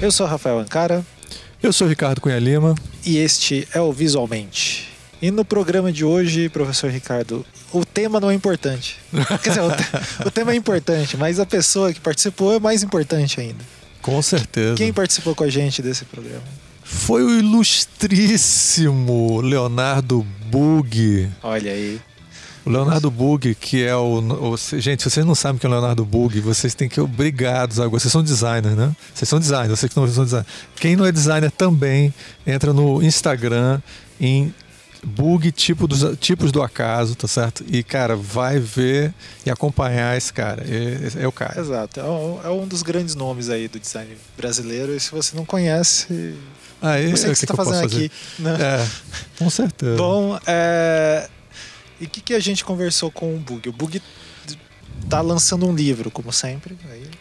Eu sou Rafael Ancara. Eu sou Ricardo Cunha Lima. E este é o Visualmente. E no programa de hoje, professor Ricardo, o tema não é importante. Quer dizer, o tema é importante, mas a pessoa que participou é mais importante ainda. Com certeza. Quem participou com a gente desse programa? Foi o ilustríssimo Leonardo Bugg. Olha aí. O Leonardo Bugg, que é gente, se vocês não sabem o que é o Leonardo Bugg, vocês têm que ir obrigados agora. Vocês são designers, né? Vocês são designers, vocês que não são designers. Quem não é designer também entra no Instagram em Bugg tipos do acaso, tá certo? E, cara, vai ver e acompanhar esse cara. É o cara. Exato. É um dos grandes nomes aí do design brasileiro. E se você não conhece, não sei o que você está fazendo aqui. Né? Com certeza. Bom, e o que a gente conversou com o Bugg? O Bugg tá lançando um livro, como sempre.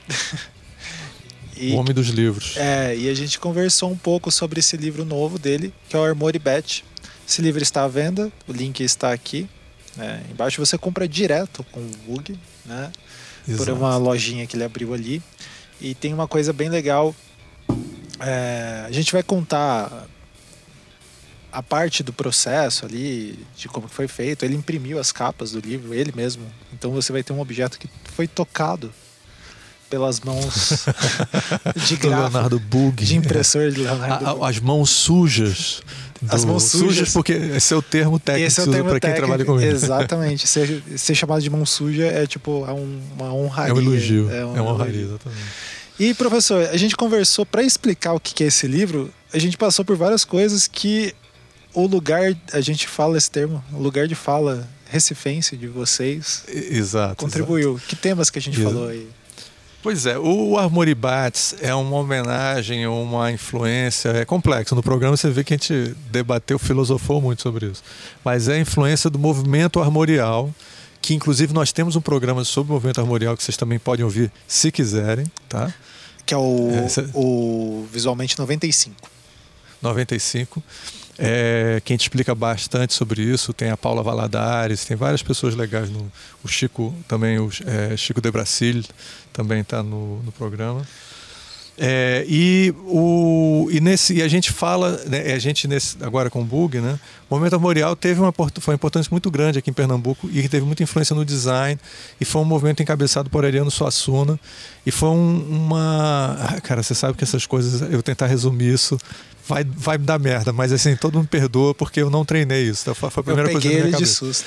O Homem dos Livros. E a gente conversou um pouco sobre esse livro novo dele, que é o Armory Bet. Esse livro está à venda, o link está aqui. Embaixo você compra direto com o Bugg, né? Por uma lojinha que ele abriu ali. E tem uma coisa bem legal. A gente vai contar a parte do processo ali, de como foi feito. Ele imprimiu as capas do livro, ele mesmo. Então você vai ter um objeto que foi tocado pelas mãos de Leonardo Bugg. De impressor de Leonardo Bugg. As mãos sujas. As mãos sujas, porque esse é o termo técnico para quem trabalha comigo. Exatamente. Ser chamado de mão suja é tipo uma honraria. É um elogio. É uma honraria, exatamente. E, professor, a gente conversou para explicar o que é esse livro. A gente passou por várias coisas que o lugar, a gente fala esse termo, o lugar de fala recifense de vocês contribuiu. Exato. Que temas que a gente falou aí? Pois é, o Armory Bats é uma homenagem, uma influência, é complexo. No programa você vê que a gente debateu, filosofou muito sobre isso. Mas é a influência do movimento armorial, que inclusive nós temos um programa sobre o movimento armorial que vocês também podem ouvir se quiserem, tá? Que é o Visualmente 95. 95. Que a gente explica bastante sobre isso. Tem a Paula Valadares, tem várias pessoas legais. O Chico também, Chico de Brasile também está no programa. E a gente fala, né, agora com o Bugg, né, o movimento armorial foi uma importância muito grande aqui em Pernambuco e teve muita influência no design, e foi um movimento encabeçado por Ariano Suassuna, e foi cara, você sabe que essas coisas, eu tentar resumir isso vai dar merda, mas assim, todo mundo perdoa porque eu não treinei isso, então foi a primeira coisa na minha cabeça. De susto.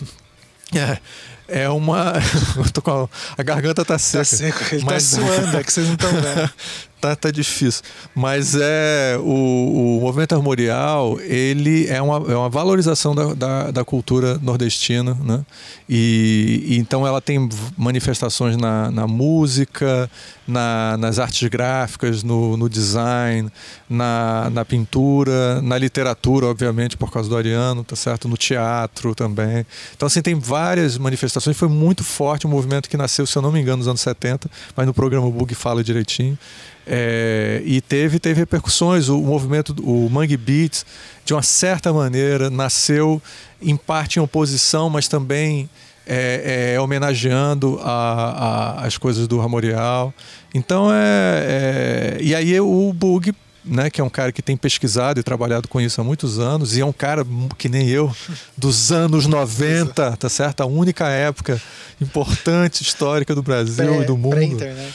Eu tô com a garganta tá seca. Tá seco, ele tá suando, é que vocês não estão vendo. Tá difícil. Mas o movimento armorial, ele é uma valorização da cultura nordestina, né? E então ela tem manifestações na música, nas artes gráficas, no design, na pintura, na literatura, obviamente, por causa do Ariano, tá certo? No teatro também. Então, assim, tem várias manifestações. Foi muito forte um movimento que nasceu, se eu não me engano, nos anos 70, mas no programa o Bugg fala direitinho. E teve repercussões. O movimento, o Mangue Beats, de uma certa maneira, nasceu em parte em oposição, mas também homenageando as coisas do armorial. Então, e aí o Bugg, né, que é um cara que tem pesquisado e trabalhado com isso há muitos anos, e é um cara que nem eu, dos anos 90, tá certo? A única época importante, histórica do Brasil e do mundo. Pré-internet.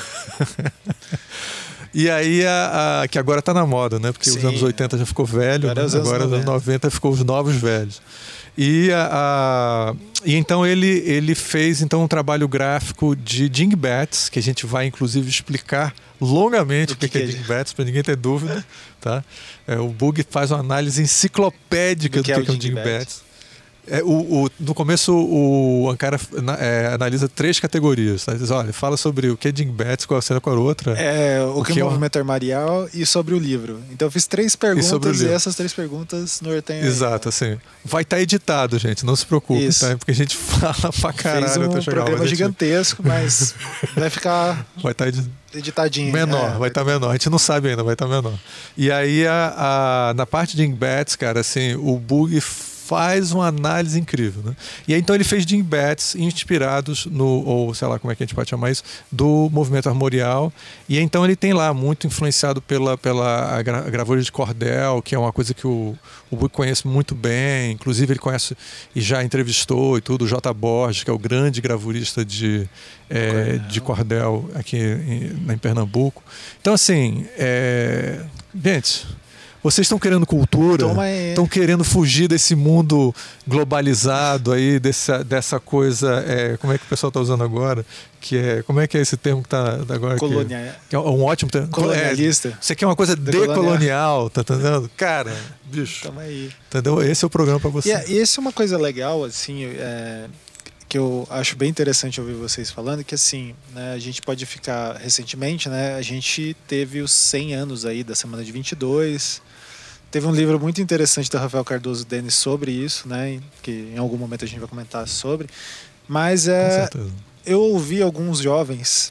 E aí, que agora tá na moda, né? Porque os anos 80 já ficou velho, agora os anos 90 ficou os novos velhos. E então ele fez um trabalho gráfico de dingbats, que a gente vai inclusive explicar longamente o que é dingbats, para ninguém ter dúvida, tá? O Bugg faz uma análise enciclopédica do que é um dingbats. No começo o Ancara analisa 3 categorias, tá? Diz, olha, fala sobre o que é dingbats, qual será a outra. O que é o movimento armorial e sobre o livro. Então eu fiz 3 perguntas e essas 3 perguntas norteiam. Exato, assim. Vai estar editado, gente, não se preocupe, tá? Porque a gente fala pra caralho. Fez um programa gigantesco, mas vai ficar... Vai estar editadinho. Menor, vai estar menor. A gente não sabe ainda, vai estar menor. E aí, na parte de dingbats, cara, assim, o Bugg faz uma análise incrível, né? E aí, então ele fez Jim Betts inspirados ou sei lá como é que a gente pode chamar isso, do movimento armorial. E então ele tem lá muito influenciado pela gravura de cordel, que é uma coisa que o Buch conhece muito bem. Inclusive ele conhece e já entrevistou e tudo o J. Borges, que é o grande gravurista de cordel aqui em Pernambuco. Então assim, gente, vocês estão querendo cultura, estão querendo fugir desse mundo globalizado aí, dessa coisa, como é que o pessoal está usando agora? Como é que é esse termo que está agora? Colonial. Que é um ótimo termo. Colonialista. Você quer uma coisa decolonial, tá entendendo? Cara, bicho. Tamo aí. Entendeu? Esse é o programa para você. E essa é uma coisa legal, assim, que eu acho bem interessante ouvir vocês falando, que assim, né, a gente pode ficar recentemente, né, a gente teve os 100 anos aí da Semana de 22, teve um livro muito interessante do Rafael Cardoso Denis sobre isso, né, que em algum momento a gente vai comentar sobre, mas Com certeza. eu ouvi alguns jovens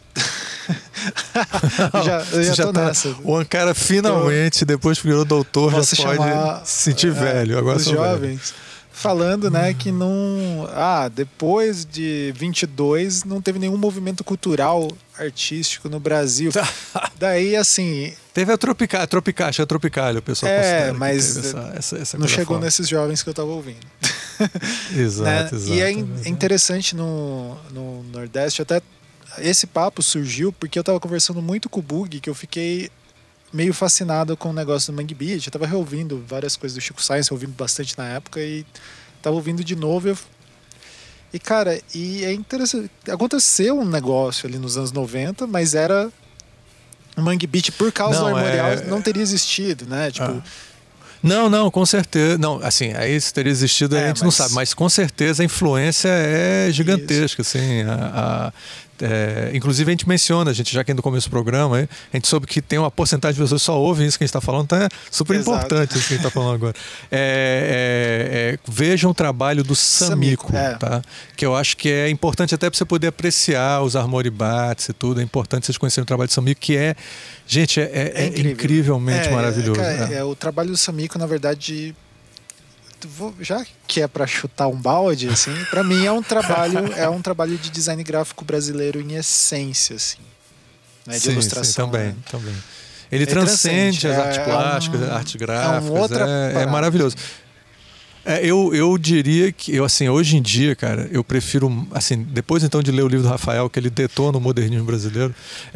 eu já tô nessa. O cara finalmente, depois que virou doutor, já pode se sentir velho. Agora os jovens velho. Falando, né, que não... depois de 22 não teve nenhum movimento cultural artístico no Brasil. Daí, assim... Teve a Tropicália, o pessoal considera mas essa não chegou forma. Nesses jovens que eu tava ouvindo. Exato, né? E é interessante no Nordeste, até esse papo surgiu porque eu tava conversando muito com o Bug, que eu fiquei meio fascinado com o negócio do Mangue Beat. Eu tava reouvindo várias coisas do Chico Science, ouvindo bastante na época e tava ouvindo de novo. E cara, é interessante. Aconteceu um negócio ali nos anos 90, mas era o Mangue Beat por causa do Armorial não teria existido, né? Tipo. Não, com certeza. Não, assim, aí se teria existido a gente não sabe, mas com certeza a influência é gigantesca, isso. Assim, inclusive a gente menciona, já que é no começo do programa, a gente soube que tem uma porcentagem de pessoas que só ouvem isso que a gente está falando, então é super importante isso que a gente está falando agora. Vejam o trabalho do Samico, tá? Que eu acho que é importante até para você poder apreciar os armoribats e tudo, é importante vocês conhecerem o trabalho do Samico, que é incrivelmente maravilhoso. O trabalho do Samico, na verdade... Já que é para chutar um balde, assim, para mim é um trabalho de design gráfico brasileiro em essência, assim, né, de ilustração. Sim, também. Ele transcende as artes plásticas, artes gráficas, é maravilhoso. Eu diria que, hoje em dia, cara, eu prefiro, assim, depois então de ler o livro do Rafael, que ele detona o modernismo brasileiro,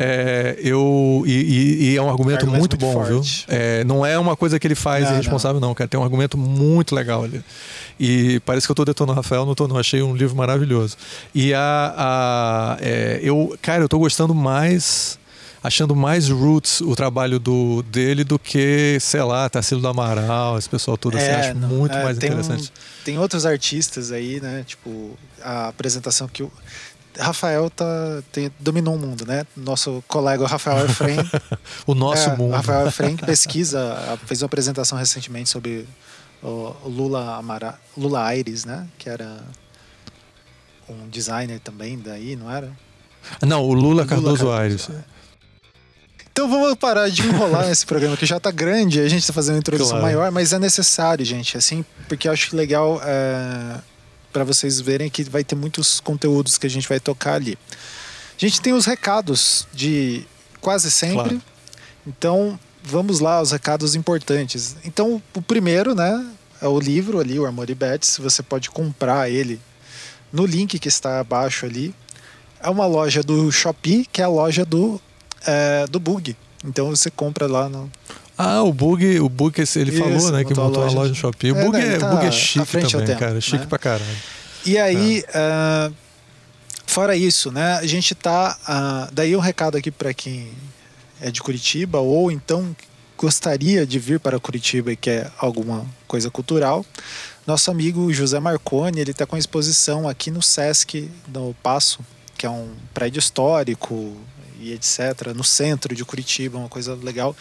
e é um argumento muito bom, forte. Viu? Não é uma coisa que ele faz irresponsável, não, cara. Tem um argumento muito legal ali. E parece que eu estou detonando o Rafael, não achei um livro maravilhoso. E eu estou gostando mais... achando mais roots o trabalho dele do que, sei lá, Tarsilo do Amaral, esse pessoal todo assim, acho muito mais interessante. Tem outros artistas aí, né? Tipo, a apresentação que o Rafael dominou o mundo, né? Nosso colega Rafael Efraim. O nosso mundo. Rafael Efraim, que fez uma apresentação recentemente sobre o Lula Aires, né? Que era um designer também daí, não era? Não, o Lula Cardoso Aires. Então vamos parar de enrolar nesse programa que já tá grande, a gente tá fazendo uma introdução maior, mas é necessário, gente, assim, porque eu acho legal para vocês verem que vai ter muitos conteúdos que a gente vai tocar ali. A gente tem os recados de quase sempre, então vamos lá, os recados importantes. Então o primeiro, né, é o livro ali, o Armoribats, você pode comprar ele no link que está abaixo ali. É uma loja do Shopee, que é a loja do Bug. Então você compra lá no... o Bug ele falou, né, que montou uma loja no Shopee. O Bug é chique também, cara. Chique, né? Pra caralho. E aí, fora isso, né, a gente tá... daí um recado aqui para quem é de Curitiba ou então gostaria de vir para Curitiba e quer alguma coisa cultural. Nosso amigo José Marconi, ele tá com exposição aqui no Sesc, no Paço, que é um prédio histórico e etc., no centro de Curitiba, uma coisa legal.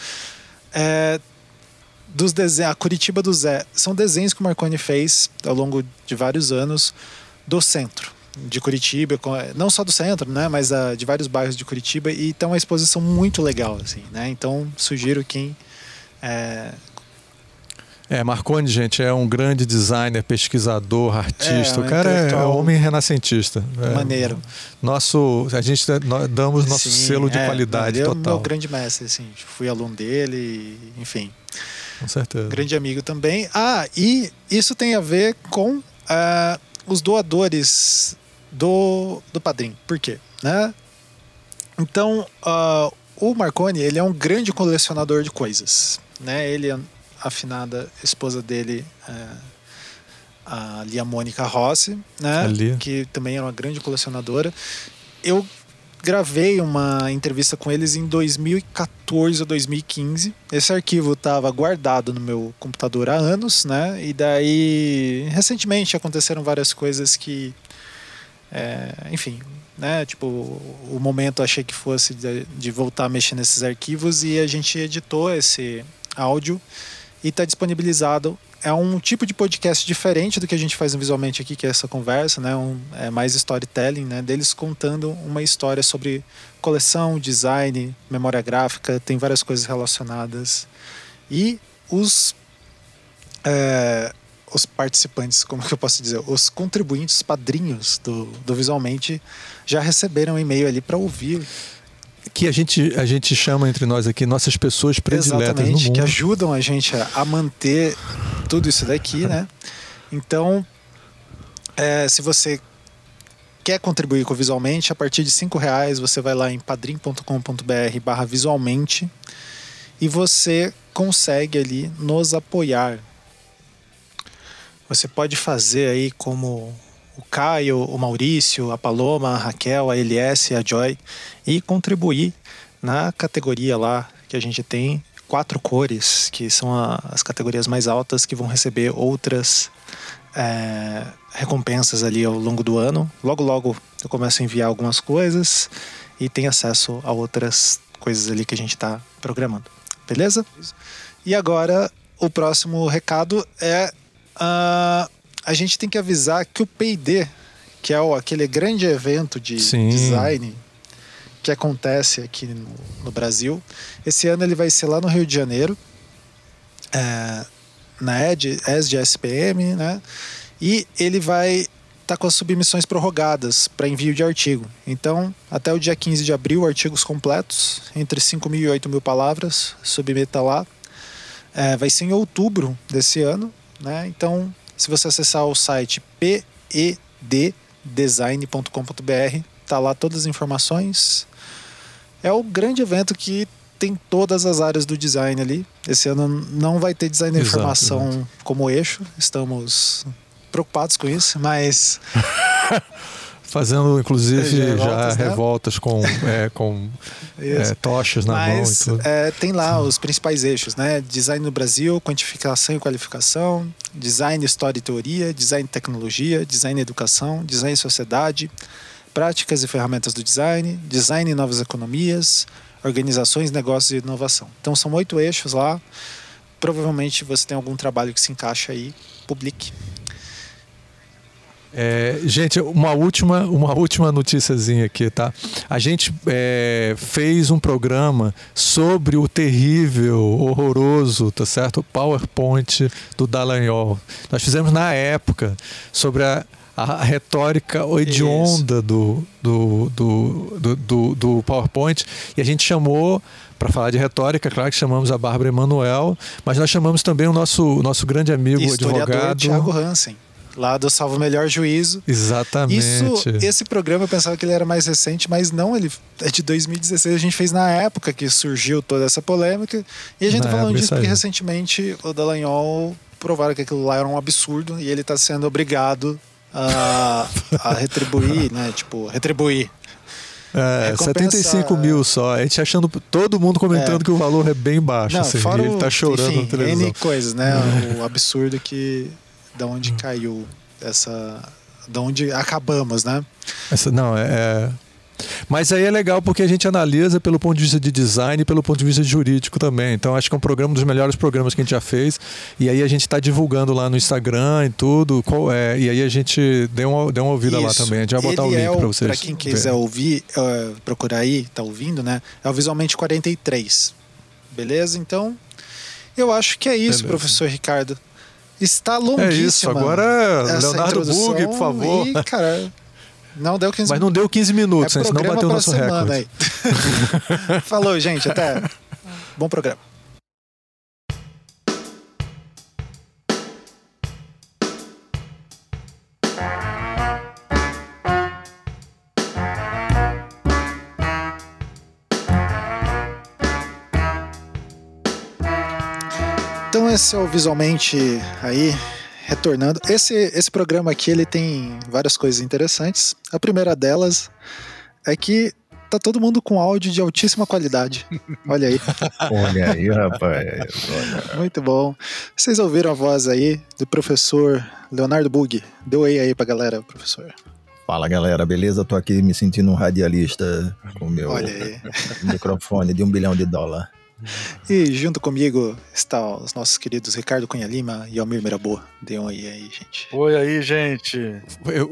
A Curitiba do Zé. São desenhos que o Marconi fez ao longo de vários anos do centro de Curitiba, não só do centro, né, mas de vários bairros de Curitiba, e então é uma exposição muito legal, assim, né? Então sugiro quem Marconi, gente, é um grande designer, pesquisador, artista. Um o cara é um homem renascentista. Maneiro. Nós damos nosso selo de qualidade total. Ele é o meu grande mestre, assim. Fui aluno dele, enfim. Com certeza. Grande amigo também. E isso tem a ver com os doadores do Padrim. Por quê? Né? Então, o Marconi, ele é um grande colecionador de coisas. Né? Ele, a afinada esposa dele, a Lia Mônica Rossi, né? Que também é uma grande colecionadora. Eu gravei uma entrevista com eles em 2014 ou 2015. Esse arquivo estava guardado no meu computador há anos, né? E daí, recentemente, aconteceram várias coisas que, enfim, né? Tipo, o momento achei que fosse de voltar a mexer nesses arquivos, e a gente editou esse áudio e está disponibilizado. É um tipo de podcast diferente do que a gente faz visualmente aqui, que é essa conversa, né? É mais storytelling, né? Deles contando uma história sobre coleção, design, memória gráfica, tem várias coisas relacionadas. E os participantes, como que eu posso dizer? Os contribuintes, os padrinhos do Visualmente já receberam um e-mail ali para ouvir. Que a gente chama entre nós aqui nossas pessoas prediletas no mundo. Que ajudam a gente a manter tudo isso daqui, né? Então, se você quer contribuir com o Visualmente, a partir de R$5 você vai lá em padrim.com.br/visualmente e você consegue ali nos apoiar. Você pode fazer aí como o Caio, o Maurício, a Paloma, a Raquel, a LS, a Joy, e contribuir na categoria lá que a gente tem 4 cores, que são as categorias mais altas, que vão receber outras recompensas ali ao longo do ano. Logo eu começo a enviar algumas coisas e tem acesso a outras coisas ali que a gente está programando. Beleza? E agora o próximo recado é a gente tem que avisar que o P&D, que é aquele grande evento de design que acontece aqui no Brasil, esse ano ele vai ser lá no Rio de Janeiro, na ESD-SPM, né? E ele vai estar com as submissões prorrogadas para envio de artigo. Então, até o dia 15 de abril, artigos completos, entre 5.000 e 8.000 palavras, submeta lá. Vai ser em outubro desse ano, né? Então, se você acessar o site peddesign.com.br, tá lá todas as informações. É o grande evento que tem todas as áreas do design ali. Esse ano não vai ter design da informação como eixo. Estamos preocupados com isso, mas... Fazendo, inclusive, revoltas com tochas na mão e tudo. Tem lá os principais eixos, né? Design no Brasil, quantificação e qualificação, design, história e teoria, design e tecnologia, design e educação, design e sociedade, práticas e ferramentas do design, design e novas economias, organizações, negócios e inovação. Então são 8 eixos lá. Provavelmente você tem algum trabalho que se encaixa aí, publique. Gente, uma última noticiazinha aqui, tá? A gente fez um programa sobre o terrível, horroroso, tá certo? PowerPoint do Dallagnol. Nós fizemos na época sobre a retórica hedionda do PowerPoint, e a gente chamou, para falar de retórica, claro que chamamos a Bárbara Emanuel, mas nós chamamos também o nosso grande amigo, advogado Thiago Hansen, lá do Salvo Melhor Juízo. Exatamente. Esse programa eu pensava que ele era mais recente, mas não, ele é de 2016. A gente fez na época que surgiu toda essa polêmica, e a gente tá falando disso porque recentemente o Dallagnol provaram que aquilo lá era um absurdo e ele está sendo obrigado a retribuir, né? Tipo, retribuir. 75 mil só. A gente achando, todo mundo comentando que o valor é bem baixo. Não, assim, e ele tá chorando na televisão. N coisas, né? O absurdo que... Da onde caiu essa... Da onde acabamos, né? Mas aí é legal porque a gente analisa pelo ponto de vista de design e pelo ponto de vista jurídico também. Então acho que é um programa, um dos melhores programas que a gente já fez. E aí a gente está divulgando lá no Instagram e tudo. E aí a gente deu uma ouvida lá também. A gente vai botar o link para vocês. Para quem quiser ouvir, procurar aí, tá ouvindo, né? É o Visualmente 43. Beleza? Então, Eu acho que é isso, Beleza. Professor Ricardo. Está longuíssima. É isso, agora Leonardo Bugg, por favor. E, cara, não deu 15 minutos. Mas não deu 15 minutos, é senão bateu o nosso recorde. Aí. Falou, gente. Até. Bom programa. Então esse é o Visualmente aí, retornando. Esse programa aqui, ele tem várias coisas interessantes. A primeira delas é que tá todo mundo com áudio de altíssima qualidade. Olha aí. Olha aí, rapaz. Olha. Muito bom. Vocês ouviram a voz aí do professor Leonardo Bugg. Deu aí pra galera, professor. Fala, galera, beleza? Tô aqui me sentindo um radialista com o meu microfone de $1 bilhão. E junto comigo está os nossos queridos Ricardo Cunha Lima e Almir Miraboa. Dê um aí, gente. Oi aí, gente.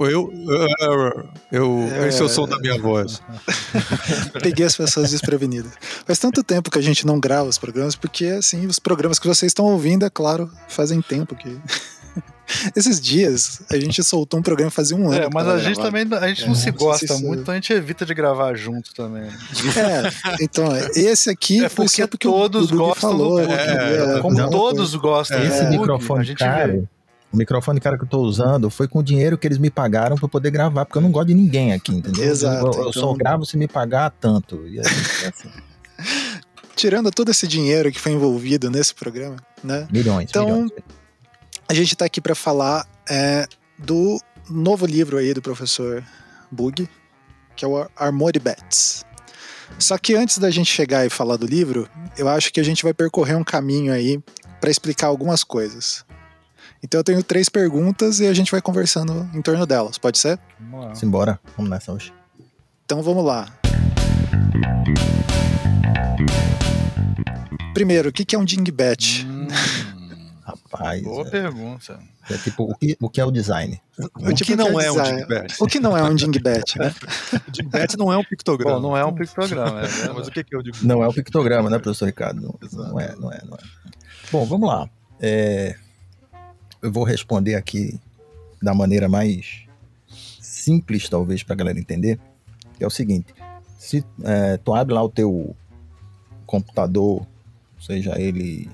Esse é o som da minha voz. Peguei as pessoas desprevenidas. Faz tanto tempo que a gente não grava os programas, porque assim, os programas que vocês estão ouvindo, é claro, fazem tempo que... Esses dias a gente soltou um programa fazia um ano. Mas a gente gravado. também a gente não se gosta muito, então a gente evita de gravar junto também. Então, esse aqui é porque todos gostam falou, como todos gostam. Esse microfone caro, o microfone cara que eu tô usando foi com o dinheiro que eles me pagaram pra poder gravar, porque eu não gosto de ninguém aqui, entendeu? Exato. Eu só gravo se me pagar tanto. E aí, assim. Tirando todo esse dinheiro que foi envolvido nesse programa, né? Milhões. A gente está aqui para falar do novo livro aí do professor Bugg, que é o Armored Bets. Só que antes da gente chegar e falar do livro, eu acho que a gente vai percorrer um caminho aí para explicar algumas coisas. Então eu tenho 3 perguntas e a gente vai conversando em torno delas, pode ser? Simbora, vamos nessa hoje. Então vamos lá. Primeiro, o que é um dingbat? Rapaz. Boa pergunta. É tipo, o que é o design? O que não é um dingbat? O que não é um dingbat, né? O dingbat não é um pictograma. Bom, não é um pictograma. Mas o que é o dingbat? Não é um pictograma, né, professor Ricardo? Não é. Bom, vamos lá. Eu vou responder aqui da maneira mais simples, talvez, para a galera entender, que é o seguinte. Se tu abre lá o teu computador, seja ele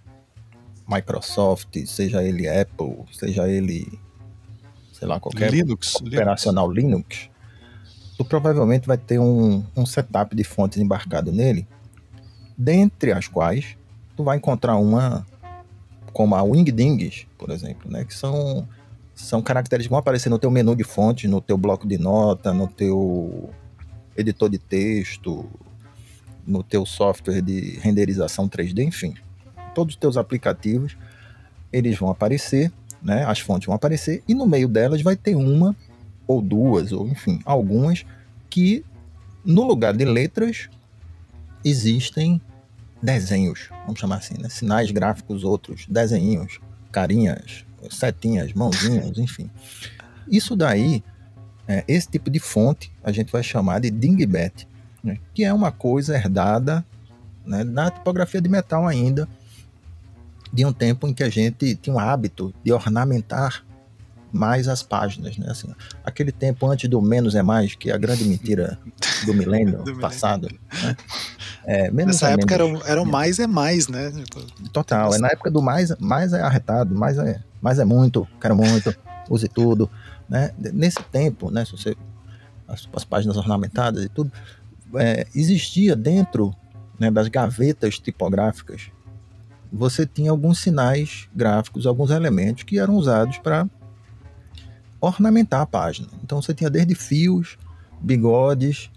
Microsoft, seja ele Apple, seja ele, sei lá, qualquer operacional Linux, tu provavelmente vai ter um setup de fontes embarcado nele, dentre as quais tu vai encontrar uma como a Wingdings, por exemplo, né, que são caracteres que vão aparecer no teu menu de fontes, no teu bloco de nota, no teu editor de texto, no teu software de renderização 3D, enfim. Todos os teus aplicativos, eles vão aparecer, né? As fontes vão aparecer, e no meio delas vai ter uma ou duas, ou enfim, algumas que, no lugar de letras, existem desenhos, vamos chamar assim, né? Sinais gráficos, outros, desenhinhos, carinhas, setinhas, mãozinhas, enfim. Isso daí, esse tipo de fonte, a gente vai chamar de dingbat, né? Que é uma coisa herdada, né, na tipografia de metal ainda, de um tempo em que a gente tinha o hábito de ornamentar mais as páginas, né? Assim, aquele tempo antes do menos é mais, que é a grande mentira do milênio passado. Né? Nessa época era o mais é mais, né? Total, na época do mais é arretado, mais é muito, quero muito, use tudo. Né? Nesse tempo, né, se você, as páginas ornamentadas e tudo, existia dentro, né, das gavetas tipográficas, você tinha alguns sinais gráficos, alguns elementos que eram usados para ornamentar a página. Então você tinha desde fios, bigodes,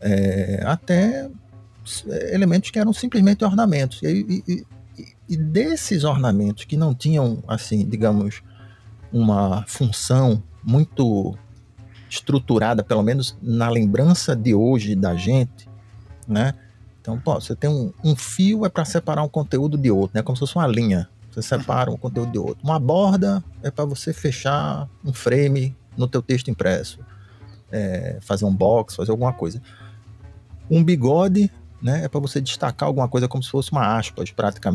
até elementos que eram simplesmente ornamentos. E desses ornamentos que não tinham, assim, digamos, uma função muito estruturada, pelo menos na lembrança de hoje da gente, né? Então, você tem um fio para separar um conteúdo de outro, né? Como se fosse uma linha. Você separa um conteúdo de outro. Uma borda é para você fechar um frame no teu texto impresso. Fazer um box, fazer alguma coisa. Um bigode, né, é para você destacar alguma coisa como se fosse uma aspas, praticamente.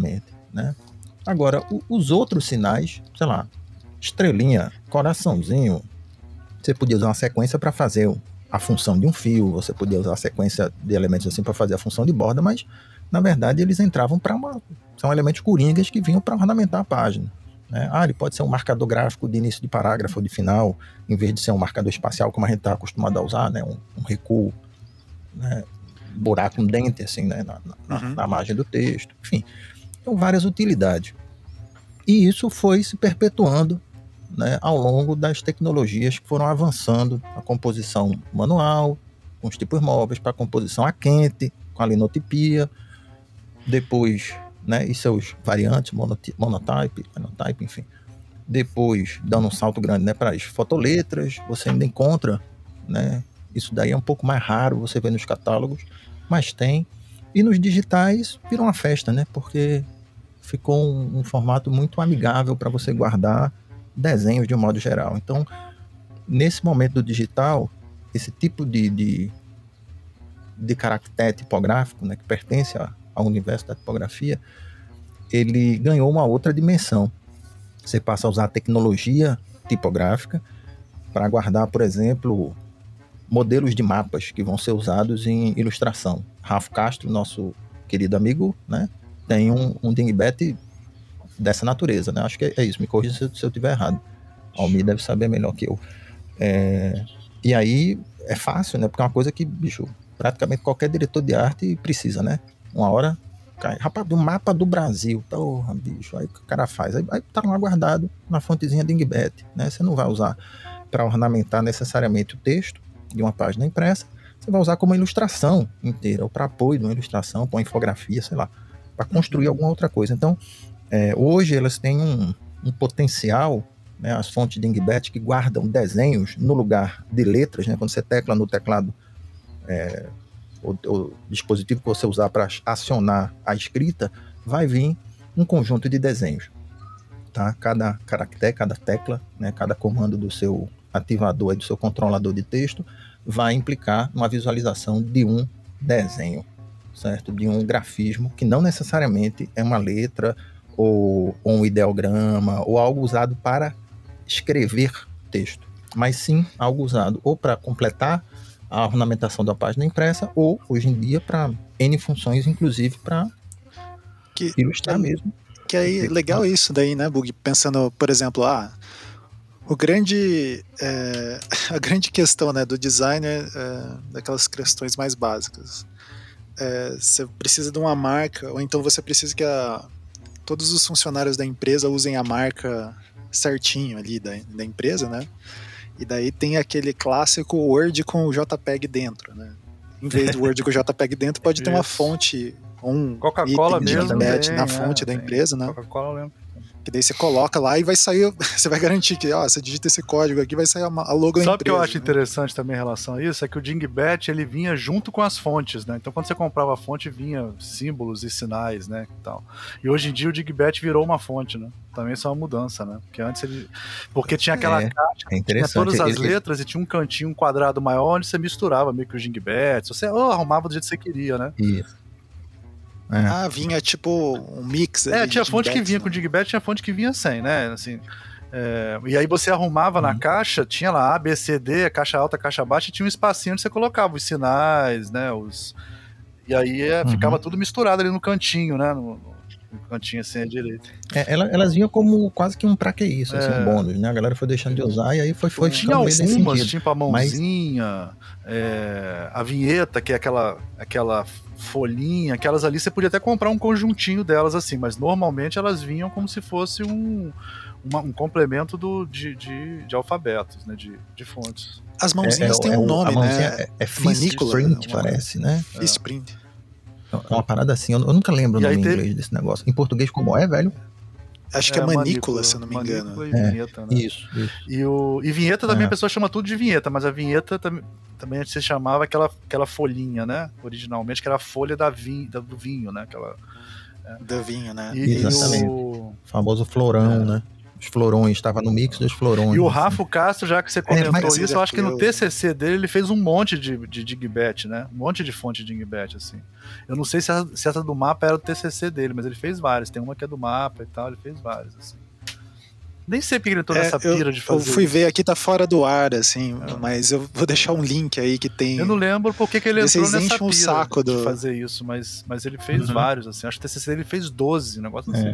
né? Agora, os outros sinais, sei lá, estrelinha, coraçãozinho, você podia usar uma sequência para fazer a função de um fio, você podia usar a sequência de elementos assim para fazer a função de borda, mas na verdade eles entravam são elementos coringas que vinham para ornamentar a página, né? Ele pode ser um marcador gráfico de início de parágrafo ou de final, em vez de ser um marcador espacial como a gente está acostumado a usar, né? Um recuo, né? Buraco, um dente assim, né? Na margem do texto, enfim, então várias utilidades. E isso foi se perpetuando, né, ao longo das tecnologias que foram avançando, a composição manual, com os tipos móveis, para a composição a quente, com a linotipia, depois, né, e seus variantes, monotype, linotype, enfim. Depois, dando um salto grande, né, para as fotoletras, você ainda encontra, né, isso daí é um pouco mais raro, você vê nos catálogos, mas tem. E nos digitais virou uma festa, né, porque ficou um formato muito amigável para você guardar desenhos de um modo geral. Então, nesse momento do digital, esse tipo de caractere tipográfico, né, que pertence ao universo da tipografia, ele ganhou uma outra dimensão. Você passa a usar a tecnologia tipográfica para guardar, por exemplo, modelos de mapas que vão ser usados em ilustração. Rafa Castro, nosso querido amigo, né, tem um dingbat dessa natureza, né? Acho que é isso, me corrija se eu estiver errado. Almir deve saber melhor que eu. E aí é fácil, né? Porque é uma coisa que, bicho, praticamente qualquer diretor de arte precisa, né? Uma hora cai, rapaz, do mapa do Brasil, porra, bicho, aí o cara faz, aí tá lá guardado na fontezinha dingbat, né? Você não vai usar para ornamentar necessariamente o texto de uma página impressa, você vai usar como ilustração inteira, ou para apoio de uma ilustração, para uma infografia, sei lá, para construir alguma outra coisa. Então, hoje elas têm um potencial, né, as fontes dingbat que guardam desenhos no lugar de letras, né, quando você tecla no teclado, o dispositivo que você usar para acionar a escrita, vai vir um conjunto de desenhos. Tá? Cada caractere, cada tecla, né, cada comando do seu ativador e do seu controlador de texto vai implicar uma visualização de um desenho, certo? De um grafismo que não necessariamente é uma letra ou um ideograma ou algo usado para escrever texto, mas sim algo usado ou para completar a ornamentação da página impressa ou, hoje em dia, para N funções, inclusive para ilustrar mesmo. Que aí, legal isso daí, né, Bug? Pensando, por exemplo, a grande questão, né, do designer, daquelas questões mais básicas. Você precisa de uma marca, ou então você precisa que todos os funcionários da empresa usem a marca certinho ali da empresa, né? E daí tem aquele clássico Word com o JPEG dentro, né? Em vez do Word com o JPEG dentro, pode ter uma fonte, Coca-Cola mesmo na fonte da empresa, né? Coca-Cola mesmo. Que daí você coloca lá e vai sair, você vai garantir que, você digita esse código aqui, vai sair a logo da empresa. Sabe o que eu acho interessante também em relação a isso? É que o dingbat, ele vinha junto com as fontes, né? Então quando você comprava a fonte, vinha símbolos e sinais, né? E tal. E hoje em dia o dingbat virou uma fonte, né? Também isso é uma mudança, né? Porque antes porque tinha aquela caixa, tinha todas as letras e tinha um cantinho, um quadrado maior onde você misturava meio que o dingbat, você arrumava do jeito que você queria, né? Isso. Vinha tipo um mix. Tinha fonte que vinha com dingbat, tinha fonte que vinha sem, né? Assim, e aí você arrumava na caixa, tinha lá A, B, C, D, caixa alta, caixa baixa, e tinha um espacinho onde você colocava os sinais, né? E aí ficava tudo misturado ali no cantinho, né? No cantinho assim à direita. Elas vinham como quase que um pra que isso, assim, um bônus, né? A galera foi deixando de usar e aí foi tinha algumas, tipo a mãozinha, a vinheta, que é aquela folhinha, aquelas ali você podia até comprar um conjuntinho delas assim, mas normalmente elas vinham como se fosse um complemento de alfabetos, né? De fontes. As mãozinhas têm um nome, né? Manícula, parece, né? Fistprint. É uma parada assim, eu nunca lembro o nome em inglês desse negócio. Em português, como velho? Acho que é manícula, se eu não me engano. E vinheta, né? Isso. E vinheta também a pessoa chama tudo de vinheta, mas a vinheta também se chamava aquela folhinha, né? Originalmente, que era a folha do vinho, né? Do vinho, né? Exatamente. O famoso florão, né? Os florões, estava no mix dos florões. E o assim. Rafa Castro, já que você comentou isso, eu acho que no TCC dele ele fez um monte de dingbat, né? Um monte de fonte de dingbat, assim. Eu não sei se essa do mapa era o TCC dele, mas ele fez várias. Tem uma que é do mapa e tal, ele fez várias, assim. Nem sei porque ele entrou nessa pira de fazer. Eu fui ver aqui, tá fora do ar, assim, mas eu vou deixar um link aí que tem. Eu não lembro porque ele entrou nessa pira saco de fazer isso, mas ele fez vários, assim. Acho que o TCC ele fez 12, um negócio assim.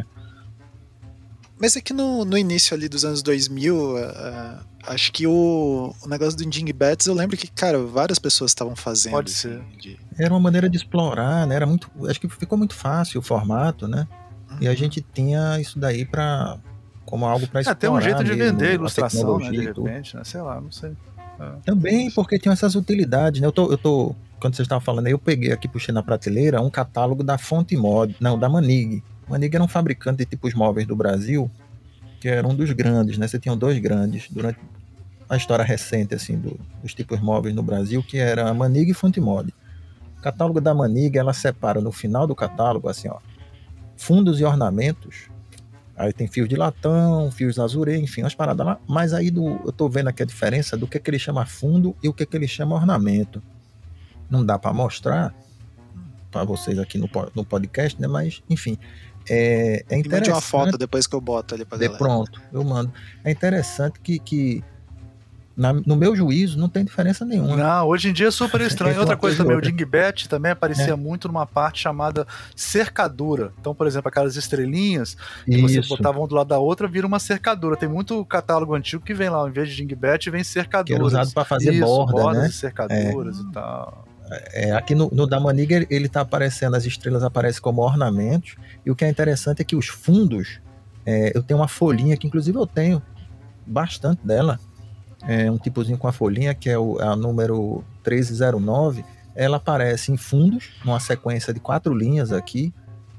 Mas é que no início ali dos anos 2000, acho que o negócio do dingbats, eu lembro que, cara, várias pessoas estavam fazendo. Pode ser. Era uma maneira de explorar, né? Era muito, acho que ficou muito fácil o formato, né? E a gente tinha isso daí como algo para explorar. Tem um jeito de mesmo, vender ilustração, né? De repente, né? Sei lá, não sei. Também porque tinha essas utilidades, né? Eu tô quando vocês estavam falando aí, eu peguei aqui, puxei na prateleira um catálogo da Fonte Mod, não, da Manig. Manig era um fabricante de tipos móveis do Brasil, que era um dos grandes, né? Você tinha dois grandes durante a história recente, assim, dos tipos móveis no Brasil, que era a Manig e Fonte Mod. O catálogo da Manig, ela separa no final do catálogo, assim, ó, fundos e ornamentos. Aí tem fios de latão, fios azurê, enfim, umas paradas lá. Mas aí eu tô vendo aqui a diferença do que ele chama fundo e o que ele chama ornamento. Não dá para mostrar para vocês aqui no podcast, né? Mas, enfim, é interessante. Mande uma foto depois que eu boto ali pra galera. Pronto, eu mando. É interessante que no meu juízo não tem diferença nenhuma. Não, hoje em dia é super estranho. Outra coisa também, o dingbat também aparecia muito numa parte chamada cercadura. Então, por exemplo, aquelas estrelinhas que você botava um do lado da outra, vira uma cercadura. Tem muito catálogo antigo que vem lá, ao invés de dingbat, vem cercaduras. Que era usado para fazer bordas, né? E cercaduras e tal. Aqui no da Manig ele tá aparecendo, as estrelas aparecem como ornamentos, e o que é interessante é que os fundos, eu tenho uma folhinha que inclusive eu tenho bastante dela, um tipozinho com a folhinha que é a número 1309, ela aparece em fundos, numa sequência de 4 linhas aqui,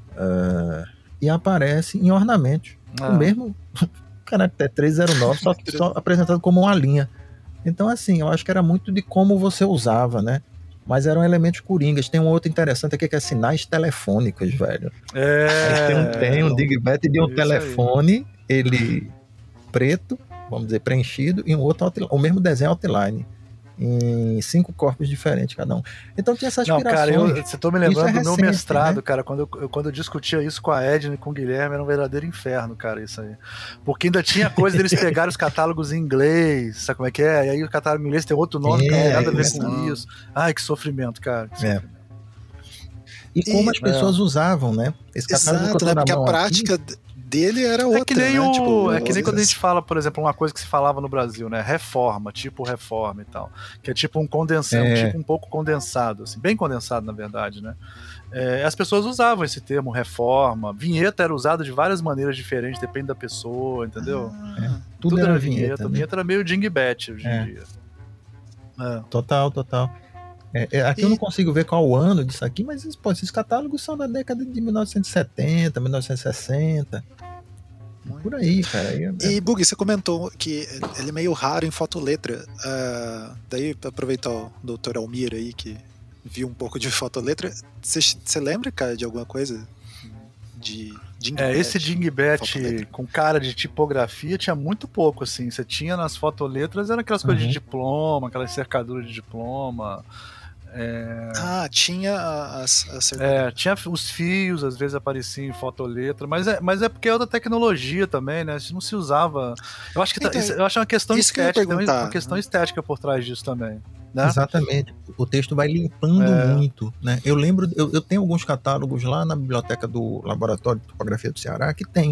e aparece em ornamentos, o mesmo caractere 1309, só apresentado como uma linha. Então assim, eu acho que era muito de como você usava, né? Mas eram elementos coringas. Tem um outro interessante aqui que é sinais telefônicos, velho. Tem um dingbat de um telefone, ele preto, vamos dizer, preenchido, e um outro, o mesmo desenho outline, em 5 corpos diferentes cada um. Então tinha essas aspirações. Não, cara, você tô me lembrando do meu mestrado, né? Cara, quando eu discutia isso com a Edna e com o Guilherme, era um verdadeiro inferno, cara, isso aí. Porque ainda tinha coisa deles pegarem os catálogos em inglês, sabe como é que é? E aí o catálogo em inglês tem outro nome, que não tem nada a ver com isso. Ai, que sofrimento, cara. Que sofrimento. E como as pessoas usavam, né? Esse catálogo, né? Porque a prática... Aqui, dele era outra, que nem né? que nem quando a gente fala, por exemplo, uma coisa que se falava no Brasil, né? Reforma, tipo reforma e tal. Que é tipo um condensado, tipo um pouco condensado, assim, bem condensado, na verdade, né? As pessoas usavam esse termo, reforma. Vinheta era usada de várias maneiras diferentes, depende da pessoa, entendeu? Tudo era vinheta. Né? Vinheta era meio dingbat hoje em dia. Total. Aqui eu não consigo ver qual o ano disso aqui, mas esses catálogos são da década de 1970, 1960. Por aí, cara. E, Bug, você comentou que ele é meio raro em fotoletra. Daí, pra aproveitar o Dr. Almir aí, que viu um pouco de fotoletra, você lembra, cara, de alguma coisa de dingbat? Esse dingbat com cara de tipografia tinha muito pouco, assim. Você tinha nas fotoletras, era aquelas coisas de diploma, aquelas cercaduras de diploma. Tinha tinha os fios, às vezes aparecia em fotoletra, mas é porque é outra tecnologia também, né? Isso não se usava. Eu acho que eu acho uma questão estética, tem uma questão estética por trás disso também. Né? Exatamente. O texto vai limpando muito, né? Eu lembro, eu tenho alguns catálogos lá na biblioteca do Laboratório de Topografia do Ceará que tem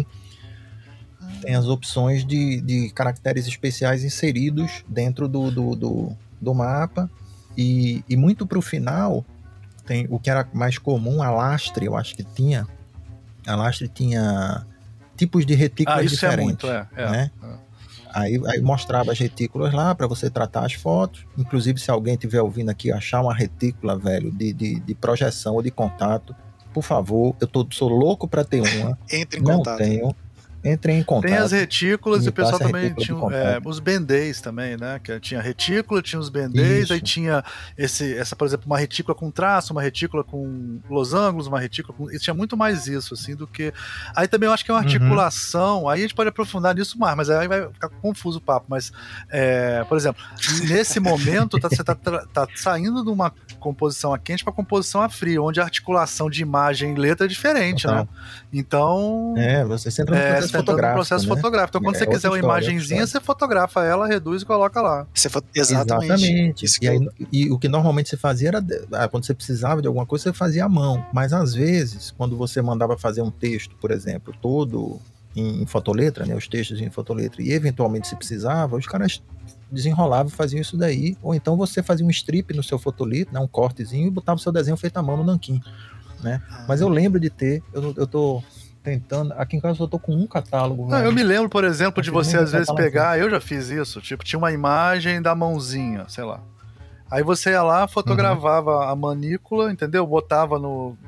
as opções de caracteres especiais inseridos dentro do mapa. E muito para o final, tem o que era mais comum, a lastre, eu acho que tinha. A lastre tinha tipos de retículas diferentes. Né? Aí mostrava as retículas lá para você tratar as fotos. Inclusive, se alguém estiver ouvindo aqui achar uma retícula, velho, de projeção ou de contato, por favor, sou louco para ter uma. Entre em contato. Não tenho. Entre em contato. Tem as retículas e o pessoal também tinha os band-aids também, né? Que tinha retícula, tinha os band-aids, aí tinha por exemplo, uma retícula com traço, uma retícula com losangos, uma retícula com... E tinha muito mais isso, assim, do que... Aí também eu acho que é uma articulação, aí a gente pode aprofundar nisso mais, mas aí vai ficar confuso o papo, mas, por exemplo, nesse momento você tá saindo de uma composição a quente para composição a frio, onde a articulação de imagem e letra é diferente, né? Então... você entra no processo fotográfico. Então, quando você quiser uma imagenzinha, você fotografa ela, reduz e coloca lá. Exatamente. E o que normalmente você fazia era, quando você precisava de alguma coisa, você fazia à mão. Mas às vezes, quando você mandava fazer um texto, por exemplo, todo em fotoletra, né, os textos em fotoletra, e eventualmente se precisava, os caras desenrolavam e faziam isso daí. Ou então você fazia um strip no seu fotolito, né, um cortezinho, e botava o seu desenho feito à mão no nanquim, né? Mas eu lembro de ter, eu tô tentando, aqui em casa eu tô com um catálogo. Não, eu me lembro, por exemplo, de você às vezes pegar, eu já fiz isso, tipo, tinha uma imagem da mãozinha, sei lá. Aí você ia lá, fotografava a manícula, entendeu? Botava no...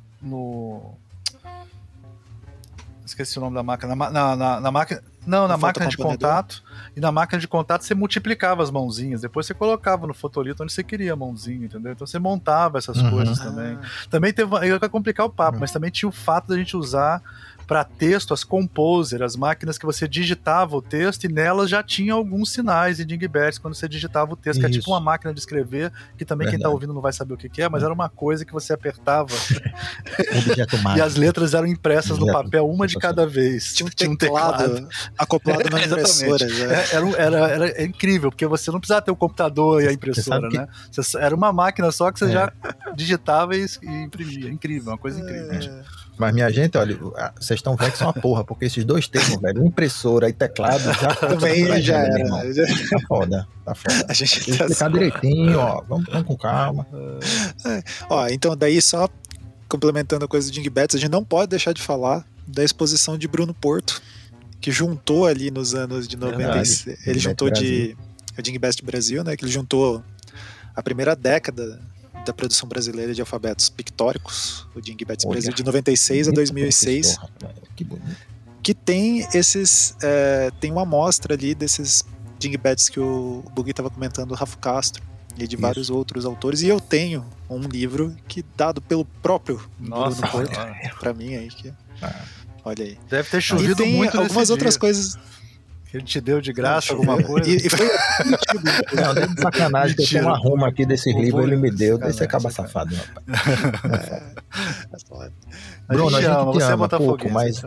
Esqueci o nome da máquina. Na máquina... Não, na máquina de contato. E na máquina de contato você multiplicava as mãozinhas. Depois você colocava no fotolito onde você queria a mãozinha, entendeu? Então você montava essas coisas também. Também teve... Eu ia complicar o papo, mas também tinha o fato da gente usar para texto as Composer, as máquinas que você digitava o texto e nelas já tinha alguns sinais em Dingbat quando você digitava o texto, que é tipo uma máquina de escrever, que também quem tá ouvindo não vai saber o que é, mas era uma coisa que você apertava e as letras eram impressas no papel, uma de cada vez. Tinha um teclado acoplado na impressora. Era incrível, porque você não precisava ter o computador e a impressora, né? Era uma máquina só que você já digitava e imprimia. Incrível, uma coisa incrível. Mas, minha gente, olha, vocês estão vendo que são uma porra, porque esses dois termos, velho, impressora e teclado, já também já era. Tá foda. A gente tem que explicar direitinho, ó, vamos com calma. Ó, então daí só complementando a coisa do Dingbat, a gente não pode deixar de falar da exposição de Bruno Porto, que juntou ali nos anos de 96. Ele juntou o Dingbat Brasil, né? Que ele juntou a primeira década da produção brasileira de alfabetos pictóricos, o Dingbat Brasil de 96 a 2006, que tem esses tem uma amostra ali desses Dingbats que o Bugui estava comentando, o Rafa Castro e de vários outros autores, e eu tenho um livro que dado pelo próprio Bruno Porto para mim aí que olha aí, deve ter chovido tem muito algumas outras coisas que ele te deu de graça, alguma coisa. E foi não, deu de sacanagem, que eu tenho uma arruma aqui desse livro, ele me deu, desse acaba safado, rapaz. Bruno, a gente te ama pouco, mas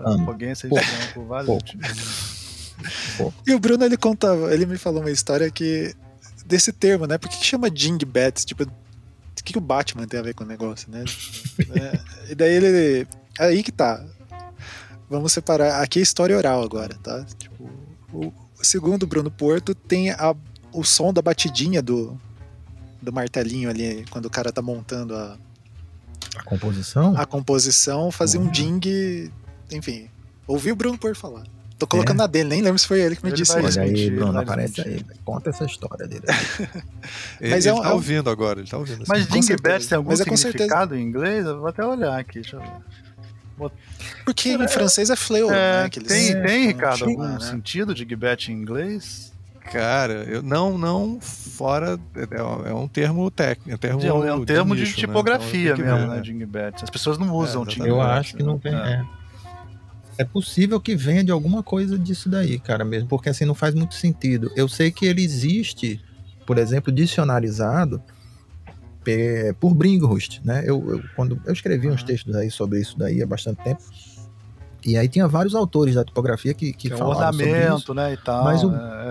E o Bruno, ele me falou uma história desse termo, né? Por que chama Dingbat? Tipo, o que o Batman tem a ver com o negócio, né? E daí aí que tá. Vamos separar. Aqui é história oral agora, tá? Tipo, segundo o Bruno Porto, tem o som da batidinha do martelinho ali, quando o cara tá montando a composição? A composição, fazia um ding, enfim. Ouvi o Bruno Porto falar. Tô colocando na dele, nem lembro se foi ele que me disse isso. Olha aí, Bruno, aparece aí. Conta essa história dele. Mas ele tá ouvindo agora, ele tá ouvindo. Mas Dingbat tem algum significado em inglês? Eu vou até olhar aqui, deixa eu ver. Porque em francês é fleur, né? Tem, Ricardo, algum sentido de Dingbat em inglês? Cara, não fora. É um termo técnico. É um termo de tipografia, né? Mesmo, né? Dingbat. As pessoas não usam Dingbat. Eu acho que não tem. É possível que venha de alguma coisa disso daí, cara, mesmo, porque assim não faz muito sentido. Eu sei que ele existe, por exemplo, dicionarizado por Brinkhorst, né? Quando eu escrevi uns textos aí sobre isso daí há bastante tempo, e aí tinha vários autores da tipografia que falavam sobre isso, né, e tal. Mas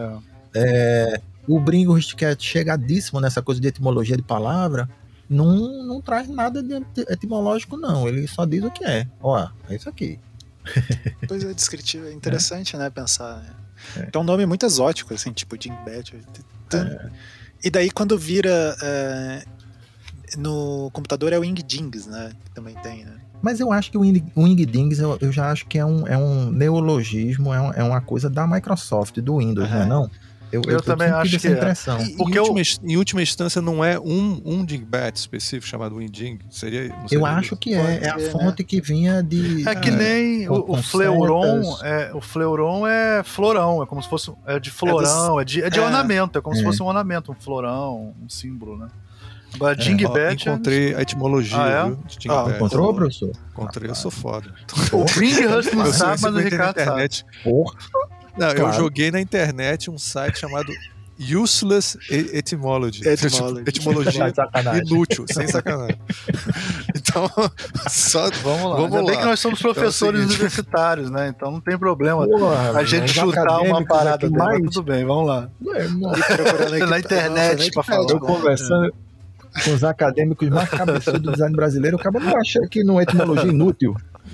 o Brinkhorst, que é chegadíssimo nessa coisa de etimologia de palavra, não traz nada de etimológico, não. Ele só diz o que é. Ó, é isso aqui. Pois é, descritivo. É interessante, né, pensar. É um nome muito exótico, assim, tipo Dingbat. E daí quando vira no computador é o Wingdings, né, que também tem, né. Mas eu acho que o Wingdings eu já acho que é um neologismo, é uma coisa da Microsoft, do Windows, não é não? Eu também acho que impressão. Porque em última instância não é um dingbat específico chamado WinDing? Seria? Eu acho que é a fonte que vinha de... É que nem o Fleuron, o Fleuron é florão, é como se fosse de florão, é de ornamento, é como se fosse um ornamento, um florão, um símbolo, né? Agora, dingbat... Encontrei a etimologia, viu? De dingbat. Encontrou, professor? Encontrei, eu sou foda. O Bringhurst não sabe, mas o Ricardo sabe. Não, eu joguei na internet um site chamado Useless Etymology. Etimologia inútil, sem sacanagem. Então, só vamos lá. Ainda bem que nós somos professores universitários, né? Então não tem problema a gente chutar uma parada dela, mas tudo bem, vamos lá. Na internet pra falar. Eu conversando com os acadêmicos mais cabeçudos do design brasileiro, eu acabo não achando que não é etimologia inútil.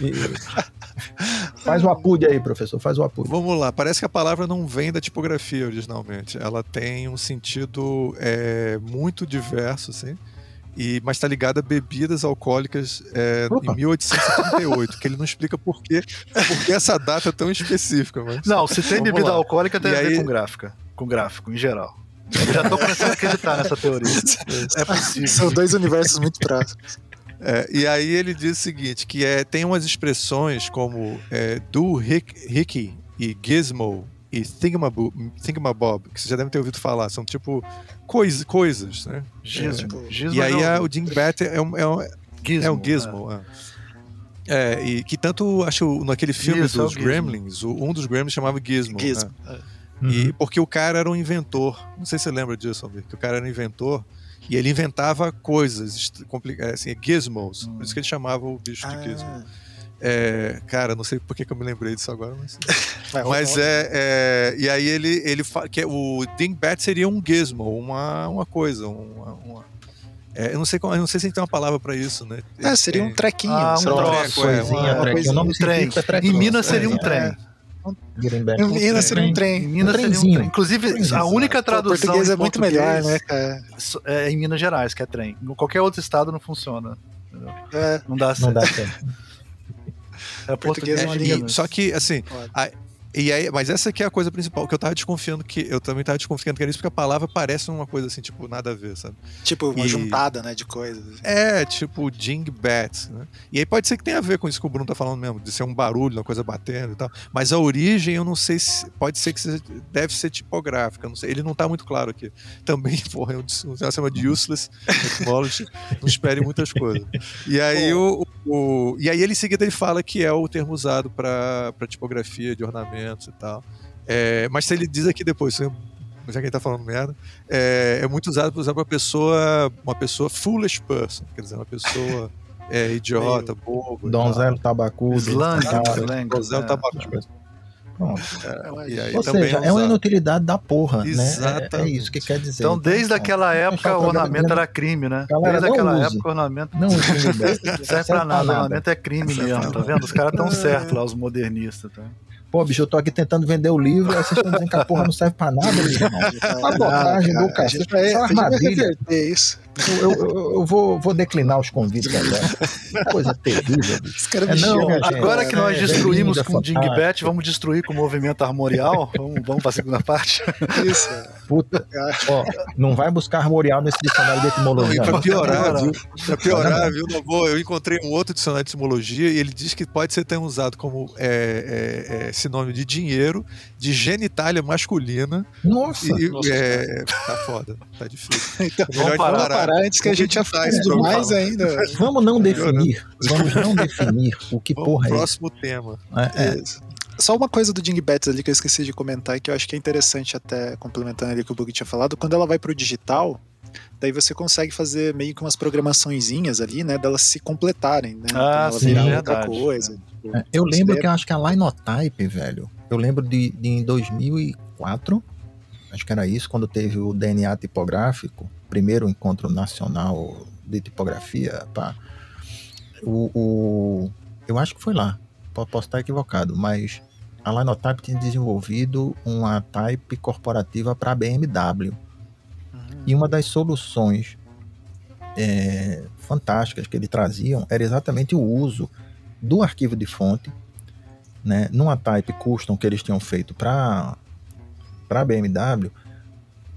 Faz o apude aí, professor, faz o apude. Vamos lá, parece que a palavra não vem da tipografia originalmente. Ela tem um sentido muito diverso, assim, mas está ligada a bebidas alcoólicas em 1838, que ele não explica por que essa data é tão específica. Mas... Não, se tem bebida alcoólica tem a ver com gráfico, em geral. Eu já estou começando a acreditar nessa teoria. É possível. São dois universos muito próximos. E aí ele diz o seguinte, que tem umas expressões como doohickey e gizmo e thingamabob, que vocês já devem ter ouvido falar, são tipo coisas, né? Gizmo. E aí o dingbat é um gizmo. E que tanto, acho, naquele filme dos Gremlins, um dos Gremlins chamava Gizmo. E porque o cara era um inventor, não sei se você lembra disso, Almir, que o cara era um inventor e ele inventava coisas assim, gizmos, por isso que ele chamava o bicho de gizmo. Cara, não sei por que eu me lembrei disso agora, mas e aí ele fala que o dingbat seria um gizmo, uma coisa, eu não sei se tem uma palavra pra isso, né? Seria um trequinho, um troço, o nome do trem. Em Minas seria um trem. Em Minas seria um trem. Inclusive, a única tradução em português é muito melhor, né, cara? É em Minas Gerais, que é trem. Em qualquer outro estado não funciona. Não dá certo. É português é uma língua. Só que, assim... Mas essa aqui é a coisa principal, que eu também tava desconfiando que era isso, porque a palavra parece uma coisa assim, tipo, nada a ver, sabe? Tipo, uma juntada, né, de coisas. Tipo, dingbat, né? E aí pode ser que tenha a ver com isso que o Bruno tá falando mesmo, de ser um barulho, uma coisa batendo e tal. Mas a origem, eu não sei se... Pode ser que deve ser tipográfica, não sei. Ele não tá muito claro aqui. Também, porra, é um chama de useless etymology, não espere muitas coisas. E aí e aí ele em seguida ele fala que é o termo usado para tipografia de ornamento e tal. Mas se ele diz aqui depois, já que ele tá falando merda, é muito usado para usar uma pessoa foolish person, quer dizer, uma pessoa idiota, bobo. Donzelo tabacudo. Donzelo tabacudo. Pronto. E aí ou seja, é uma inutilidade da porra, exatamente, né? É isso que quer dizer. Então, desde aquela época, o ornamento era crime, né? Desde aquela época, o ornamento não serve pra nada. O ornamento é crime mesmo, tá vendo? Os caras estão certos lá, os modernistas, tá? Pô, bicho, eu tô aqui tentando vender o livro, aí vocês estão dizendo que a porra não serve pra nada, bicho. A botagem do cacete. Isso é uma armadilha. Eu vou declinar os convites agora. Coisa terrível, bicho. Agora que nós destruímos com o dingbat, vamos destruir com o movimento armorial? Vamos pra segunda parte? Isso. Puta. Não vai buscar armorial nesse dicionário de etimologia. Pra piorar, viu? Eu encontrei um outro dicionário de etimologia e ele diz que pode ser tão usado como sinônimo de dinheiro, de genitália masculina. Nossa! Tá foda, tá difícil. Então, vamos parar antes que a gente afaste demais ainda. Vamos não definir o que porra é isso. Próximo tema. Só uma coisa do dingbat ali que eu esqueci de comentar, que eu acho que é interessante, até complementando ali o que o Bug tinha falado, quando ela vai pro digital, daí você consegue fazer meio que umas programaçõezinhas ali, né, delas se completarem, né? Ela virar outra coisa. Eu lembro que eu acho que a Linotype, velho, eu lembro de em 2004, acho que era isso, quando teve o DNA tipográfico, primeiro encontro nacional de tipografia, eu acho que foi lá, posso estar equivocado, mas a Linotype tinha desenvolvido uma type corporativa para a BMW. E uma das soluções fantásticas que eles traziam era exatamente o uso do arquivo de fonte, né, numa type custom que eles tinham feito para a BMW,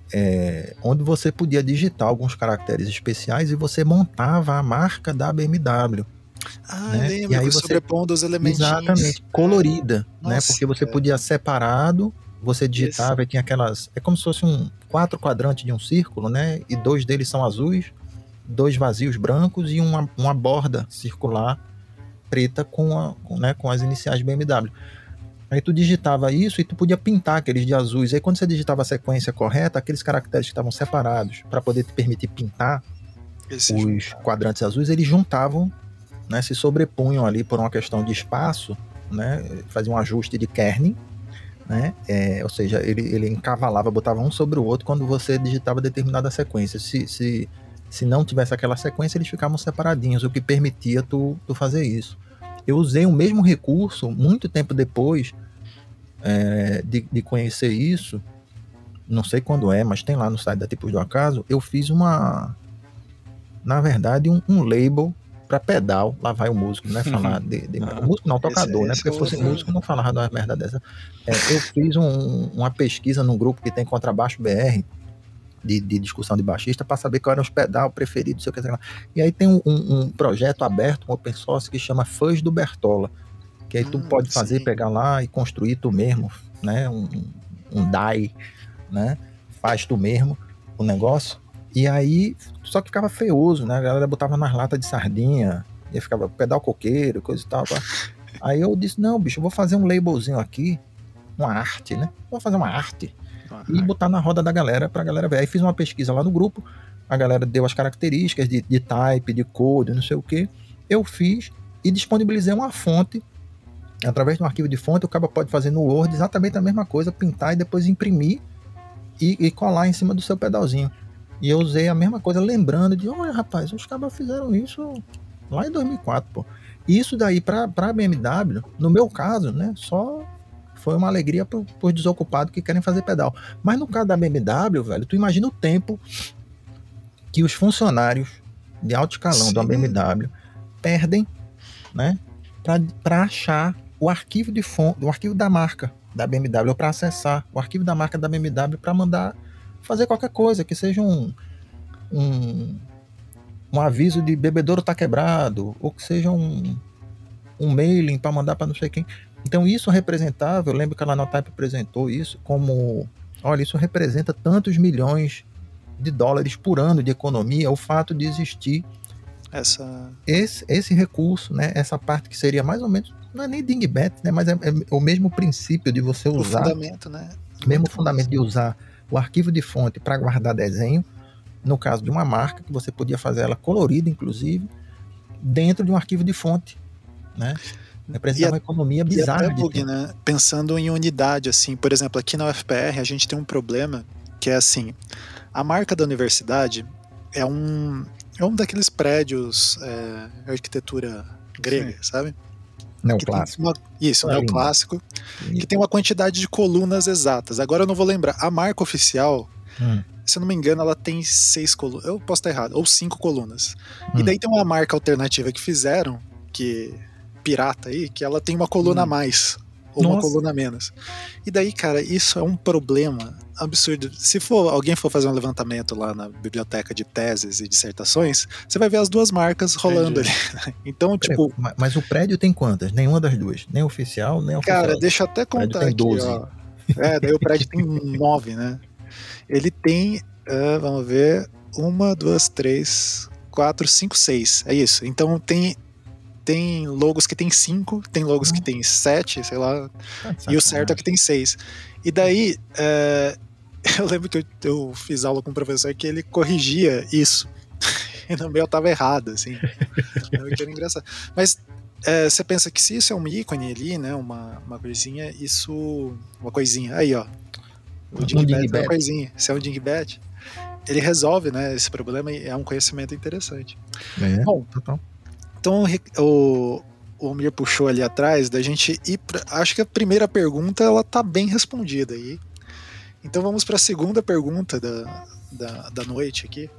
onde você podia digitar alguns caracteres especiais e você montava a marca da BMW. Né? Lembro, e aí você sobrepondo os elementos. Exatamente, colorida, né? Porque você podia separado, você digitava e tinha aquelas... É como se fosse 4 quadrantes de um círculo, né? E 2 deles são azuis, 2 vazios brancos e uma borda circular preta com as iniciais BMW. Aí tu digitava isso e tu podia pintar aqueles de azuis. Aí quando você digitava a sequência correta, aqueles caracteres que estavam separados para poder te permitir pintar os quadrantes azuis, eles juntavam, né, se sobrepunham ali por uma questão de espaço, né, fazia um ajuste de kerning, né, ou seja, ele encavalava, botava um sobre o outro quando você digitava determinada sequência. Se não tivesse aquela sequência, eles ficavam separadinhos, o que permitia tu fazer isso. Eu usei o mesmo recurso muito tempo depois de conhecer isso, não sei quando mas tem lá no site da Tipos do Acaso, eu fiz na verdade, um label para pedal. Lá vai o músico, não é falar o músico não, tocador, né? Porque se fosse músico, não falava de uma merda dessa. Eu fiz uma pesquisa num grupo que tem Contrabaixo BR, de discussão de baixista, para saber qual era os pedal preferidos, sei o que. E aí tem um projeto aberto, um open source, que chama Fãs do Bertola, que aí tu pode fazer, pegar lá e construir tu mesmo, né? Um DAI, né? Faz tu mesmo o negócio. E aí, só que ficava feioso, né? A galera botava nas latas de sardinha, e ficava pedal coqueiro, coisa e tal. Aí eu disse, não, bicho, eu vou fazer um labelzinho aqui, uma arte, né? Vou fazer uma arte. E botar na roda da galera, pra galera ver. Aí fiz uma pesquisa lá no grupo, a galera deu as características de type, de code, não sei o que. Eu fiz e disponibilizei uma fonte, através de um arquivo de fonte. O cara pode fazer no Word exatamente a mesma coisa, pintar e depois imprimir e colar em cima do seu pedalzinho. E eu usei a mesma coisa, lembrando de, olha, rapaz, os cabas fizeram isso lá em 2004, pô. E isso daí pra BMW, no meu caso, né, só foi uma alegria por desocupados que querem fazer pedal. Mas no caso da BMW, velho, tu imagina o tempo que os funcionários de alto escalão da BMW perdem, né, pra achar o arquivo de fonte, o arquivo da marca da BMW, ou pra acessar o arquivo da marca da BMW pra mandar fazer qualquer coisa, que seja um aviso de bebedouro tá quebrado, ou que seja um mailing para mandar para não sei quem. Então isso representava, eu lembro que a Lanotype apresentou isso como, olha, isso representa tantos milhões de dólares por ano de economia, o fato de existir esse recurso, né, essa parte que seria mais ou menos, não é nem dingbat, né, mas é o mesmo princípio de você usar, o fundamento, né? Mesmo fundamento de usar o arquivo de fonte para guardar desenho, no caso de uma marca, que você podia fazer ela colorida, inclusive, dentro de um arquivo de fonte, né? Representa uma economia bizarra. E né? Pensando em unidade, assim, por exemplo, aqui na UFPR a gente tem um problema que é assim, a marca da universidade é um daqueles prédios arquitetura grega, sabe? Neoclássico. Neoclássico, que tem uma quantidade de colunas exatas. Agora eu não vou lembrar. A marca oficial, se eu não me engano, ela tem 6 colunas. Eu posso estar errado. Ou 5 colunas. E daí tem uma marca alternativa que fizeram, que pirata aí, que ela tem uma coluna a mais. Ou uma coluna a menos. E daí, cara, isso é um problema absurdo. Se alguém for fazer um levantamento lá na biblioteca de teses e dissertações, você vai ver as duas marcas rolando ali. Então, tipo... Mas o prédio tem quantas? Nenhuma das duas. Nem oficial, nem oficial. Cara, deixa eu até contar aqui, 12. Ó. Daí o prédio tem 9, né? Ele tem, vamos ver, 1, 2, 3, 4, 5, 6. É isso. Então tem logos que tem 5, tem logos que tem 7, sei lá, e o certo é que tem 6. E daí, eu lembro que eu fiz aula com um professor que ele corrigia isso, e no meu tava errado, assim, que era engraçado. Mas você pensa que se isso é um ícone ali, né, uma coisinha, uma coisinha, aí ó, o dingbat é uma coisinha, se é um dingbat, ele resolve, né, esse problema e é um conhecimento interessante. Bom, total. Então o Almir puxou ali atrás da gente ir acho que a primeira pergunta ela tá bem respondida aí. Então vamos para a segunda pergunta da noite aqui.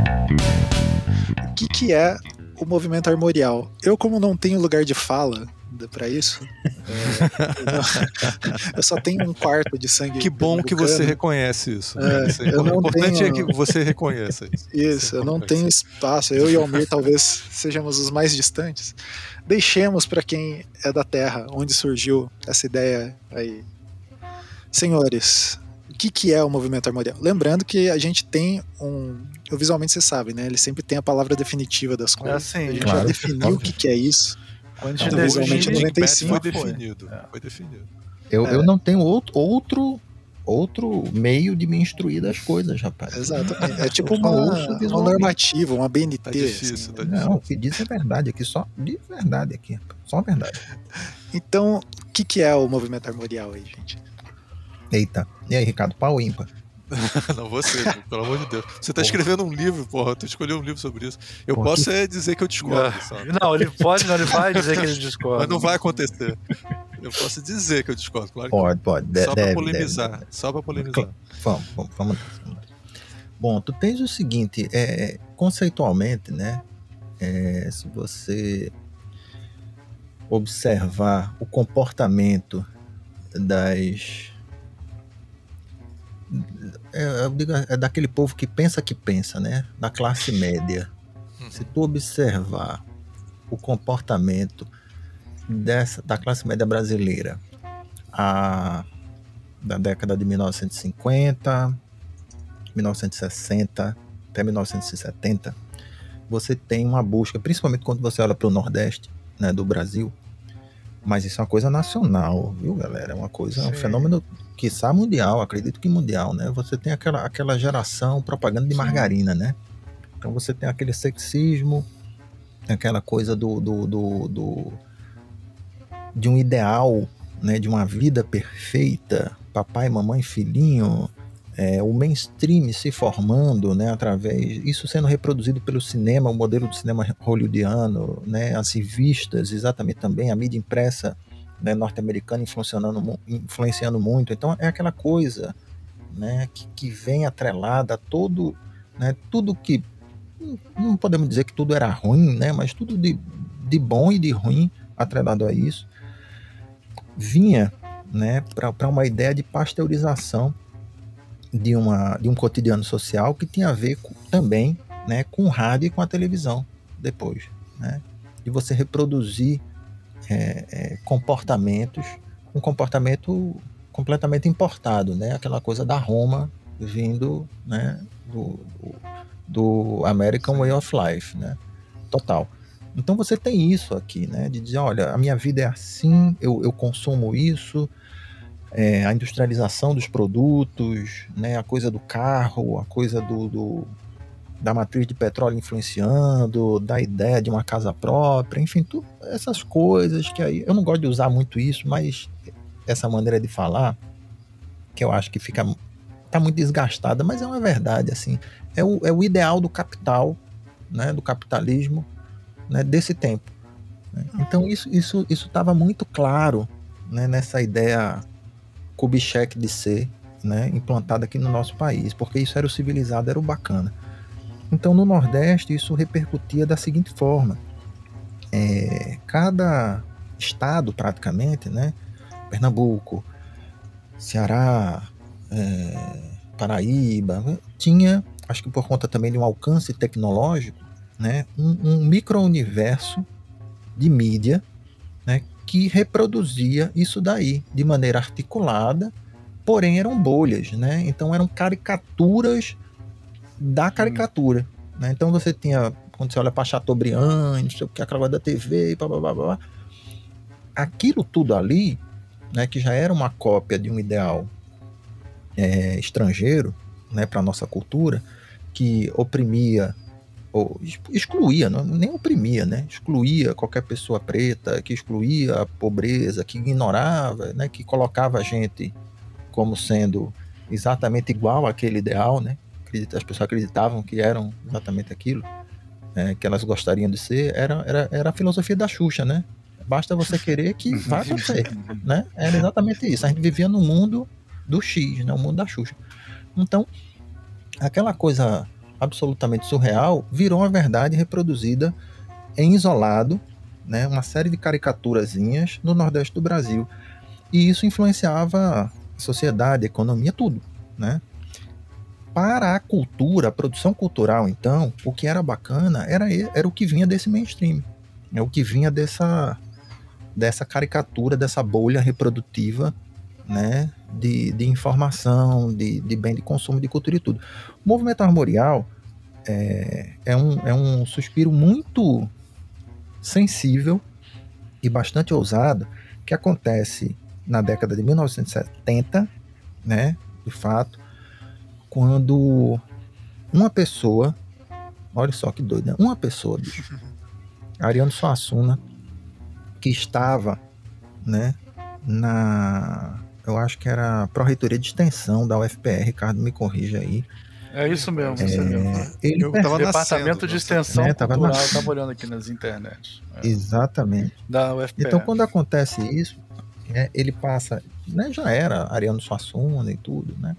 O que é o movimento armorial? Eu, como não tenho lugar de fala para isso. Eu só tenho 1/4 de sangue. Que bom que você reconhece isso. O importante é que você reconheça isso. Isso, eu não tenho espaço. Eu e o Almir talvez sejamos os mais distantes. Deixemos para quem é da Terra, onde surgiu essa ideia aí. Senhores, o que é o movimento armorial? Lembrando que a gente tem o visualmente você sabe, né? Ele sempre tem a palavra definitiva das coisas. Assim, a gente já definiu o que é isso. Quando Então, visualmente 95 foi definido. Foi definido. Eu não tenho outro meio de me instruir das coisas, rapaz. Exato. É tipo uma normativa, uma BNT. Tá difícil, assim. Não, o que diz é verdade aqui, só de verdade aqui. Só verdade. Então, o que é o movimento armorial aí, gente? Eita. E aí, Ricardo, pau ímpar? Não, você, pelo amor de Deus. Você tá escrevendo um livro, porra. Tu escolheu um livro sobre isso. Eu posso dizer que eu discordo, sabe? Não, ele vai dizer que ele discorda. Mas não vai acontecer. Eu posso dizer que eu discordo, claro que pode. Só pra polemizar. Deve. Só pra polemizar. Vamos. Bom, tu tens o seguinte, conceitualmente, né? Se você observar o comportamento daquele povo que pensa, né? Da classe média. Se tu observar o comportamento da classe média brasileira da década de 1950, 1960 até 1970, você tem uma busca, principalmente quando você olha para o Nordeste, né, do Brasil, mas isso é uma coisa nacional, viu, galera? É uma coisa, um fenômeno quiçá mundial, acredito que mundial, né? Você tem aquela geração propaganda de margarina, né? Então você tem aquele sexismo, aquela coisa de um ideal, né, de uma vida perfeita, papai, mamãe, filhinho, o mainstream se formando, né, isso sendo reproduzido pelo cinema, o modelo do cinema hollywoodiano, né, as revistas, exatamente também, a mídia impressa, né, norte-americana influenciando muito. Então é aquela coisa, né, que vem atrelada a todo, né, tudo que, não podemos dizer que tudo era ruim, né, mas tudo de bom e de ruim atrelado a isso, vinha, né, para uma ideia de pasteurização de um cotidiano social que tinha a ver também, né, com o rádio e com a televisão depois, né, de você reproduzir comportamentos, um comportamento completamente importado, né, aquela coisa da Roma vindo, né, do American Way of Life, né, total. Então você tem isso aqui, né, de dizer, olha, a minha vida é assim, eu consumo isso, a industrialização dos produtos, né, a coisa do carro, a coisa da matriz de petróleo influenciando, da ideia de uma casa própria, enfim, essas coisas que aí, eu não gosto de usar muito isso, mas essa maneira de falar, que eu acho que tá muito desgastada, mas é uma verdade, assim, é o ideal do capital, né, do capitalismo, né, desse tempo, né? Então isso estava muito claro, né, nessa ideia Kubitschek de ser, né, implantada aqui no nosso país, porque isso era o civilizado, era o bacana. Então no Nordeste isso repercutia da seguinte forma, cada estado praticamente, né, Pernambuco, Ceará, Paraíba, tinha, acho que por conta também de um alcance tecnológico, né, um micro-universo de mídia, né, que reproduzia isso daí de maneira articulada, porém eram bolhas, né? Então eram caricaturas da caricatura, né? Então você tinha, quando você olha para Chateaubriand, não sei o que, aquela coisa da TV, blá, blá, blá, blá, aquilo tudo ali, né, que já era uma cópia de um ideal estrangeiro, né, para a nossa cultura, que oprimia ou excluía, não, nem oprimia, né? Excluía qualquer pessoa preta, que excluía a pobreza, que ignorava, né? Que colocava a gente como sendo exatamente igual àquele ideal, né? As pessoas acreditavam que eram exatamente aquilo, que elas gostariam de ser, era a filosofia da Xuxa, né? Basta você querer que vai acontecer, né? Era exatamente isso. A gente vivia no mundo do X, né? O mundo da Xuxa. Então, aquela coisa absolutamente surreal virou uma verdade reproduzida em isolado, né, uma série de caricaturazinhas no Nordeste do Brasil. E isso influenciava a sociedade, a economia, tudo, né? Para a cultura, a produção cultural, então, o que era bacana era o que vinha desse mainstream. É o que vinha dessa caricatura, dessa bolha reprodutiva, né, de informação, de bem de consumo de cultura e tudo. O movimento armorial é um suspiro muito sensível e bastante ousado que acontece na década de 1970, né, de fato, quando uma pessoa, olha só que doido, né? Uma pessoa, bicho, Ariano Suassuna, que estava, né, eu acho que era a Pró-Reitoria de Extensão da UFPR, Ricardo me corrija aí. É isso mesmo, Ele estava Departamento de Extensão Cultural, eu estava olhando aqui nas internet. Exatamente. Da UFPR. Então, quando acontece isso, ele passa, né, já era Ariano Suassuna e tudo, né?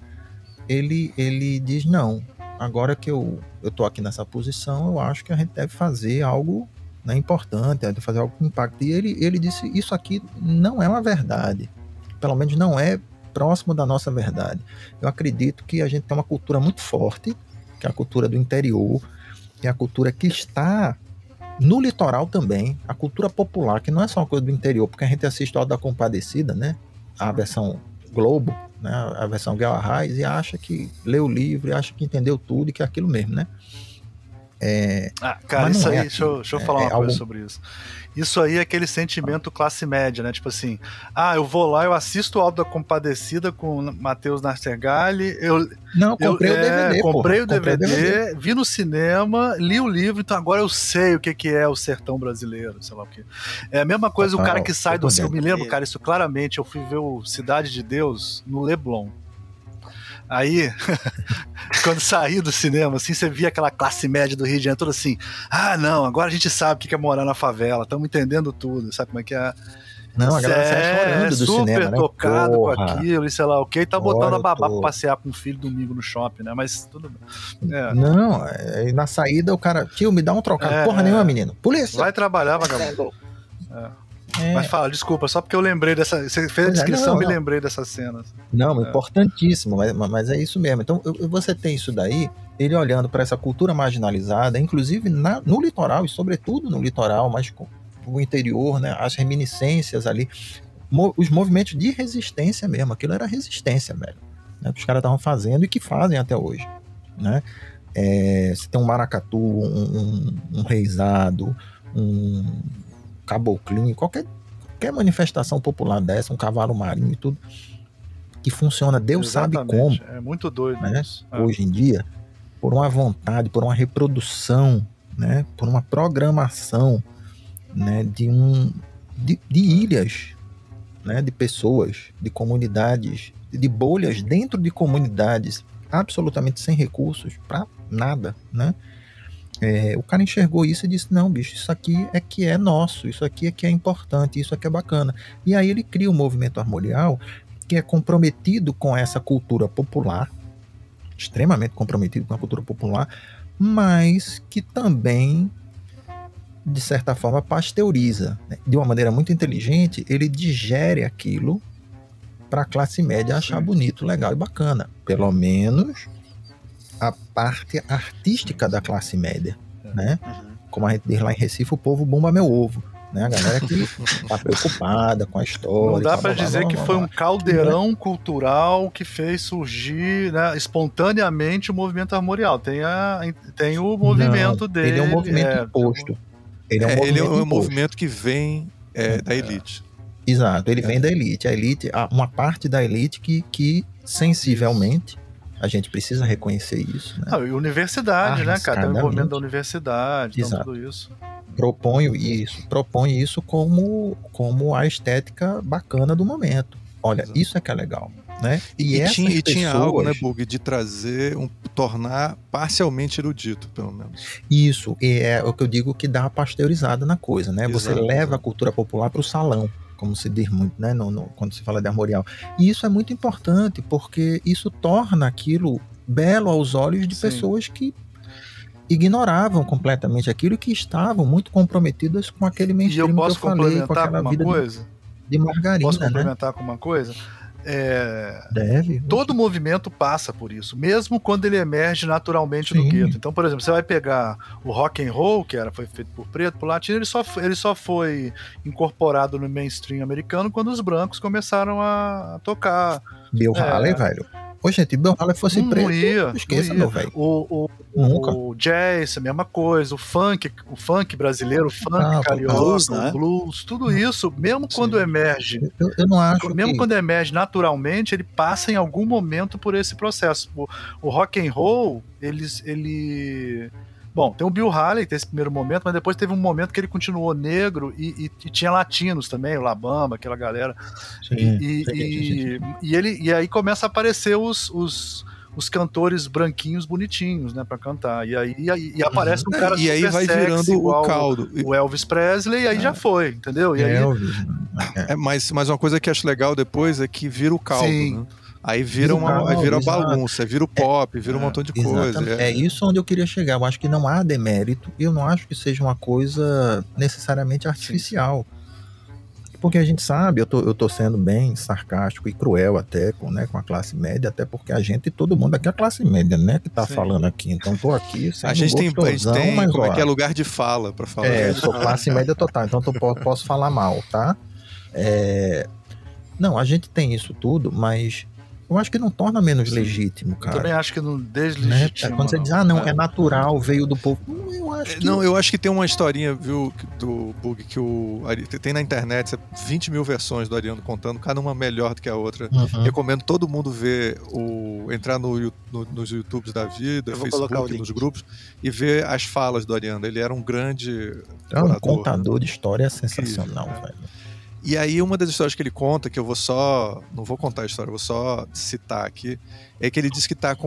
Ele diz, não, agora que eu tô aqui nessa posição, eu acho que a gente deve fazer algo, né, importante, deve fazer algo com impacto. E ele disse, isso aqui não é uma verdade, pelo menos não é próximo da nossa verdade. Eu acredito que a gente tem uma cultura muito forte, que é a cultura do interior, que é a cultura que está no litoral também, a cultura popular, que não é só uma coisa do interior, porque a gente assiste o Auto da Compadecida, né, a versão Globo, né, a versão Guel Arraes, e acha que lê o livro, e acha que entendeu tudo e que é aquilo mesmo, né? Cara, isso aí, deixa eu falar uma coisa sobre isso. Isso aí é aquele sentimento classe média, né? Tipo assim, eu vou lá, eu assisto o Auto da Compadecida com o Matheus Nastergalli, comprei o DVD, comprei o DVD, vi no cinema, li o livro, então agora eu sei o que é o sertão brasileiro, sei lá o que. É a mesma coisa o cara que sai do... Eu me lembro, cara, isso claramente, eu fui ver o Cidade de Deus no Leblon. Aí, quando saí do cinema, assim, você via aquela classe média do Rio de Janeiro toda assim, não, agora a gente sabe o que é morar na favela, estamos entendendo tudo, sabe como é que é? Não, a galera sai chorando do cinema, né? Super tocado com aquilo, e sei lá o que, e tá botando a babá pra passear com o filho domingo no shopping, né? Mas tudo bem. Não, na saída o cara, tio, me dá um trocado, porra nenhuma, menino. Polícia! Vai trabalhar, vagabundo. Mas fala, desculpa, só porque eu lembrei dessa. Você fez a descrição, me lembrei dessas cenas. Não, importantíssimo, mas é isso mesmo. Então, você tem isso daí, ele olhando para essa cultura marginalizada, inclusive no litoral, e sobretudo no litoral, mas o interior, né, as reminiscências ali, os movimentos de resistência mesmo, aquilo era resistência, velho, né, que os caras estavam fazendo e que fazem até hoje, né? Você tem um maracatu, um reisado, um caboclinho, qualquer manifestação popular dessa, um cavalo marinho e tudo, que funciona, Deus sabe como. É muito doido, né? Hoje em dia, por uma vontade, por uma reprodução, né? Por uma programação, né? de ilhas, né? De pessoas, de comunidades, de bolhas dentro de comunidades absolutamente sem recursos para nada, né? O cara enxergou isso e disse, não, bicho, isso aqui é que é nosso, isso aqui é que é importante, isso aqui é bacana. E aí ele cria o movimento armorial, que é comprometido com essa cultura popular, extremamente comprometido com a cultura popular, mas que também, de certa forma, pasteuriza, né? De uma maneira muito inteligente, ele digere aquilo para a classe média achar bonito, legal e bacana. Pelo menos a parte artística da classe média, né? Como a gente diz lá em Recife, o povo bomba meu ovo, né? A galera que tá preocupada com a história. Não dá para dizer que foi um caldeirão cultural que fez surgir, né, espontaneamente o movimento armorial. Tem o movimento dele. Ele é um movimento imposto. Ele é um movimento que vem da elite. Exato, ele vem da elite. A elite, uma parte da elite que sensivelmente, a gente precisa reconhecer isso, né? E universidade, né, cara? Tem o envolvimento da universidade, então tudo isso. Propõe isso como a estética bacana do momento. Olha, exato. Isso é que é legal, né? E tinha algo, né, Bug, de tornar parcialmente erudito, pelo menos. Isso, é o que eu digo que dá uma pasteurizada na coisa, né? Você leva a cultura popular para o salão, como se diz muito, né, quando se fala de armorial. E isso é muito importante, porque isso torna aquilo belo aos olhos de pessoas que ignoravam completamente aquilo e que estavam muito comprometidos com aquele mainstream que eu falei, com aquela vida de margarina. Posso complementar com uma coisa? Deve. Todo movimento passa por isso, mesmo quando ele emerge naturalmente do gueto. Então, por exemplo, você vai pegar o rock and roll, que foi feito por preto, por latino, ele só foi incorporado no mainstream americano quando os brancos começaram a tocar. Bill Haley, velho. Ô, gente, Bill Haley fosse preto, esqueça, meu velho. O jazz, a mesma coisa, o funk brasileiro, o funk carioca, o blues, tudo isso, mesmo quando emerge, eu não acho quando emerge naturalmente, ele passa em algum momento por esse processo. O rock and roll, bom, tem o Bill Haley, tem esse primeiro momento, mas depois teve um momento que ele continuou negro e tinha latinos também, o La Bamba, aquela galera. E aí começa a aparecer os cantores branquinhos bonitinhos, né, pra cantar. E aí aparece um cara e aí vai virando o caldo. O Elvis Presley, e aí já foi, entendeu? E aí... Mas uma coisa que acho legal depois é que vira o caldo, né? Aí vira bagunça, vira o pop, vira um montão de coisa. É isso onde eu queria chegar. Eu acho que não há demérito, e eu não acho que seja uma coisa necessariamente artificial. Porque a gente sabe, eu tô sendo bem sarcástico e cruel até com a classe média, até porque todo mundo aqui é a classe média, né, que tá falando aqui. Então tô aqui sendo a gente tem mas, como é que é lugar de fala pra falar. Sou classe média total, então posso falar mal, tá? Não, a gente tem isso tudo, mas eu acho que não torna menos legítimo, cara. Eu também acho que não deslegitima. Quando você diz, não, é natural, veio do povo. Eu acho que tem uma historinha, viu, do Bug, que tem na internet 20 mil versões do Ariano contando, cada uma melhor do que a outra. Recomendo todo mundo entrar nos YouTubes da vida, Facebook, nos grupos, e ver as falas do Ariano. Ele era um grande orador, contador de história sensacional, velho. E aí uma das histórias que ele conta, que eu não vou contar a história, vou só citar aqui, é que ele diz que tá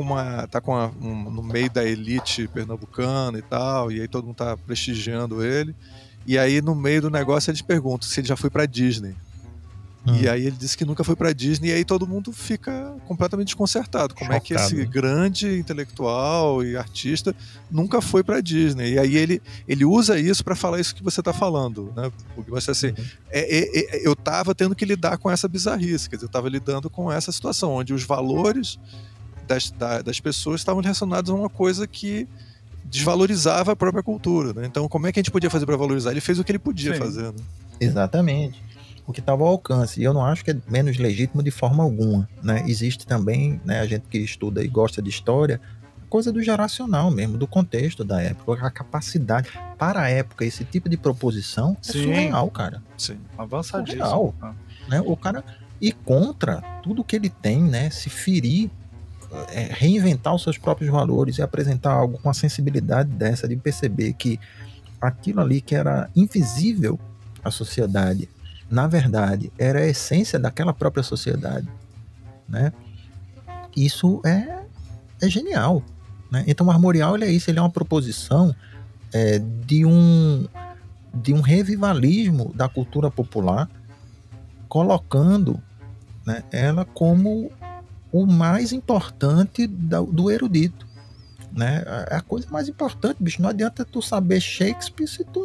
no meio da elite pernambucana e tal, e aí todo mundo tá prestigiando ele, e aí no meio do negócio eles perguntam se ele já foi pra Disney. E aí ele disse que nunca foi pra Disney, e aí todo mundo fica completamente desconcertado. Como é que esse grande intelectual e artista nunca foi pra Disney? E aí ele usa isso para falar isso que você tá falando, né? Porque você assim, eu tava tendo que lidar com essa bizarrice, quer dizer, eu tava lidando com essa situação, onde os valores das pessoas estavam relacionados a uma coisa que desvalorizava a própria cultura, né? Então como é que a gente podia fazer para valorizar? Ele fez o que ele podia fazer, né? Exatamente. O que estava ao alcance, e eu não acho que é menos legítimo de forma alguma, né? Existe também, né, a gente que estuda e gosta de história, coisa do geracional mesmo, do contexto da época, a capacidade, para a época, esse tipo de proposição é surreal, cara. Sim, avançadíssimo. Surreal, né? O cara ir contra tudo que ele tem, né, se ferir, reinventar os seus próprios valores e apresentar algo com a sensibilidade dessa, de perceber que aquilo ali que era invisível à sociedade, na verdade, era a essência daquela própria sociedade, né? Isso é genial, né? Então o Armorial ele é isso, ele é uma proposição de um revivalismo da cultura popular, colocando, né, ela como o mais importante do erudito, né? A coisa mais importante, bicho, não adianta tu saber Shakespeare se tu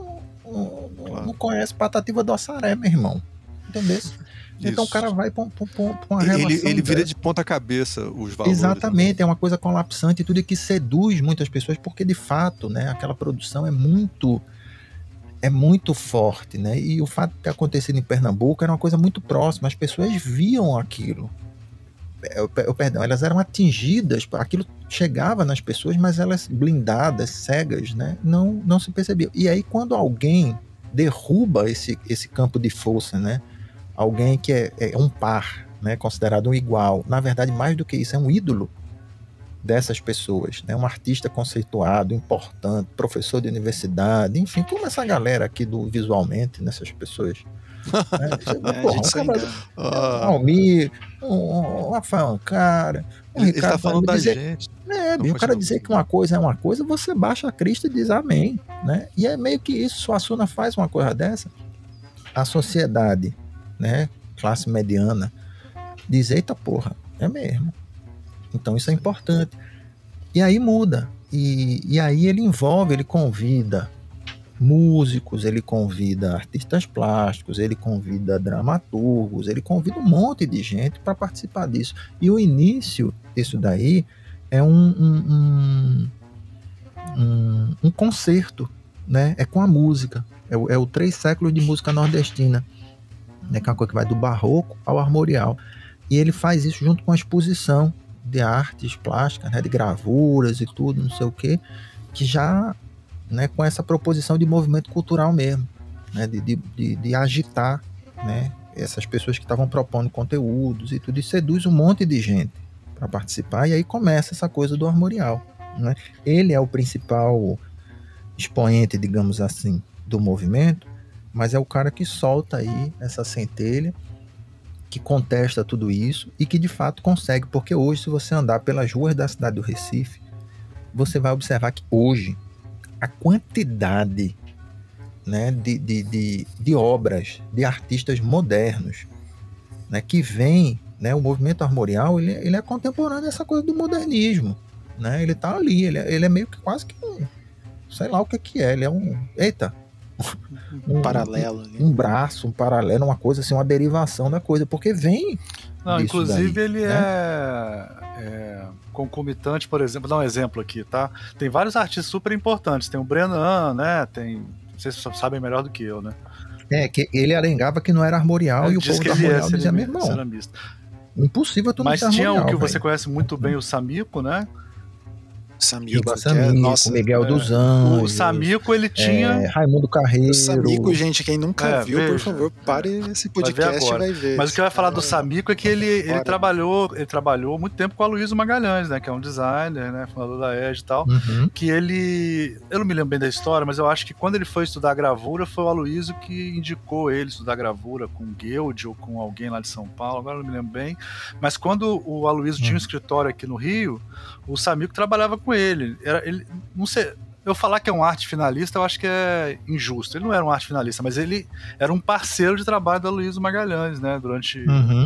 não conhece Patativa do Assaré, meu irmão. Entendeu? Então o cara vai pra uma relação... Ele vira de ponta cabeça os valores. Exatamente, né? É uma coisa colapsante e tudo que seduz muitas pessoas, porque de fato, né, aquela produção é muito forte, né? E o fato de ter acontecido em Pernambuco era uma coisa muito próxima, as pessoas viam aquilo. Perdão, elas eram atingidas, aquilo chegava nas pessoas, mas elas blindadas, cegas, né, não se percebiam. E aí quando alguém derruba esse campo de força, né, alguém que é um par, né, considerado um igual, na verdade mais do que isso, é um ídolo dessas pessoas, né, um artista conceituado, importante, professor de universidade, enfim, toda essa galera aqui do visualmente, nessas pessoas. Almir, um Rafael Ancara, um ele Ricardo. Ele tá falando da gente. O cara dizer que uma coisa é uma coisa, você baixa a crista e diz amém, né? E é meio que isso. Suassuna faz uma coisa dessa, a sociedade, né, classe mediana, diz, eita porra, é mesmo. Então isso é importante. E aí muda, E aí ele convida músicos, ele convida artistas plásticos, ele convida dramaturgos, ele convida um monte de gente para participar disso. E o início disso daí é um concerto, né? É com a música, é o 3 séculos de música nordestina, né? Que é uma coisa que vai do barroco ao armorial. E ele faz isso junto com a exposição de artes plásticas, né? De gravuras e tudo, não sei o quê, que já... né, com essa proposição de movimento cultural mesmo, né, de agitar, né, essas pessoas que estavam propondo conteúdos e tudo, e seduz um monte de gente para participar, e aí começa essa coisa do armorial, né? Ele é o principal expoente, digamos assim, do movimento, mas é o cara que solta aí essa centelha, que contesta tudo isso e que de fato consegue, porque hoje, se você andar pelas ruas da cidade do Recife, você vai observar que hoje a quantidade, né, de obras de artistas modernos, né, que vem, né, o movimento armorial, ele é contemporâneo dessa coisa do modernismo, né, ele tá ali, ele é meio que quase que sei lá o que é, ele é um paralelo, um braço, um paralelo, uma coisa assim, uma derivação da coisa, porque vem inclusive daí, ele, né? é concomitante, por exemplo, vou dar um exemplo aqui, tá? Tem vários artistas super importantes, tem o Brenan, né? Tem, vocês sabem melhor do que eu, né? Que ele alegava que não era armorial, e o povo do armorial dizia, meu irmão, impossível tu não ser armorial. Mas tinha o que você conhece muito bem, o Samico, né? Samico, Miguel dos Anjos. O Samico, ele tinha... Raimundo Carreiro. O Samico, gente, quem nunca viu, por favor, pare esse podcast e vai ver. Mas o que eu ia falar do Samico é que ele trabalhou muito tempo com o Aloysio Magalhães, né? Que é um designer, né? Fundador da ED e tal. Uhum. Que ele... Eu não me lembro bem da história, mas eu acho que quando ele foi estudar gravura, foi o Aloysio que indicou ele estudar gravura com o Guild ou com alguém lá de São Paulo, agora eu não me lembro bem. Mas quando o Aloysio tinha um escritório aqui no Rio, o Samico trabalhava com ele. Ele, não sei, eu falar que é um arte finalista, eu acho que é injusto. Ele não era um arte finalista, mas ele era um parceiro de trabalho da Aloysio Magalhães, né? Durante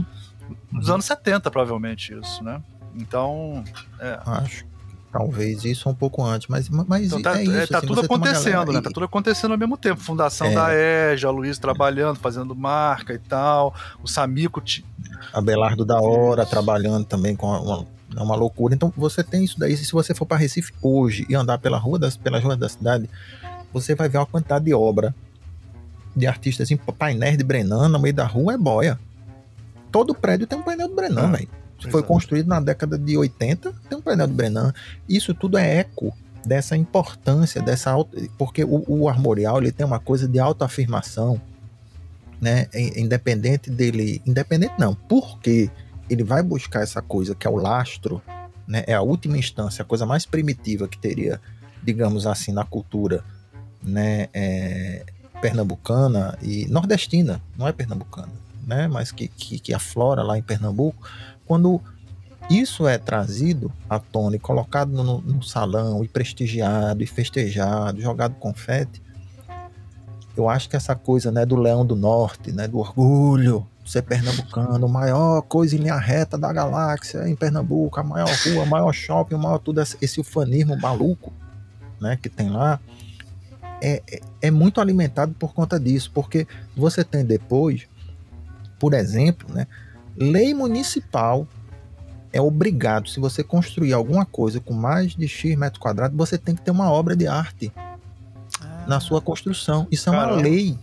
os anos 70, provavelmente, isso, né? Então, acho que talvez isso um pouco antes, mas então, tá, é isso. Tá assim, tudo acontecendo, né? Tá tudo acontecendo ao mesmo tempo. Fundação da EJA, a Aloysio trabalhando, fazendo marca e tal, o Samico... Abelardo da Hora trabalhando também com uma loucura. Então você tem isso daí. Se você for para Recife hoje e andar pelas ruas da cidade, você vai ver uma quantidade de obra de artistas em painéis de Brenan no meio da rua, é boia. Todo prédio tem um painel de Brenan, velho. Se foi construído na década de 80, tem um painel de Brenan. Isso tudo é eco dessa importância, porque o armorial, ele tem uma coisa de autoafirmação, né? Independente dele... Independente não, porque ele vai buscar essa coisa que é o lastro, né? É a última instância, a coisa mais primitiva que teria, digamos assim, na cultura, né? Pernambucana e nordestina, não é pernambucana, né? Mas que aflora lá em Pernambuco. Quando isso é trazido à tona e colocado no salão, e prestigiado, e festejado, jogado confete, eu acho que essa coisa, né, do Leão do Norte, né, do orgulho de ser pernambucano, a maior coisa em linha reta da galáxia em Pernambuco, a maior rua, o maior shopping, o maior tudo, esse ufanismo maluco, né, que tem lá, é muito alimentado por conta disso, porque você tem depois, por exemplo, né, lei municipal é obrigado, se você construir alguma coisa com mais de X metros quadrados, você tem que ter uma obra de arte na sua construção. Isso é uma lei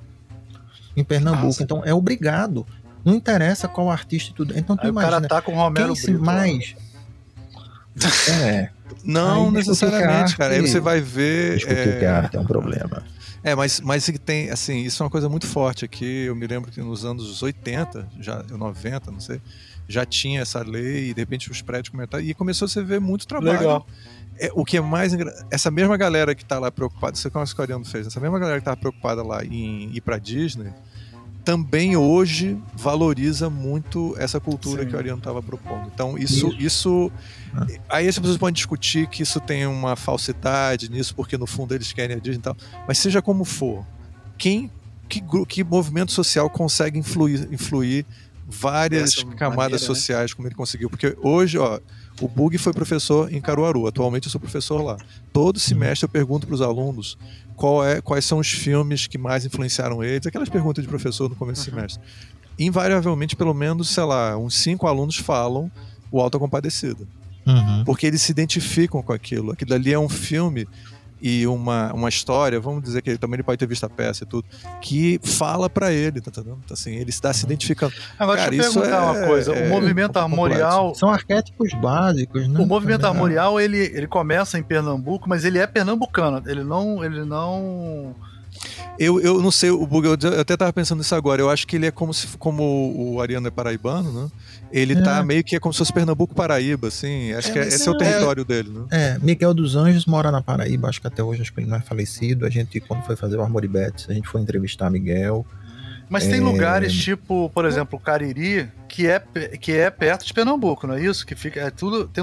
em Pernambuco. Nossa. Então é obrigado. Não interessa qual artista e tudo. Então tu imagina. O cara tá com o Romero Brito. Mais... Não necessariamente, cara. Aí você vai ver. Discutir que a arte é um problema. Mas tem, assim, isso é uma coisa muito forte aqui. Eu me lembro que nos anos 80, 90, não sei, já tinha essa lei e de repente os prédios começaram e começou a se ver muito trabalho. Legal. O que é mais essa mesma galera que está lá preocupada, isso é como o Ariano fez, essa mesma galera que estava preocupada lá em ir para Disney, também hoje valoriza muito essa cultura que o Ariano estava propondo. Então isso aí as pessoas podem discutir que isso tem uma falsidade nisso, porque no fundo eles querem a Disney e tal, mas seja como for, que movimento social consegue influir várias camadas sociais como ele conseguiu? Porque hoje, O Bug foi professor em Caruaru, atualmente eu sou professor lá. Todo semestre eu pergunto para os alunos quais são os filmes que mais influenciaram eles, aquelas perguntas de professor no começo do semestre. Invariavelmente, pelo menos, sei lá, uns 5 alunos falam O Auto da Compadecida. Porque eles se identificam com aquilo. Aquilo ali é um filme e uma história, vamos dizer que também ele pode ter visto a peça e tudo, que fala pra ele, tá entendendo? Assim, ele está se identificando. Agora, cara, deixa eu perguntar uma coisa. O movimento armorial... São arquétipos básicos, né? O movimento armorial, ele começa em Pernambuco, mas ele é pernambucano. Ele não... Eu não sei, o Bug, eu até tava pensando nisso agora. Eu acho que ele é como o Ariano é paraibano, né? Ele tá meio que como se fosse Pernambuco Paraíba, assim. Acho que esse é o território dele, né? Miguel dos Anjos mora na Paraíba, acho que até hoje ele não é falecido. A gente, quando foi fazer o Armoribets, a gente foi entrevistar Miguel. Mas tem lugares tipo, por exemplo, o Cariri, que é perto de Pernambuco, não é isso? Que fica, é tudo, tem.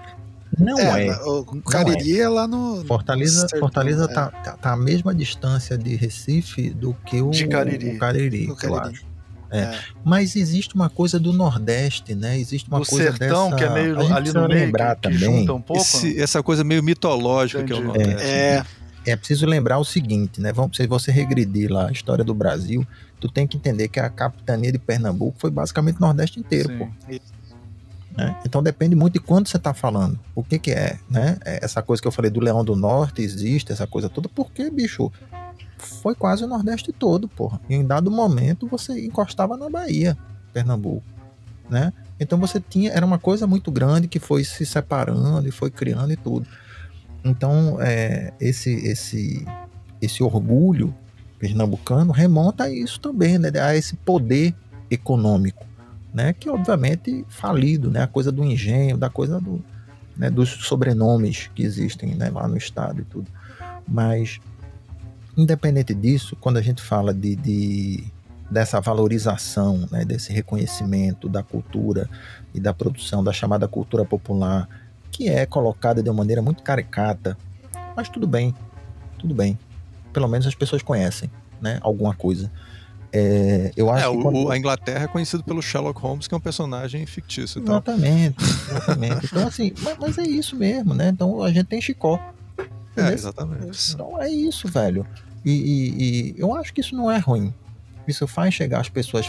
Não é. O Cariri é lá no... Fortaleza tá a mesma distância de Recife do que o Cariri, eu acho. Mas existe uma coisa do Nordeste, né? Existe uma coisa sertão, que é meio ali no meio, que junta um pouco. Essa coisa meio mitológica que é o Nordeste. É preciso lembrar o seguinte, né? Se você regredir lá a história do Brasil, tu tem que entender que a capitania de Pernambuco foi basicamente o Nordeste inteiro, pô. Né? Então depende muito de quando você está falando. O que é, né? Essa coisa que eu falei do Leão do Norte existe, essa coisa toda, porque, bicho, foi quase o Nordeste todo, porra. E em dado momento você encostava na Bahia, Pernambuco, né? Então você era uma coisa muito grande que foi se separando e foi criando e tudo. Então esse orgulho pernambucano remonta a isso também, né? A esse poder econômico, né, que obviamente falido, né, a coisa do engenho, da coisa dos sobrenomes que existem, né, lá no estado e tudo. Mas independente disso, quando a gente fala dessa valorização, né, desse reconhecimento da cultura e da produção da chamada cultura popular, que é colocada de uma maneira muito caricata, mas tudo bem, pelo menos as pessoas conhecem, né, alguma coisa. Eu acho que a Inglaterra é conhecido pelo Sherlock Holmes, que é um personagem fictício. Exatamente. Então, assim, mas é isso mesmo, né? Então a gente tem Chicó. Exatamente. Então é isso, velho. E eu acho que isso não é ruim. Isso faz chegar as pessoas,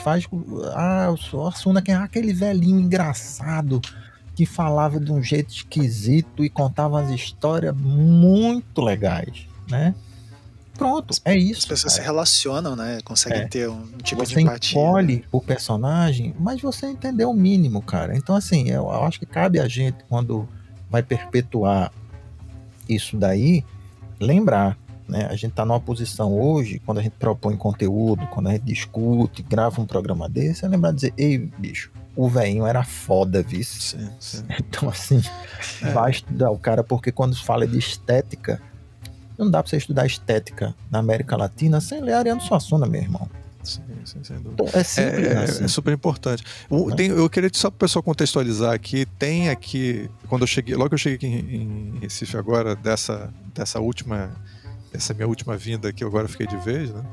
o Assuna, que é aquele velhinho engraçado que falava de um jeito esquisito e contava umas histórias muito legais, né? Pronto, é isso. As pessoas se relacionam, né? Conseguem ter um tipo de empatia. Você escolhe o personagem, mas você entendeu o mínimo, cara. Então, assim, eu acho que cabe a gente, quando vai perpetuar isso daí, lembrar, né? A gente tá numa posição hoje, quando a gente propõe conteúdo, quando a gente discute, grava um programa desse, é lembrar de dizer, ei, bicho, o velhinho era foda, vice. Sim. Então, assim, vai estudar o cara, porque quando fala de estética, não dá pra você estudar estética na América Latina sem ler Ariano Suassuna, meu irmão. Sim, sem dúvida. Então, é simples assim. É super importante. Eu queria só para o pessoal contextualizar aqui, tem aqui, logo que eu cheguei aqui em Recife agora, dessa minha última vinda aqui, agora eu fiquei de vez, né?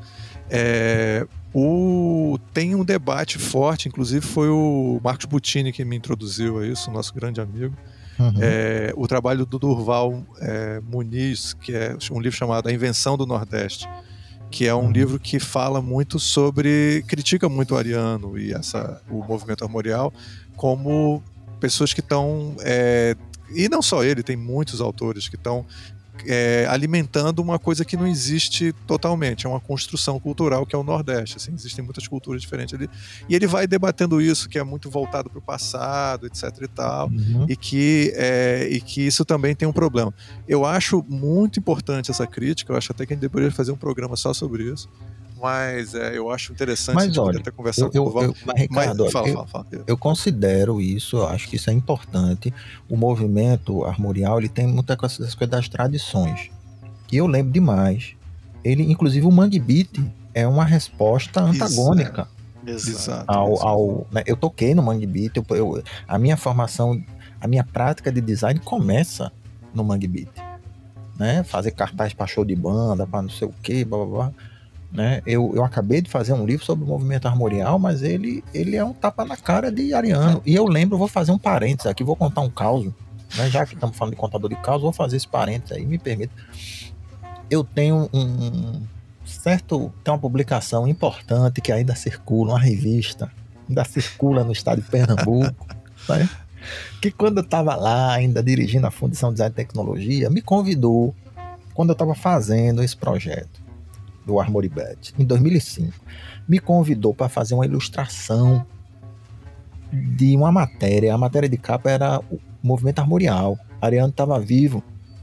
Tem um debate forte, inclusive foi o Marcos Butini que me introduziu a isso, nosso grande amigo. O trabalho do Durval Muniz, que é um livro chamado A Invenção do Nordeste, que é um livro que fala muito critica muito o Ariano e o movimento armorial como pessoas que estão, e não só ele, tem muitos autores que estão alimentando uma coisa que não existe totalmente, é uma construção cultural que é o Nordeste, assim, existem muitas culturas diferentes ali, e ele vai debatendo isso, que é muito voltado para o passado, etc e tal, e que isso também tem um problema. Eu acho muito importante essa crítica, eu acho até que a gente deveria fazer um programa só sobre isso, mas eu acho interessante a gente poder até conversar com o Val. Ricardo, eu considero isso, eu acho que isso é importante. O movimento armorial, ele tem muita coisa das tradições. E eu lembro demais. Inclusive o Mangue Beat é uma resposta antagônica. Exato. Né, eu toquei no Mangue Beat, a minha formação, a minha prática de design começa no Mangue Beat. Né? Fazer cartaz para show de banda, para não sei o que, blá blá blá. né? Eu acabei de fazer um livro sobre o movimento armorial, mas ele é um tapa na cara de Ariano. E eu lembro, vou fazer um parênteses aqui, vou contar um caos, né? Já que estamos falando de contador de caos, vou fazer esse parênteses aí, me permita. Eu tenho tem uma publicação importante que ainda circula, uma revista, ainda circula no estado de Pernambuco, né? Que quando eu estava lá, ainda dirigindo a Fundação Design e Tecnologia, me convidou, quando eu estava fazendo esse projeto do Armoribet, em 2005, me convidou para fazer uma ilustração de uma matéria. A matéria de capa era o movimento armorial. Ariano estava vivo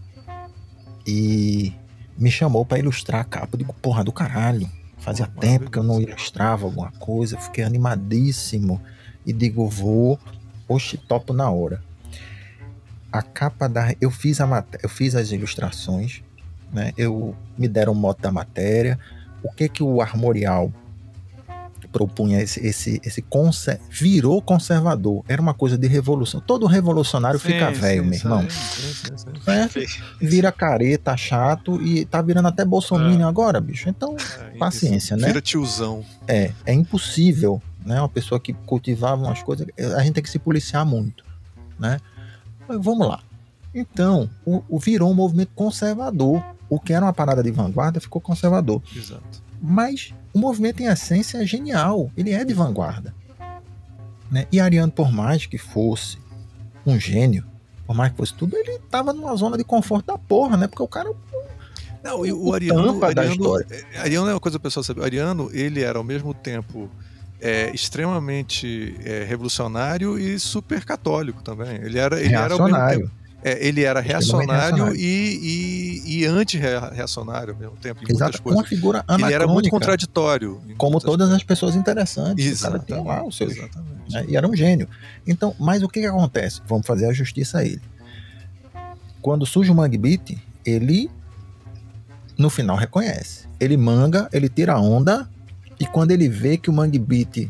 e me chamou para ilustrar a capa. Eu digo, porra do caralho, fazia tempo que eu não ilustrava alguma coisa, fiquei animadíssimo e digo, oxe, topo na hora. A capa eu fiz as ilustrações, né? Me deram o mote da matéria, o que o armorial propunha, virou conservador, era uma coisa de revolução. Todo revolucionário fica velho, meu irmão. Vira careta, chato, e tá virando até bolsominion agora, bicho. Então, paciência, né? Vira tiozão. É impossível, né? Uma pessoa que cultivava umas coisas, a gente tem que se policiar muito, né? Mas vamos lá. Então, virou um movimento conservador. O que era uma parada de vanguarda ficou conservador. Exato. Mas o movimento, em essência, é genial. Ele é de vanguarda, né? E Ariano, por mais que fosse um gênio, por mais que fosse tudo, ele tava numa zona de conforto da porra, né? Porque o cara... Não, e o Ariano é uma coisa que o pessoal sabe. O Ariano, ele era ao mesmo tempo extremamente revolucionário e super católico também. Ele era ao mesmo tempo... ele era reacionário e anti-reacionário ao mesmo tempo. Exato, com uma figura anacrônica. Ele era muito contraditório. Como todas as pessoas interessantes. Exatamente. O cara tinha lá o seu, né? E era um gênio. Então, mas o que acontece? Vamos fazer a justiça a ele. Quando surge o Mangue Beat, ele, no final, reconhece. Ele manga, ele tira a onda, e quando ele vê que o Mangue Beat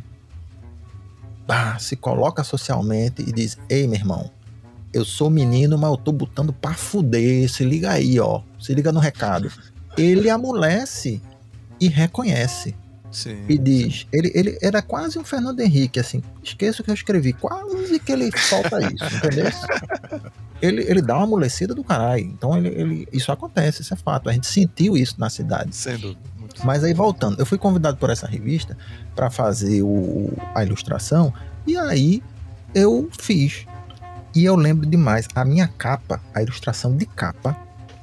se coloca socialmente e diz, ei, meu irmão, eu sou menino, mas eu tô botando pra fuder, se liga aí, ó, se liga no recado. Ele amolece e reconhece. Sim, e diz, ele era quase um Fernando Henrique, assim, esqueça o que eu escrevi, quase que ele solta isso, entendeu? Ele dá uma amolecida do caralho, então isso acontece, isso é fato, a gente sentiu isso na cidade. Sem dúvida. Mas aí voltando, eu fui convidado por essa revista para fazer a ilustração, e aí eu fiz. E eu lembro demais, a minha capa, a ilustração de capa,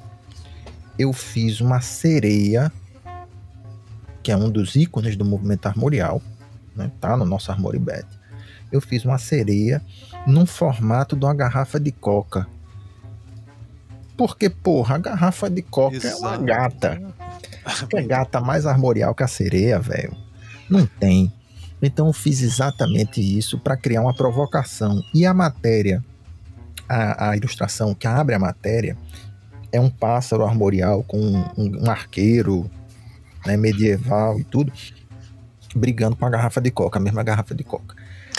eu fiz uma sereia, que é um dos ícones do movimento armorial, né? Tá no nosso Armoribet. Eu fiz uma sereia num formato de uma garrafa de coca. Porque, porra, a garrafa de coca é uma gata. Que gata mais armorial que a sereia, velho? Não tem. Então eu fiz exatamente isso para criar uma provocação. E a matéria, a ilustração que abre a matéria, é um pássaro armorial com um arqueiro, né, medieval e tudo, brigando com a garrafa de coca, a mesma garrafa de coca.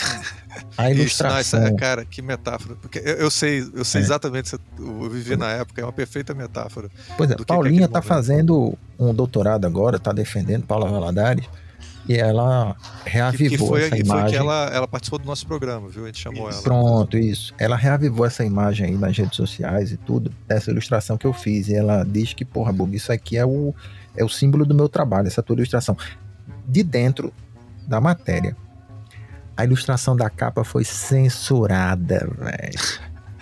A ilustração... Isso, cara, que metáfora. Porque eu sei exatamente, eu vivi na época, é uma perfeita metáfora. Pois é, Paulinha tá fazendo um doutorado agora, tá defendendo, Paula Valadares, e ela reavivou essa imagem. Foi que ela participou do nosso programa, viu? A gente chamou ela. Pronto, isso. Ela reavivou essa imagem aí nas redes sociais e tudo, dessa ilustração que eu fiz. E ela diz que, porra, Bug, isso aqui é o símbolo do meu trabalho, essa tua ilustração. De dentro da matéria, a ilustração da capa foi censurada, velho.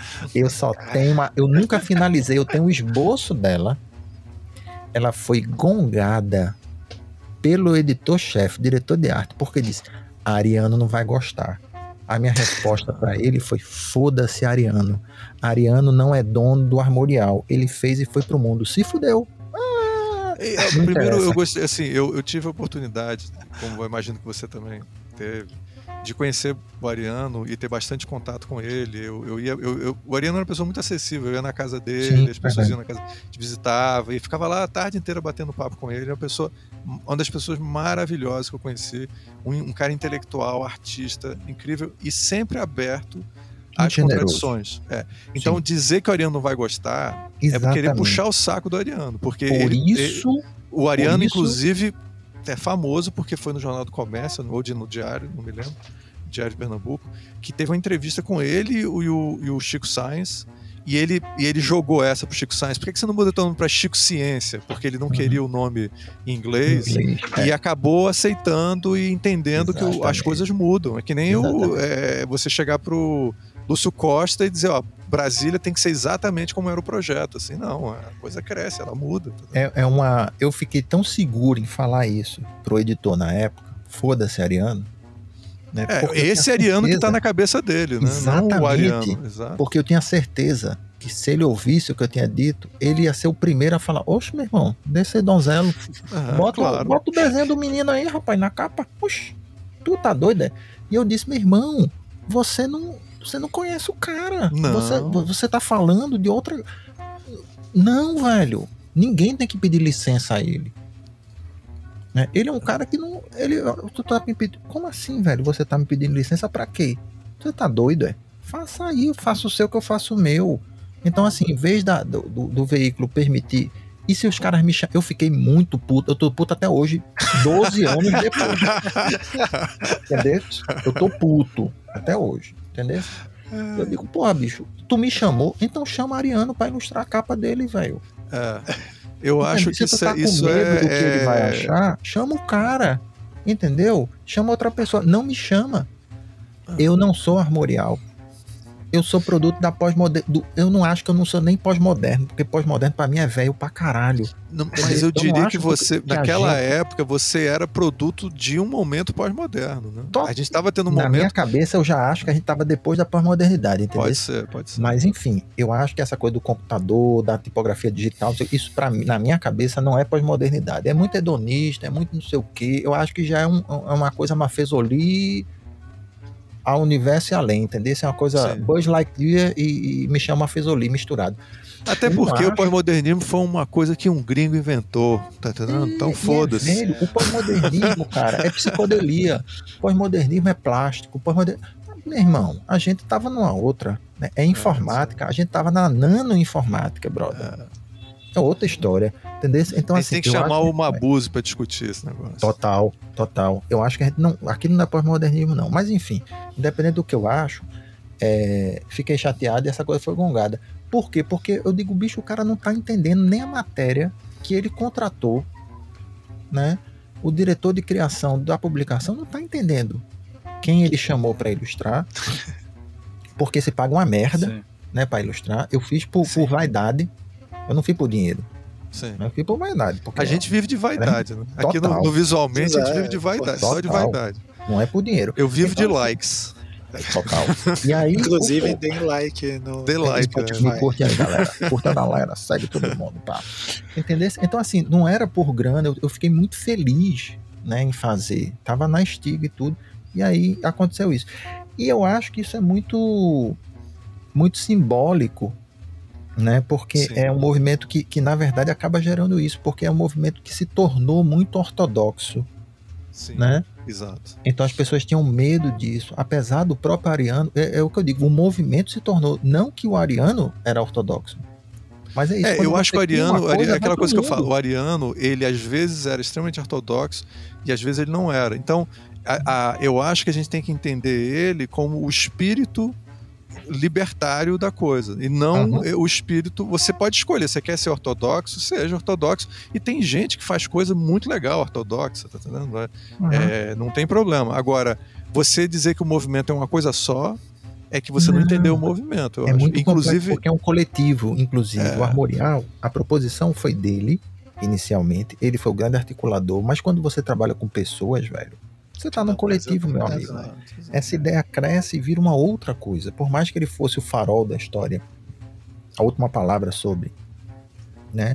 Eu nunca finalizei, eu tenho um esboço dela. Ela foi gongada pelo editor-chefe, diretor de arte, porque disse, Ariano não vai gostar. A minha resposta para ele foi, foda-se Ariano. Ariano não é dono do Armorial. Ele fez e foi pro mundo. Se fudeu. Primeiro, eu gostei, assim, eu tive a oportunidade, como eu imagino que você também teve, de conhecer o Ariano e ter bastante contato com ele. O Ariano era uma pessoa muito acessível, eu ia na casa dele, sim, as pessoas iam na casa, te visitava e ficava lá a tarde inteira batendo papo com ele. Era uma das pessoas maravilhosas que eu conheci, um cara intelectual, artista, incrível e sempre aberto às contradições. Então, sim, dizer que o Ariano não vai gostar é querer puxar o saco do Ariano, porque o Ariano, inclusive, até famoso, porque foi no Jornal do Comércio, ou no Diário, não me lembro, Diário de Pernambuco, que teve uma entrevista com ele e o Chico Science, e ele jogou essa pro Chico Science. Por que você não mudou o nome para Chico Ciência? Porque ele não queria o nome em inglês e acabou aceitando e entendendo que as coisas mudam. É que nem você chegar pro Lúcio Costa e dizer, ó, Brasília tem que ser exatamente como era o projeto. Assim, não, a coisa cresce, ela muda. Eu fiquei tão seguro em falar isso pro editor na época, foda-se Ariano, né? Esse Ariano que tá na cabeça dele, né? Exatamente, não o Ariano. Exato. Porque eu tinha certeza que se ele ouvisse o que eu tinha dito, ele ia ser o primeiro a falar, oxe, meu irmão, desse aí, donzelo, bota o desenho do menino aí, rapaz, na capa. Oxe, tu tá doido, é? E eu disse, meu irmão, você não conhece o cara. Não. Você tá falando de outra... Não, velho, ninguém tem que pedir licença a ele. Ele é um cara que não... Tu tá me pedindo... Como assim, velho? Você tá me pedindo licença pra quê? Você tá doido, é? Faça aí, eu faço o seu que eu faço o meu. Então, assim, em vez do veículo permitir... E se os caras me chamam... Eu fiquei muito puto. Eu tô puto até hoje, 12 anos depois. Entendeu? Eu tô puto até hoje. Entendeu? Eu digo, porra, bicho, tu me chamou, então chama Ariano pra ilustrar a capa dele, velho. Eu acho que se tu tá com medo do que ele vai achar, chama o cara, entendeu? Chama outra pessoa, não me chama. Eu não sou armorial. Eu sou produto da pós-moderno. Eu não acho que eu não sou nem pós-moderno, porque pós-moderno pra mim é velho pra caralho. Não, mas eu diria que você, naquela época, você era produto de um momento pós-moderno, né? A gente tava tendo um momento... Na minha cabeça, eu já acho que a gente tava depois da pós-modernidade, entendeu? Pode ser. Mas, enfim, eu acho que essa coisa do computador, da tipografia digital, isso pra mim, na minha cabeça, não é pós-modernidade. É muito hedonista, é muito não sei o quê. Eu acho que já é uma coisa mafezoli ao universo e além, entendeu? Isso é uma coisa Buzz Lightyear e me chama Mafezoli misturado. Até porque o pós-modernismo foi uma coisa que um gringo inventou, tá entendendo? Então foda-se. O pós-modernismo, cara, é psicodelia. O pós-modernismo é plástico. Meu irmão, a gente tava numa outra, né? É informática, a gente tava na nanoinformática, brother. É outra história, entendeu? Então, a gente tem que chamar o Mabuse pra discutir esse negócio. Total. Eu acho que a gente não, aqui não é pós-modernismo, não. Mas enfim, independente do que eu acho, fiquei chateado e essa coisa foi gongada. Por quê? Porque eu digo, bicho, o cara não tá entendendo nem a matéria que ele contratou, né? O diretor de criação da publicação não tá entendendo quem ele chamou pra ilustrar, porque se paga uma merda, né, pra ilustrar. Eu fiz por vaidade. Eu não fiz por dinheiro. Sim. Eu fiz por vaidade. A gente vive de vaidade, né? Aqui no Visualmente a gente vive de vaidade, só de vaidade. Não é por dinheiro. Eu vivo de likes. Total. E aí, inclusive, deem like no Spotify. Me curte aí, galera. Curta a galera, segue todo mundo, tá? Entendeu? Então, assim, não era por grana, eu fiquei muito feliz, né, em fazer. Tava na estiga e tudo. E aí aconteceu isso. E eu acho que isso é muito, muito simbólico, né? Porque é um movimento que na verdade acaba gerando isso, porque é um movimento que se tornou muito ortodoxo. Sim, né? Exato. Então as pessoas tinham medo disso, apesar do próprio Ariano, é o que eu digo, o movimento se tornou, não que o Ariano era ortodoxo, mas é isso. Eu acho que o Ariano, aquela coisa que eu falo, o Ariano, ele às vezes era extremamente ortodoxo e às vezes ele não era. Então, eu acho que a gente tem que entender ele como o espírito libertário da coisa, e não o espírito. Você pode escolher, você quer ser ortodoxo, seja ortodoxo, e tem gente que faz coisa muito legal ortodoxa, tá entendendo? Não tem problema. Agora, você dizer que o movimento é uma coisa só, é que você não entendeu o movimento, eu acho. Muito inclusive, porque é um coletivo, inclusive. O Armorial, a proposição foi dele, inicialmente, ele foi o grande articulador, mas quando você trabalha com pessoas, velho, você tá num coletivo, meu amigo. Essa ideia cresce e vira uma outra coisa. Por mais que ele fosse o farol da história, a última palavra sobre, né?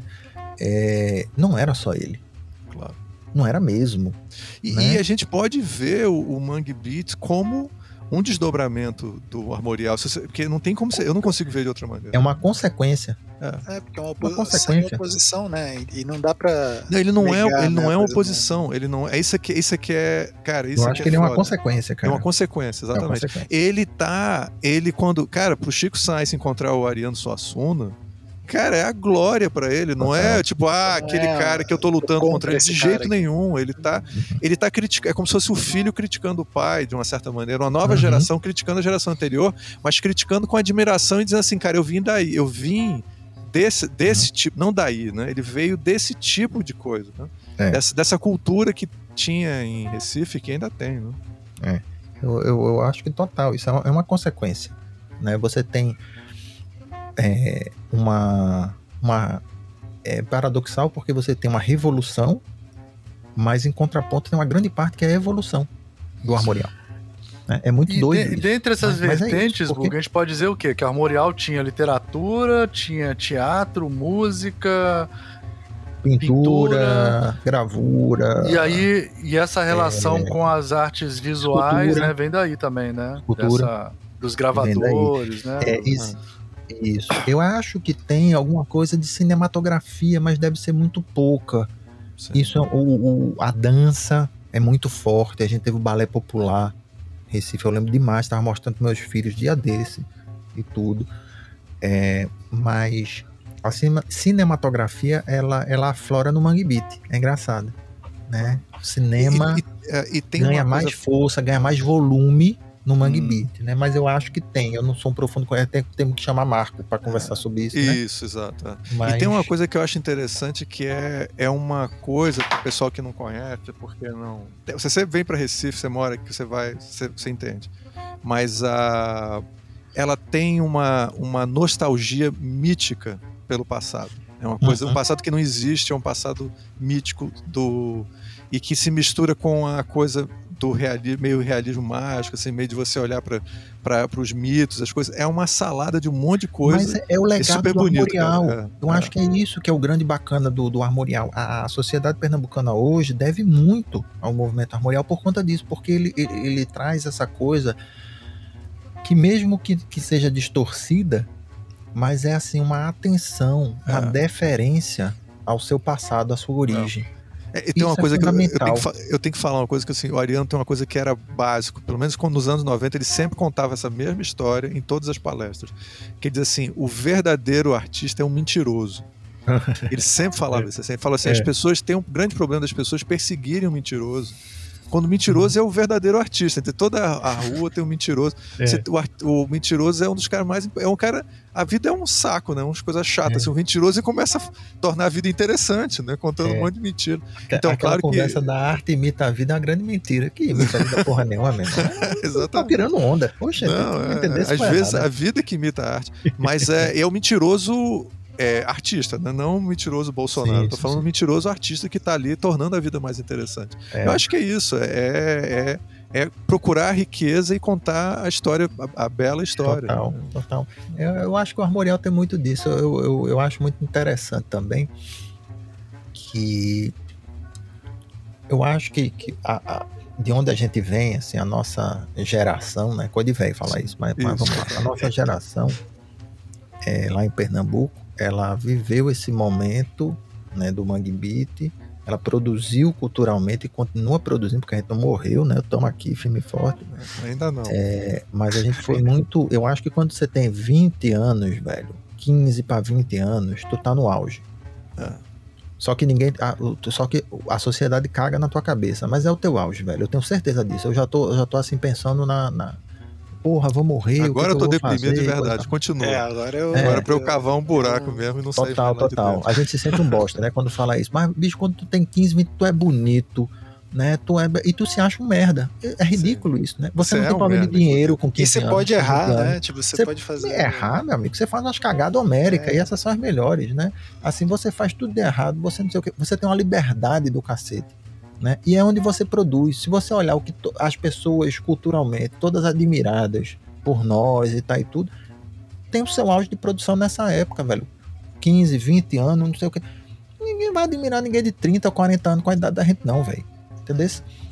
Não era só ele. Claro. Não era mesmo. E a gente pode ver o Mangue Beat como um desdobramento do Armorial, porque não tem como ser, eu não consigo ver de outra maneira. É uma consequência. Porque é uma oposição, né? E não dá pra. Não, ele não é uma oposição. Ele não é. Isso aqui é. Cara, isso eu acho que ele é uma consequência, cara. É uma consequência, exatamente. Ele quando. Cara, pro Chico Science encontrar o Ariano Suassuna, cara, é a glória pra ele, não é tipo, aquele cara que eu tô lutando contra ele, de jeito nenhum. Ele tá criticando, é como se fosse o filho criticando o pai, de uma certa maneira, uma nova geração criticando a geração anterior, mas criticando com admiração e dizendo assim, cara, eu vim desse tipo, não daí, né? Ele veio desse tipo de coisa, né? Dessa cultura que tinha em Recife, que ainda tem, né? Eu acho que total, isso é uma consequência, né? Você tem é paradoxal porque você tem uma revolução, mas em contraponto tem uma grande parte que é a evolução do armorial. É muito doido. E dentre essas vertentes, porque... a gente pode dizer o quê? Que o armorial tinha literatura, tinha teatro, música, pintura, gravura. E essa relação com as artes visuais, escultura, né, vem daí também, né? Dos gravadores, né? Isso. Eu acho que tem alguma coisa de cinematografia, mas deve ser muito pouca. Sim. Isso, a dança é muito forte. A gente teve o balé popular Recife, eu lembro demais, estava mostrando para meus filhos dia desse e tudo. Mas a cinematografia, ela aflora no Mangue Beat. É engraçado, né? O cinema e tem ganha mais força, ganha mais volume no Mangue Beat, né? Mas eu acho que tem. Eu não sou um profundo conhecedor, temos que chamar Marco para conversar sobre isso, né? Isso, exato. Mas... E tem uma coisa que eu acho interessante, que é uma coisa para o pessoal que não conhece, porque não... Você sempre vem para Recife, você mora aqui, você entende. Mas ela tem uma nostalgia mítica pelo passado. É uma coisa, um passado que não existe, é um passado mítico e que se mistura com a coisa do meio realismo mágico, assim, meio de você olhar para os mitos, as coisas. É uma salada de um monte de coisa. Mas é o legado super do bonito, armorial. Eu acho que é isso que é o grande bacana do armorial. A sociedade pernambucana hoje deve muito ao movimento armorial por conta disso, porque ele traz essa coisa que, mesmo que seja distorcida, mas é assim uma atenção, uma deferência ao seu passado, à sua origem. E tem uma coisa que eu tenho que falar uma coisa que assim, o Ariano tem uma coisa que era básico, pelo menos nos anos 90 ele sempre contava essa mesma história em todas as palestras, que ele diz assim, o verdadeiro artista é um mentiroso. Ele sempre falava isso, ele fala assim, as pessoas têm um grande problema das pessoas perseguirem um mentiroso, quando o mentiroso é o verdadeiro artista. Entre toda a rua tem um mentiroso. O mentiroso é um dos caras mais... A vida é um saco, né? Umas coisas chatas. Assim, o mentiroso começa a tornar a vida interessante, né? Contando um monte de mentira. Então, aquela claro conversa da arte imita a vida é uma grande mentira. Que imita a vida porra nenhuma mesmo. Exatamente. Tá virando onda. Poxa, às vezes a vida que imita a arte. Mas é o mentiroso... artista, né? Não o mentiroso Bolsonaro. Tô falando mentiroso artista que tá ali tornando a vida mais interessante. Eu acho que é isso. É procurar a riqueza e contar a história, a bela história. Total. Eu acho que o armorial tem muito disso. Eu acho muito interessante também que eu acho que de onde a gente vem, assim, a nossa geração, né? Coisa de velho falar isso, mas vamos lá. A nossa geração lá em Pernambuco, ela viveu esse momento, né, do Mangue Beat, ela produziu culturalmente e continua produzindo, porque a gente não morreu, né? Estamos aqui firme e forte. Ainda não. Mas a gente foi muito... Eu acho que quando você tem 20 anos, velho, 15 para 20 anos, tu tá no auge. Só que a sociedade caga na tua cabeça, mas é o teu auge, velho. Eu tenho certeza disso. Eu já tô assim pensando porra, vou morrer. Agora eu tô deprimido de verdade. Continua. Agora pra eu cavar um buraco mesmo e não sair mais lá de dentro. A gente se sente um bosta, né? Quando fala isso. Mas, bicho, quando tu tem 15, 20, tu é bonito, né? E tu se acha um merda. É ridículo isso, né? Você não tem problema de dinheiro com 15 anos. E você pode errar, né? Tipo, você pode fazer... Errar, meu amigo. Você faz umas cagadas homéricas e essas são as melhores, né? Assim, você faz tudo de errado, você não sei o quê. Você tem uma liberdade do cacete. Né? E é onde você produz. Se você olhar o que as pessoas culturalmente, todas admiradas por nós e tal e tudo, tem o seu auge de produção nessa época, velho. 15, 20 anos, não sei o que. Ninguém vai admirar ninguém de 30 ou 40 anos com a idade da gente, não, velho. Entendeu?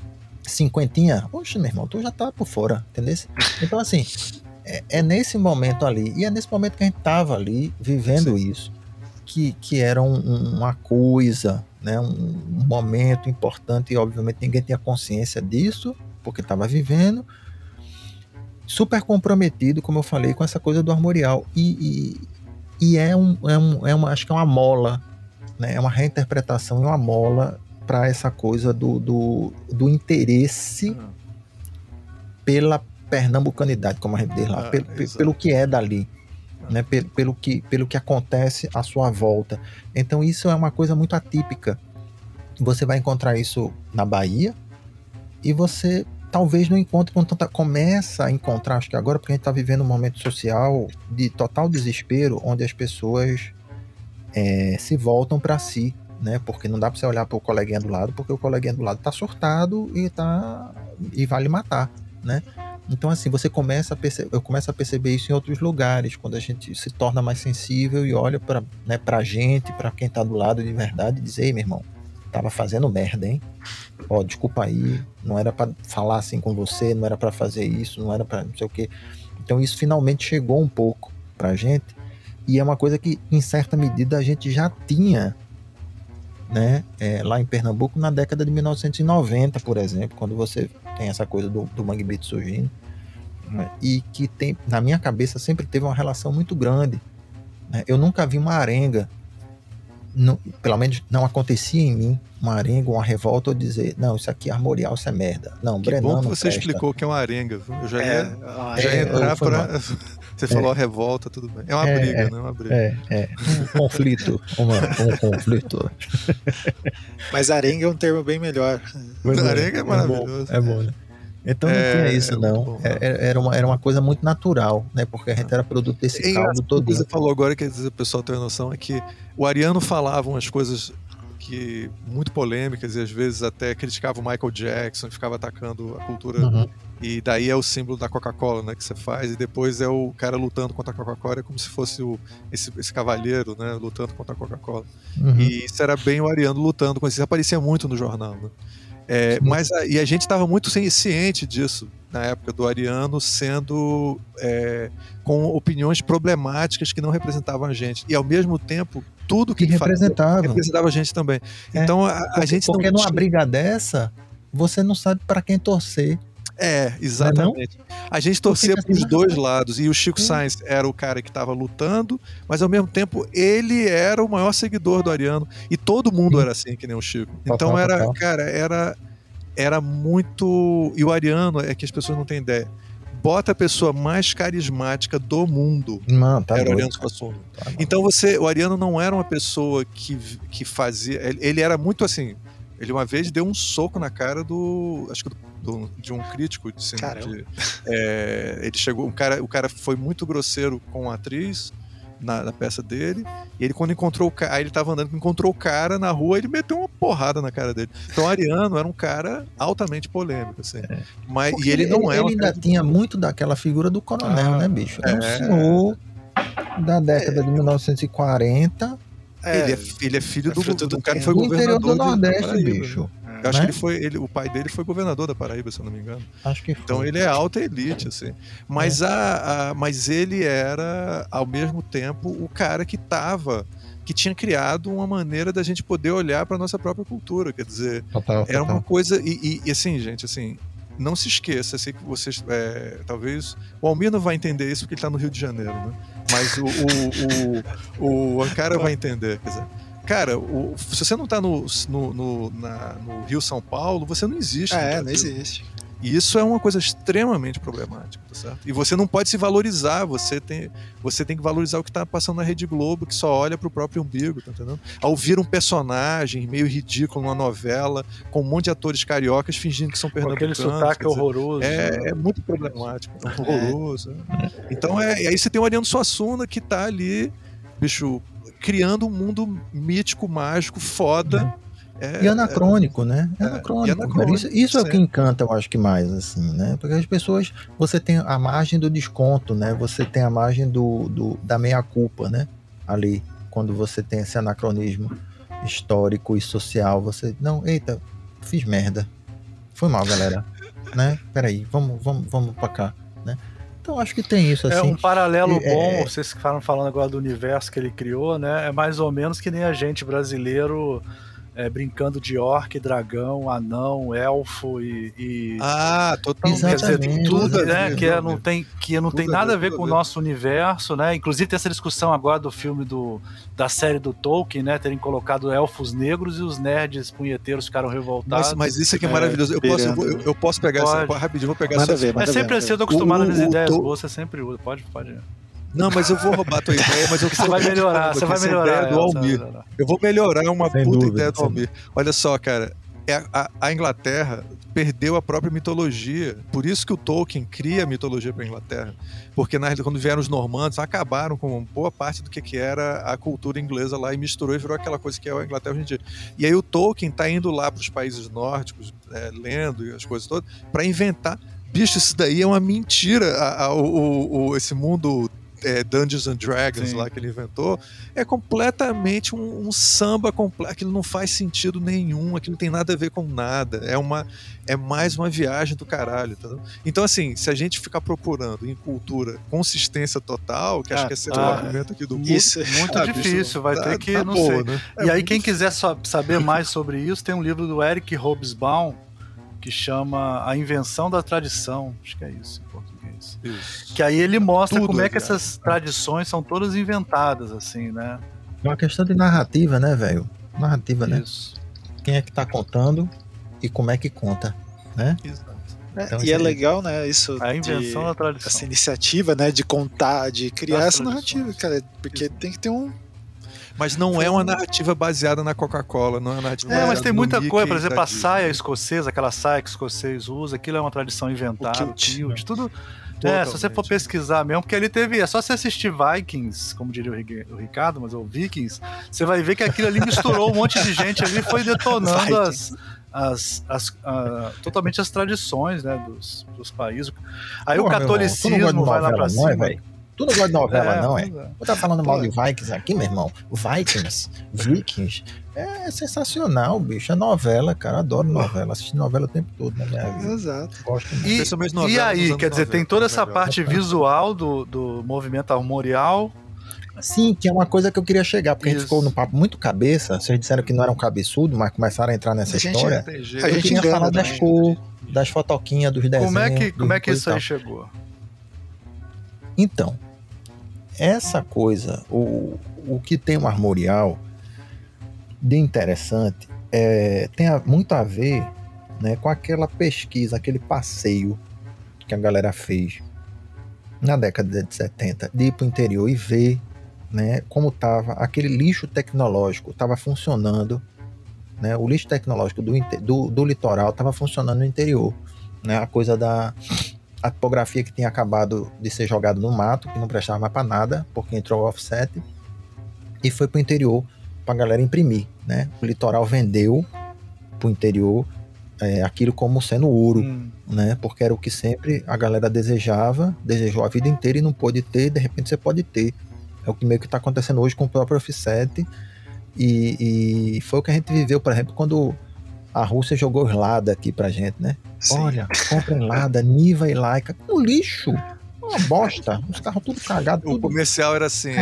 50, oxe, meu irmão, tu já tá por fora, entendeu? Então, assim, é nesse momento ali, e é nesse momento que a gente tava ali, vivendo isso, que era uma coisa, né, um momento importante, e obviamente ninguém tinha consciência disso, porque estava vivendo, super comprometido, como eu falei, com essa coisa do armorial, e E acho que é uma mola, né? É uma reinterpretação e uma mola para essa coisa do interesse pela pernambucanidade, como a gente diz lá, pelo que é dali, né? Pelo que acontece à sua volta. Então isso é uma coisa muito atípica. Você vai encontrar isso na Bahia e você talvez não encontre com tanta... Começa a encontrar, acho que agora, porque a gente está vivendo um momento social de total desespero, onde as pessoas se voltam para si, né? Porque não dá para você olhar para o coleguinha do lado, porque o coleguinha do lado está surtado e vai lhe matar, né? Então, assim, eu começo a perceber isso em outros lugares, quando a gente se torna mais sensível e olha para, né, a gente, para quem está do lado de verdade, e diz: ei, meu irmão, tava fazendo merda, hein? Ó, desculpa aí, não era para falar assim com você, não era para fazer isso, não era para não sei o quê. Então isso finalmente chegou um pouco pra gente, e é uma coisa que em certa medida a gente já tinha, né, lá em Pernambuco na década de 1990, por exemplo, quando você tem essa coisa do Mangue Beat surgindo, né, e que tem, na minha cabeça sempre teve uma relação muito grande, né? Eu nunca vi uma arenga, pelo menos não acontecia em mim uma arenga, uma revolta, ou dizer, não, isso aqui é armorial, isso é merda. Não, que Brenan bom que não você presta. explicou que é uma arenga. Eu já ia entrar para... Você falou revolta, tudo bem. É uma briga, né? Uma briga. Um conflito. Um conflito. Mas arenga é um termo bem melhor. Arenga é maravilhoso. É bom, né? Então não tinha isso, não. Bom, era uma coisa muito natural, né? Porque a gente era produto desse caldo todo. O que você falou agora, que o pessoal tem noção, é que o Ariano falava umas coisas muito polêmicas e às vezes até criticava o Michael Jackson e ficava atacando a cultura. E daí é o símbolo da Coca-Cola, né, que você faz, e depois é o cara lutando contra a Coca-Cola, é como se fosse esse cavalheiro, né, lutando contra a Coca-Cola. E isso era bem o Ariano lutando com isso. Isso aparecia muito no jornal, né? E a gente estava muito ciente disso na época do Ariano, sendo com opiniões problemáticas que não representavam a gente, e ao mesmo tempo tudo que ele representava a gente também. Então a gente porque numa briga dessa você não sabe para quem torcer. Exatamente. A gente torcia para os dois lados, e o Chico Sainz era o cara que estava lutando, mas ao mesmo tempo ele era o maior seguidor do Ariano, e todo mundo era assim, que nem o Chico. Então era muito... E o Ariano, é que as pessoas não têm ideia, bota a pessoa mais carismática do mundo, era o Ariano Suassuna. Então o Ariano não era uma pessoa que fazia... Ele era muito assim... Ele uma vez deu um soco na cara de um crítico de cinema. Ele chegou, o cara foi muito grosseiro com a atriz na peça dele, e ele, quando encontrou o cara, aí ele tava andando, encontrou o cara na rua, ele meteu uma porrada na cara dele. Então o Ariano era um cara altamente polêmico, assim. E ele não é ele ainda tinha muito daquela figura do coronel, né, bicho? É um senhor da década de 1940. Ele é filho do cara que foi governador interior do Nordeste, Paraíba, bicho. Eu acho que o pai dele foi governador da Paraíba, se eu não me engano. Acho que foi. Então ele é alta elite, assim. Mas mas ele era, ao mesmo tempo, o cara que tinha criado uma maneira da gente poder olhar para nossa própria cultura. Quer dizer, era uma coisa... E assim, gente, assim, não se esqueça, sei que vocês... talvez... O Almir não vai entender isso porque ele tá no Rio de Janeiro, né? Mas o cara vai entender, quer dizer... Cara, se você não tá no Rio São Paulo, você não existe. Não existe. E isso é uma coisa extremamente problemática, tá certo? E você não pode se valorizar, você tem que valorizar o que tá passando na Rede Globo, que só olha pro próprio umbigo, tá entendendo? Ao vir um personagem meio ridículo numa novela, com um monte de atores cariocas fingindo que são pernambucanos. Aquele sotaque horroroso. É muito problemático, horroroso. Então aí você tem o Ariano Suassuna que tá ali, bicho, criando um mundo mítico, mágico, foda. E anacrônico, né? Isso é o que encanta, eu acho que mais, assim, né? Porque as pessoas, você tem a margem do desconto, né? Você tem a margem da meia-culpa, né? Ali, quando você tem esse anacronismo histórico e social, você... Não, eita, fiz merda. Foi mal, galera. Né? Peraí, vamos pra cá, né? Então acho que tem isso, assim. Um paralelo bom, vocês que estavam falando agora do universo que ele criou, né? É mais ou menos que nem a gente brasileiro brincando de orc, dragão, anão, elfo e totalmente. Quer dizer, tudo, né, que não tem nada a ver com o nosso universo, né? Inclusive tem essa discussão agora do filme da série do Tolkien, né? Terem colocado elfos negros e os nerds punheteiros ficaram revoltados. Mas isso aqui é maravilhoso. Eu posso pegar essa rapidinho, vou pegar essa. É sempre assim, eu tô acostumado nas ideias boas, você sempre usa. Pode. Não, mas eu vou roubar a tua ideia, mas você vai melhorar, você vai melhorar. Do Almir. Eu vou melhorar uma puta ideia do Almir. Olha só, cara, a Inglaterra perdeu a própria mitologia. Por isso que o Tolkien cria a mitologia para a Inglaterra. Porque quando vieram os normandos, acabaram com boa parte do que era a cultura inglesa lá e misturou e virou aquela coisa que é a Inglaterra hoje em dia. E aí o Tolkien tá indo lá para os países nórdicos, lendo e as coisas todas, para inventar. Bicho, isso daí é uma mentira. Esse mundo Dungeons and Dragons, sim, lá que ele inventou, é completamente um samba completo. Aquilo não faz sentido nenhum, aquilo não tem nada a ver com nada. É mais uma viagem do caralho, tá? Então, assim, se a gente ficar procurando em cultura consistência total, que acho que esse é o argumento aqui do curso, isso é muito difícil, vai ter que, não sei. Né? E aí, quem quiser saber mais sobre isso, tem um livro do Eric Hobsbawm que chama A Invenção da Tradição, acho que é isso em português. Isso. Que aí ele mostra como é que essas tradições são todas inventadas, assim, né? É uma questão de narrativa, né, velho? Narrativa, isso, né? Quem é que tá contando e como é que conta, né? Exato. Então, e é legal, né, isso, a invenção da tradição, essa iniciativa, né, de contar, de criar essa narrativa, cara, porque tem que ter Mas não é uma narrativa baseada na Coca-Cola, não é uma narrativa mas tem muita coisa, por exemplo, a saia escocesa, aquela saia que o escocês usa, aquilo é uma tradição inventada, de tudo. Se você for pesquisar mesmo, porque ali é só você assistir Vikings, como diria o Ricardo, mas o Vikings, você vai ver que aquilo ali misturou um monte de gente ali, foi detonando totalmente as tradições, né, dos países. Aí o catolicismo vai lá pra cima. Tu não gosta de novela, não, é? Eu tava falando mal de Vikings aqui, meu irmão. Vikings, é sensacional, bicho. É novela, cara. Adoro novela. Assisti novela o tempo todo na minha vida. Exato. Gosto muito. E aí, quer dizer, tem toda essa parte visual do movimento armorial. Sim, que é uma coisa que eu queria chegar, porque a gente ficou no papo muito cabeça. Vocês disseram que não era um cabeçudo, mas começaram a entrar nessa história. A gente queria falar das cores, das fotoquinhas, dos desenhos. Como é que isso aí chegou? Então, essa coisa, o que tem um armorial de interessante tem muito a ver, né, com aquela pesquisa, aquele passeio que a galera fez na década de 70, de ir para o interior e ver, né, como estava aquele lixo tecnológico, estava funcionando, né, o lixo tecnológico do litoral estava funcionando no interior, né, a coisa a tipografia que tinha acabado de ser jogada no mato, que não prestava mais para nada, porque entrou o offset e foi para o interior para a galera imprimir, né? O litoral vendeu para o interior aquilo como sendo ouro, né? Porque era o que sempre a galera desejou a vida inteira e não pôde ter, de repente você pode ter. É o que meio que está acontecendo hoje com o próprio offset e foi o que a gente viveu, por exemplo, quando a Rússia jogou Lada aqui pra gente, né? Sim. Olha, comprem Lada, Niva e Laika. Um lixo. Uma bosta. Os carros tudo cagados. O comercial era assim.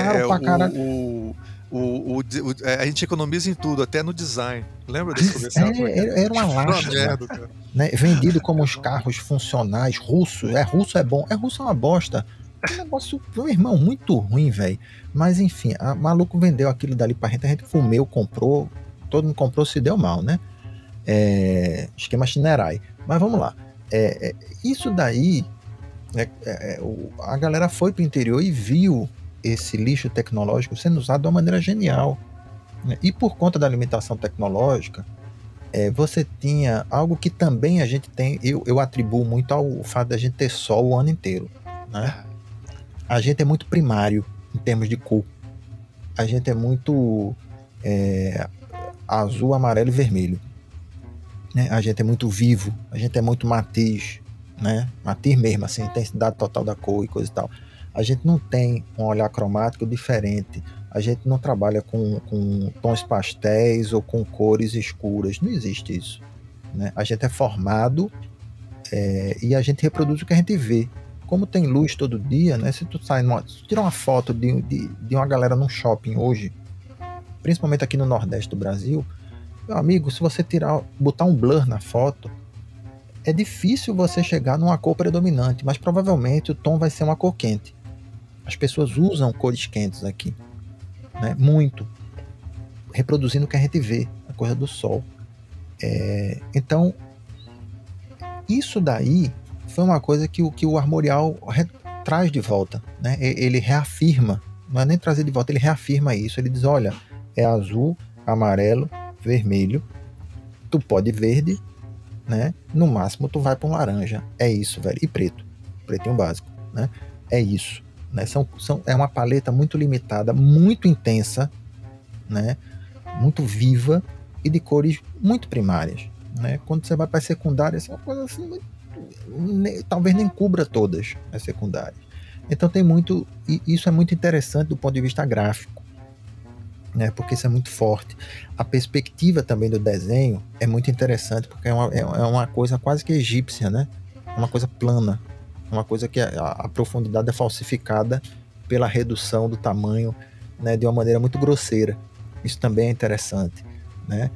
A gente economiza em tudo, até no design. Lembra desse comercial? Era uma lástima. Né? Vendido como os carros funcionais russos. Russo é bom. Russo é uma bosta. É um negócio, meu irmão, muito ruim, velho. Mas enfim, a maluco vendeu aquilo dali pra gente. A gente fumeu, comprou. Todo mundo comprou, se deu mal, né? Esquema Shinerai. Mas vamos lá. Isso daí, a galera foi pro interior e viu esse lixo tecnológico sendo usado de uma maneira genial, né? E por conta da limitação tecnológica, você tinha algo que também a gente tem, eu atribuo muito ao fato da gente ter sol o ano inteiro, né? A gente é muito primário em termos de cor. A gente é muito azul, amarelo e vermelho. Né? A gente é muito vivo, a gente é muito matiz, né? Matiz mesmo, assim, intensidade total da cor e coisa e tal. A gente não tem um olhar cromático diferente, a gente não trabalha com tons pastéis ou com cores escuras, não existe isso, né? A gente é formado e a gente reproduz o que a gente vê. Como tem luz todo dia, né? Se tu tira uma foto de uma galera num shopping hoje, principalmente aqui no Nordeste do Brasil, Meu amigo, se você botar um blur na foto, é difícil você chegar numa cor predominante, mas provavelmente o tom vai ser uma cor quente. As pessoas usam cores quentes aqui, né? Muito. Reproduzindo o que a gente vê, a coisa do sol. Então, isso daí foi uma coisa que o Armorial traz de volta, né? Ele reafirma, não é nem trazer de volta, ele reafirma isso. Ele diz, olha, é azul, amarelo, vermelho, tu pode verde, né? No máximo tu vai para um laranja. É isso, velho. E preto. Pretinho básico, né? É isso. Né? É uma paleta muito limitada, muito intensa, né? Muito viva e de cores muito primárias, né? Quando você vai para as secundárias, é uma coisa assim, talvez nem cubra todas as secundárias. Então tem muito, e isso é muito interessante do ponto de vista gráfico, né? Porque isso é muito forte. A perspectiva também do desenho é muito interessante, porque é uma coisa quase que egípcia, né? Uma coisa plana, uma coisa que a profundidade é falsificada pela redução do tamanho, né? De uma maneira muito grosseira. Isso também é interessante, né?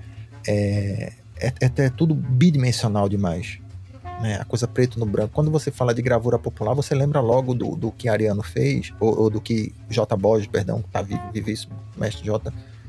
É tudo bidimensional demais, né? A coisa preto no branco. Quando você fala de gravura popular, você lembra logo do que Ariano fez, ou do que J. Borges, perdão, que está vivíssimo, mestre J,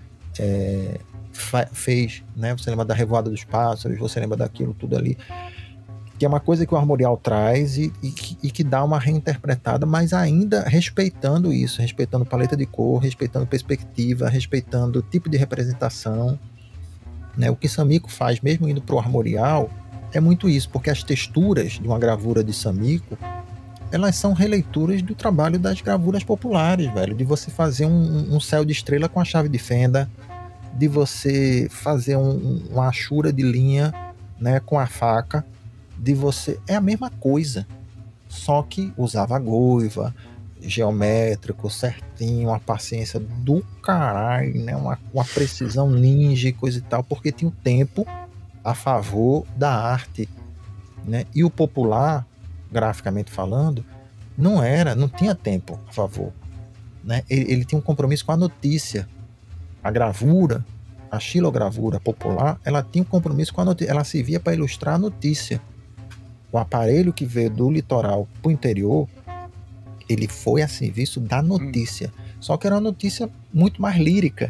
fez, né? Você lembra da Revoada dos Pássaros, você lembra daquilo tudo ali, que é uma coisa que o Armorial traz e que dá uma reinterpretada, mas ainda respeitando isso, respeitando paleta de cor, respeitando perspectiva, respeitando tipo de representação, né? O que Samiko faz, mesmo indo para o Armorial, é muito isso, porque as texturas de uma gravura de Samiko, elas são releituras do trabalho das gravuras populares, velho, de você fazer um céu de estrela com a chave de fenda, de você fazer uma achura de linha, né, com a faca, de você... É a mesma coisa, só que usava goiva, geométrico, certinho, uma paciência do caralho, né? Uma precisão ninja e coisa e tal, porque tinha o tempo a favor da arte, né? E o popular, graficamente falando, não tinha tempo a favor, né? Ele tinha um compromisso com a notícia. A gravura, a xilogravura popular, ela tinha um compromisso com a notícia, ela servia para ilustrar a notícia. O aparelho que veio do litoral para o interior, ele foi a serviço da notícia. Só que era uma notícia muito mais lírica,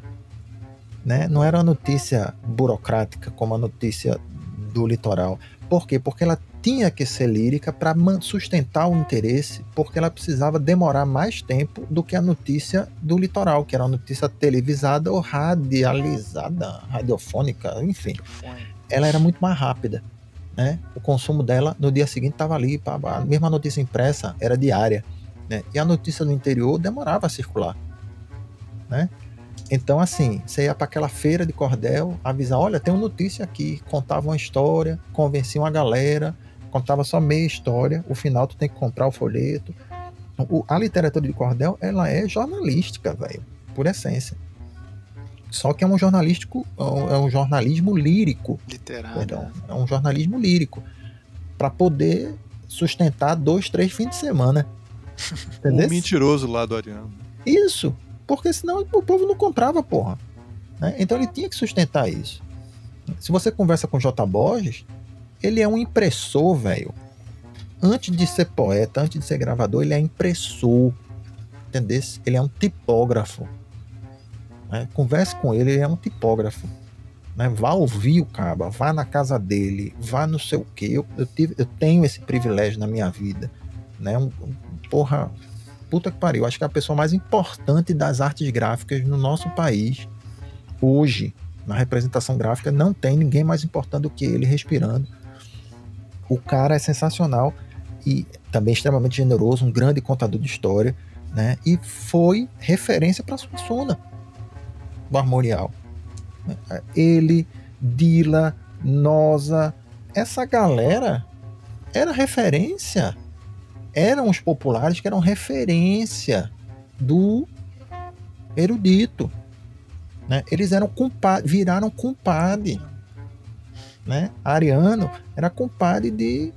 né? Não era uma notícia burocrática como a notícia do litoral. Por quê? Porque ela tinha que ser lírica para sustentar o interesse, porque ela precisava demorar mais tempo do que a notícia do litoral, que era uma notícia televisada ou radializada, radiofônica, enfim. Ela era muito mais rápida, né? O consumo dela no dia seguinte estava ali, a mesma notícia impressa era diária, né? E a notícia do interior demorava a circular, né? Então, assim, você ia para aquela feira de cordel, avisar, olha, tem uma notícia aqui, contava uma história, convencia uma galera, contava só meia história, o final tu tem que comprar o folheto. A literatura de cordel, ela é jornalística, velho, por essência. Só que é um jornalismo lírico. Literário. Perdão, é um jornalismo lírico, para poder sustentar 2, 3 fins de semana. Entendeu? Um mentiroso lá do Ariano. Isso. Porque senão o povo não comprava, porra. Né? Então ele tinha que sustentar isso. Se você conversa com J. Borges, ele é um impressor, velho. Antes de ser poeta, antes de ser gravador, ele é impressor. Entendeu? Ele é um tipógrafo. Né? Converse com ele, ele é um tipógrafo. Né? Vá ouvir o caba, vá na casa dele, vá não sei o quê. Eu tenho esse privilégio na minha vida. Né? Porra... Puta que pariu, acho que é a pessoa mais importante das artes gráficas no nosso país hoje, na representação gráfica, não tem ninguém mais importante do que ele respirando. O cara é sensacional e também extremamente generoso, um grande contador de história, né? E foi referência para Suassuna, o Armorial. Ele, Dila, Noza, essa galera era referência. Eram os populares que eram referência do erudito, né? Eles eram viraram compadre, né? Ariano era compadre de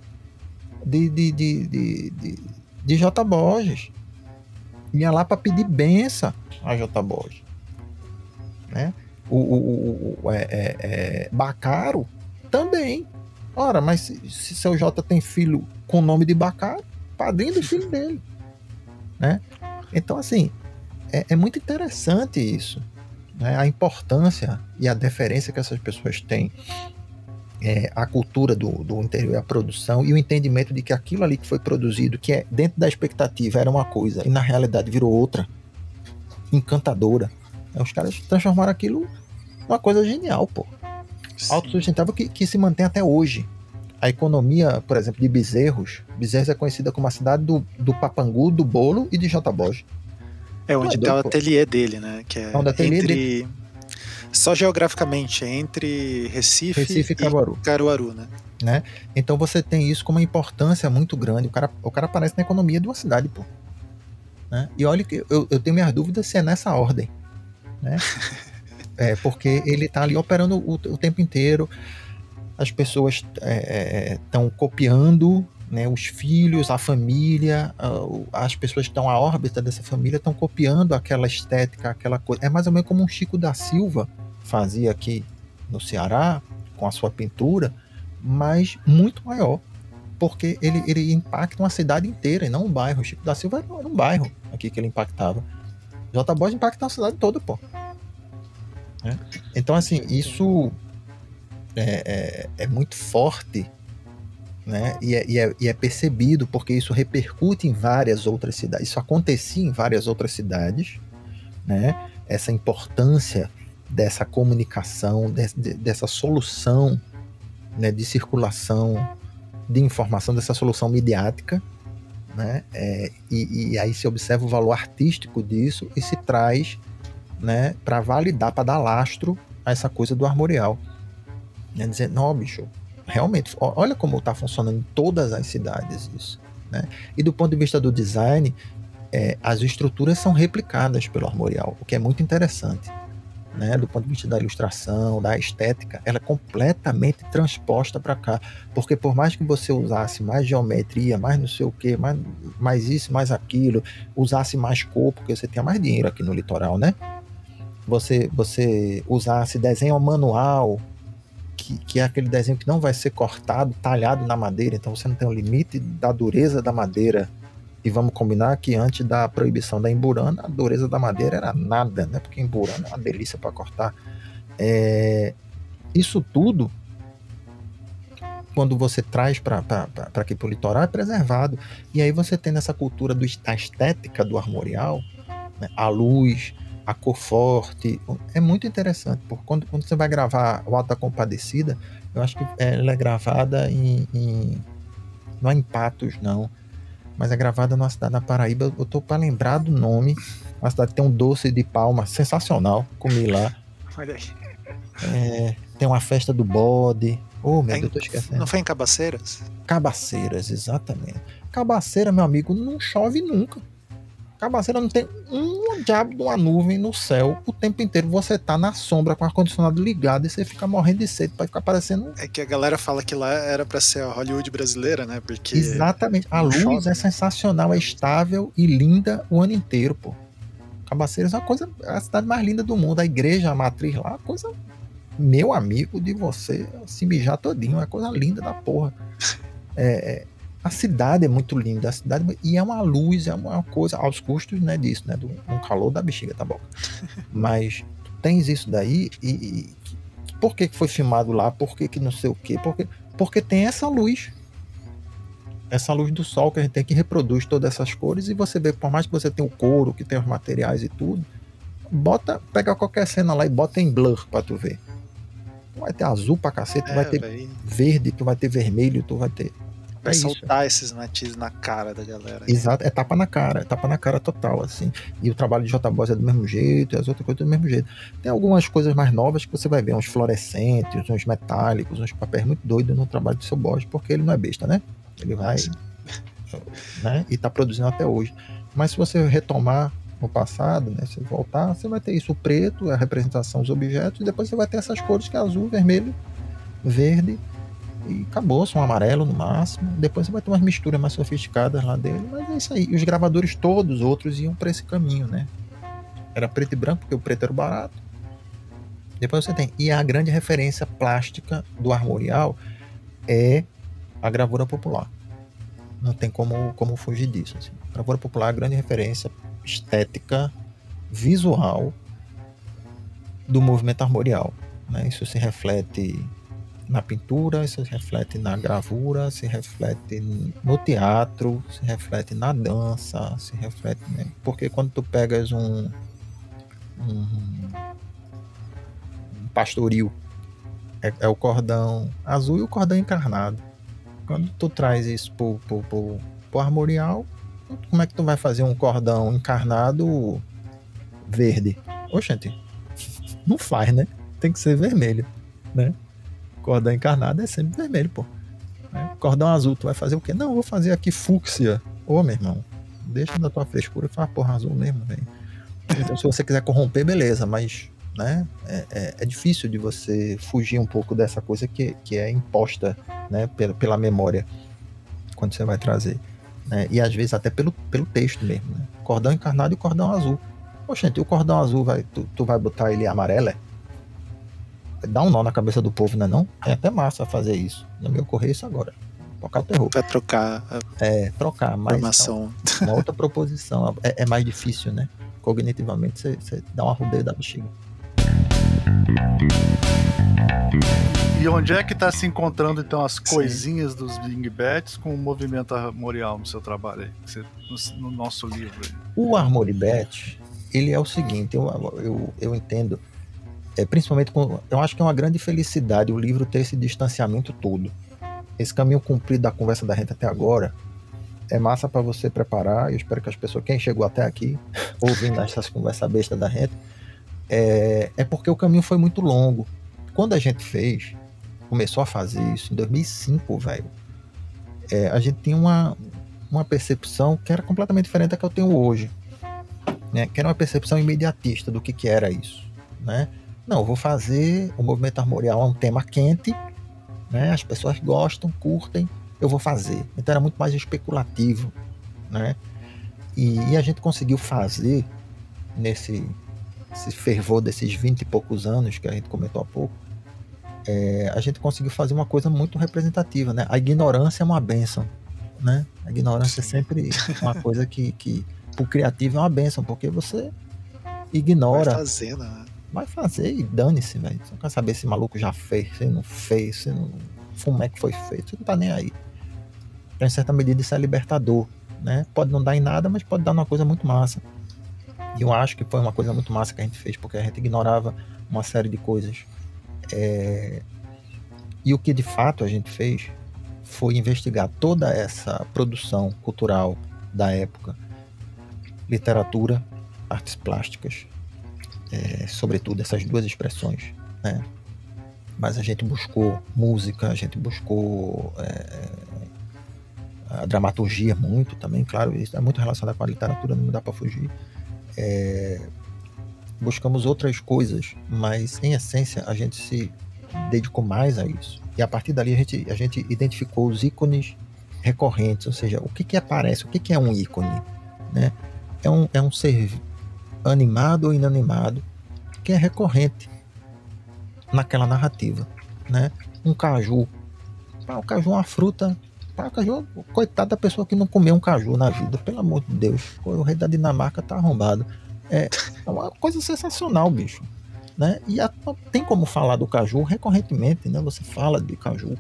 J. Borges, ia lá para pedir benção a J. Borges, né? Bacaro também. Ora, mas se seu Jota tem filho com o nome de Bacaro, padrinho do filho dele, né? Então, assim, é muito interessante isso, né? A importância e a deferência que essas pessoas têm à cultura do interior e à produção, e o entendimento de que aquilo ali que foi produzido, que é dentro da expectativa era uma coisa e na realidade virou outra, encantadora. Os caras transformaram aquilo numa coisa genial, pô. Autossustentável que se mantém até hoje. A economia, por exemplo, de Bezerros é conhecida como a cidade do papangu, do bolo e de Jota Borges. Onde está o ateliê dele, né? Que é entre... Só geograficamente, entre Recife e Caruaru, né? Então você tem isso com uma importância muito grande. O cara aparece na economia de uma cidade, pô. Né? E olha que eu tenho minhas dúvidas se é nessa ordem, né? Porque ele está ali operando o tempo inteiro. As pessoas estão copiando, né, os filhos, a família, as pessoas que estão à órbita dessa família estão copiando aquela estética, aquela coisa. É mais ou menos como um Chico da Silva fazia aqui no Ceará, com a sua pintura, mas muito maior, porque ele impacta uma cidade inteira e não um bairro. O Chico da Silva era um bairro aqui que ele impactava. Jota Borges impacta a cidade toda, pô. Então, assim, isso é muito forte, né? E é percebido, porque isso repercute em várias outras cidades. Isso acontecia em várias outras cidades, né? Essa importância dessa comunicação, dessa solução, né, de circulação de informação, dessa solução midiática, né? E aí se observa o valor artístico disso e se traz, né, para validar, para dar lastro a essa coisa do armorial, né? Dizer, não, bicho, realmente, olha como está funcionando em todas as cidades isso, né? E do ponto de vista do design, as estruturas são replicadas pelo armorial, o que é muito interessante, né? Do ponto de vista da ilustração, da estética, ela é completamente transposta para cá, porque por mais que você usasse mais geometria, mais não sei o que, mais isso, mais aquilo, usasse mais cor, porque você tinha mais dinheiro aqui no litoral, né? Você usasse desenho manual, que é aquele desenho que não vai ser cortado, talhado na madeira, então você não tem o limite da dureza da madeira. E vamos combinar que antes da proibição da emburana, a dureza da madeira era nada, né? Porque emburana é uma delícia para cortar. Isso tudo, quando você traz para aqui para o litoral, é preservado. E aí você tem nessa cultura da estética do armorial, né? A luz, a cor forte, é muito interessante, porque quando você vai gravar o Auto da Compadecida, eu acho que ela é gravada não é em Patos, não, mas é gravada numa cidade na Paraíba, eu tô para lembrar do nome, uma cidade que tem um doce de palma sensacional, comi lá. Olha aí. Tem uma festa do bode, meu Deus, tô esquecendo. Não foi em Cabaceiras? Cabaceiras, exatamente. Cabaceira, meu amigo, não chove nunca. Cabaceira não tem um diabo de uma nuvem no céu o tempo inteiro. Você tá na sombra com o ar-condicionado ligado e você fica morrendo de sede, vai ficar parecendo... É que a galera fala que lá era pra ser a Hollywood brasileira, né? Porque exatamente. A luz é sensacional, é estável e linda o ano inteiro, pô. Cabaceiras é a cidade mais linda do mundo. A igreja, a matriz lá, a coisa... Meu amigo, de você se mijar todinho, é uma coisa linda da porra. A cidade é muito linda, e é uma luz, é uma coisa aos custos, né, disso, né, um calor da bexiga, tá bom? Mas tens isso daí, e por que foi filmado lá, por que não sei o quê, porque tem essa luz do sol que a gente tem, que reproduz todas essas cores, e você vê, por mais que você tenha o couro, que tem os materiais e tudo, pega qualquer cena lá e bota em blur pra tu ver. Tu vai ter azul pra cacete, tu vai ter verde, tu vai ter vermelho, tu vai ter... Vai soltar esses matizes na cara da galera. Exato, é tapa na cara total, assim. E o trabalho de Jota Borges é do mesmo jeito, e as outras coisas do mesmo jeito. Tem algumas coisas mais novas que você vai ver, uns fluorescentes, uns metálicos, uns papéis muito doidos no trabalho do seu Borges, porque ele não é besta, né? Ele vai, né? E tá produzindo até hoje. Mas se você retomar no passado, né? Se voltar, você vai ter isso, o preto, a representação dos objetos, e depois você vai ter essas cores que é azul, vermelho, verde, e acabou, só um amarelo no máximo. Depois você vai ter umas misturas mais sofisticadas lá dele, mas é isso aí. E os gravadores todos, outros, iam para esse caminho, né? Era preto e branco, porque o preto era barato. Depois você tem. E a grande referência plástica do armorial é a gravura popular. Não tem como fugir disso. Assim. A gravura popular é a grande referência estética, visual do movimento armorial. Né? Isso se reflete na pintura, isso se reflete na gravura, se reflete no teatro, se reflete na dança, se reflete... Né? Porque quando tu pegas um pastoril, é o cordão azul e o cordão encarnado. Quando tu traz isso pro armorial, como é que tu vai fazer um cordão encarnado verde? Oxente, não faz, né? Tem que ser vermelho, né? Cordão encarnado é sempre vermelho, pô. Cordão azul, tu vai fazer o quê? Não, vou fazer aqui fúcsia. Ô, meu irmão, deixa da tua frescura e faz porra azul mesmo, velho. Então, se você quiser corromper, beleza, mas né, é difícil de você fugir um pouco dessa coisa que é imposta, né, pela memória quando você vai trazer. Né, e às vezes até pelo texto mesmo. Né? Cordão encarnado e cordão azul. Poxa, e o cordão azul, tu vai botar ele amarelo? Dá um nó na cabeça do povo, né? Não? É até massa fazer isso. Não me ocorreu isso agora. Tocar o terror. Vai trocar trocar, mas informação. Então, uma outra proposição é mais difícil, né? Cognitivamente você dá uma rodeio da bexiga. E onde é que está se encontrando então as coisinhas dos Dingbats com o movimento armorial no seu trabalho aí, no nosso livro aí? O Armoribat, ele é o seguinte, eu entendo, principalmente eu acho que é uma grande felicidade o livro ter esse distanciamento todo. Esse caminho comprido da conversa da gente até agora é massa para você preparar. Eu espero que as pessoas, quem chegou até aqui ouvindo essas conversas bestas da gente, é porque o caminho foi muito longo. Quando a gente começou a fazer isso em 2005, velho, a gente tinha uma percepção que era completamente diferente da que eu tenho hoje, né? Que era uma percepção imediatista do que era isso, né? Não, eu vou fazer, o movimento armorial é um tema quente, né? As pessoas gostam, curtem, eu vou fazer. Então era muito mais especulativo, né? E a gente conseguiu fazer nesse fervor desses 20 e poucos anos que a gente comentou há pouco, a gente conseguiu fazer uma coisa muito representativa, né? A ignorância é uma bênção, né? A ignorância é sempre uma coisa que pro criativo é uma bênção, porque você ignora. Vai fazendo, né? Vai fazer e dane-se, velho. Você não quer saber se o maluco já fez, se não fez, se não... como é que foi feito. Você não tá nem aí. Então, em certa medida, isso é libertador, né? Pode não dar em nada, mas pode dar numa coisa muito massa. E eu acho que foi uma coisa muito massa que a gente fez, porque a gente ignorava uma série de coisas. E o que de fato a gente fez foi investigar toda essa produção cultural da época, literatura, artes plásticas, sobretudo essas duas expressões, né? Mas a gente buscou música, a gente buscou a dramaturgia muito também, claro, isso é muito relacionado com a literatura, não dá para fugir. Buscamos outras coisas, mas em essência a gente se dedicou mais a isso. E a partir dali a gente identificou os ícones recorrentes, ou seja, o que aparece, o que é um ícone, né? É um ser animado ou inanimado que é recorrente naquela narrativa, né? Um caju. O caju é uma fruta. O caju, coitado da pessoa que não comeu um caju na vida, pelo amor de Deus. O rei da Dinamarca tá arrombado. É uma coisa sensacional, bicho, né? E tem como falar do caju recorrentemente, né? Você fala de caju.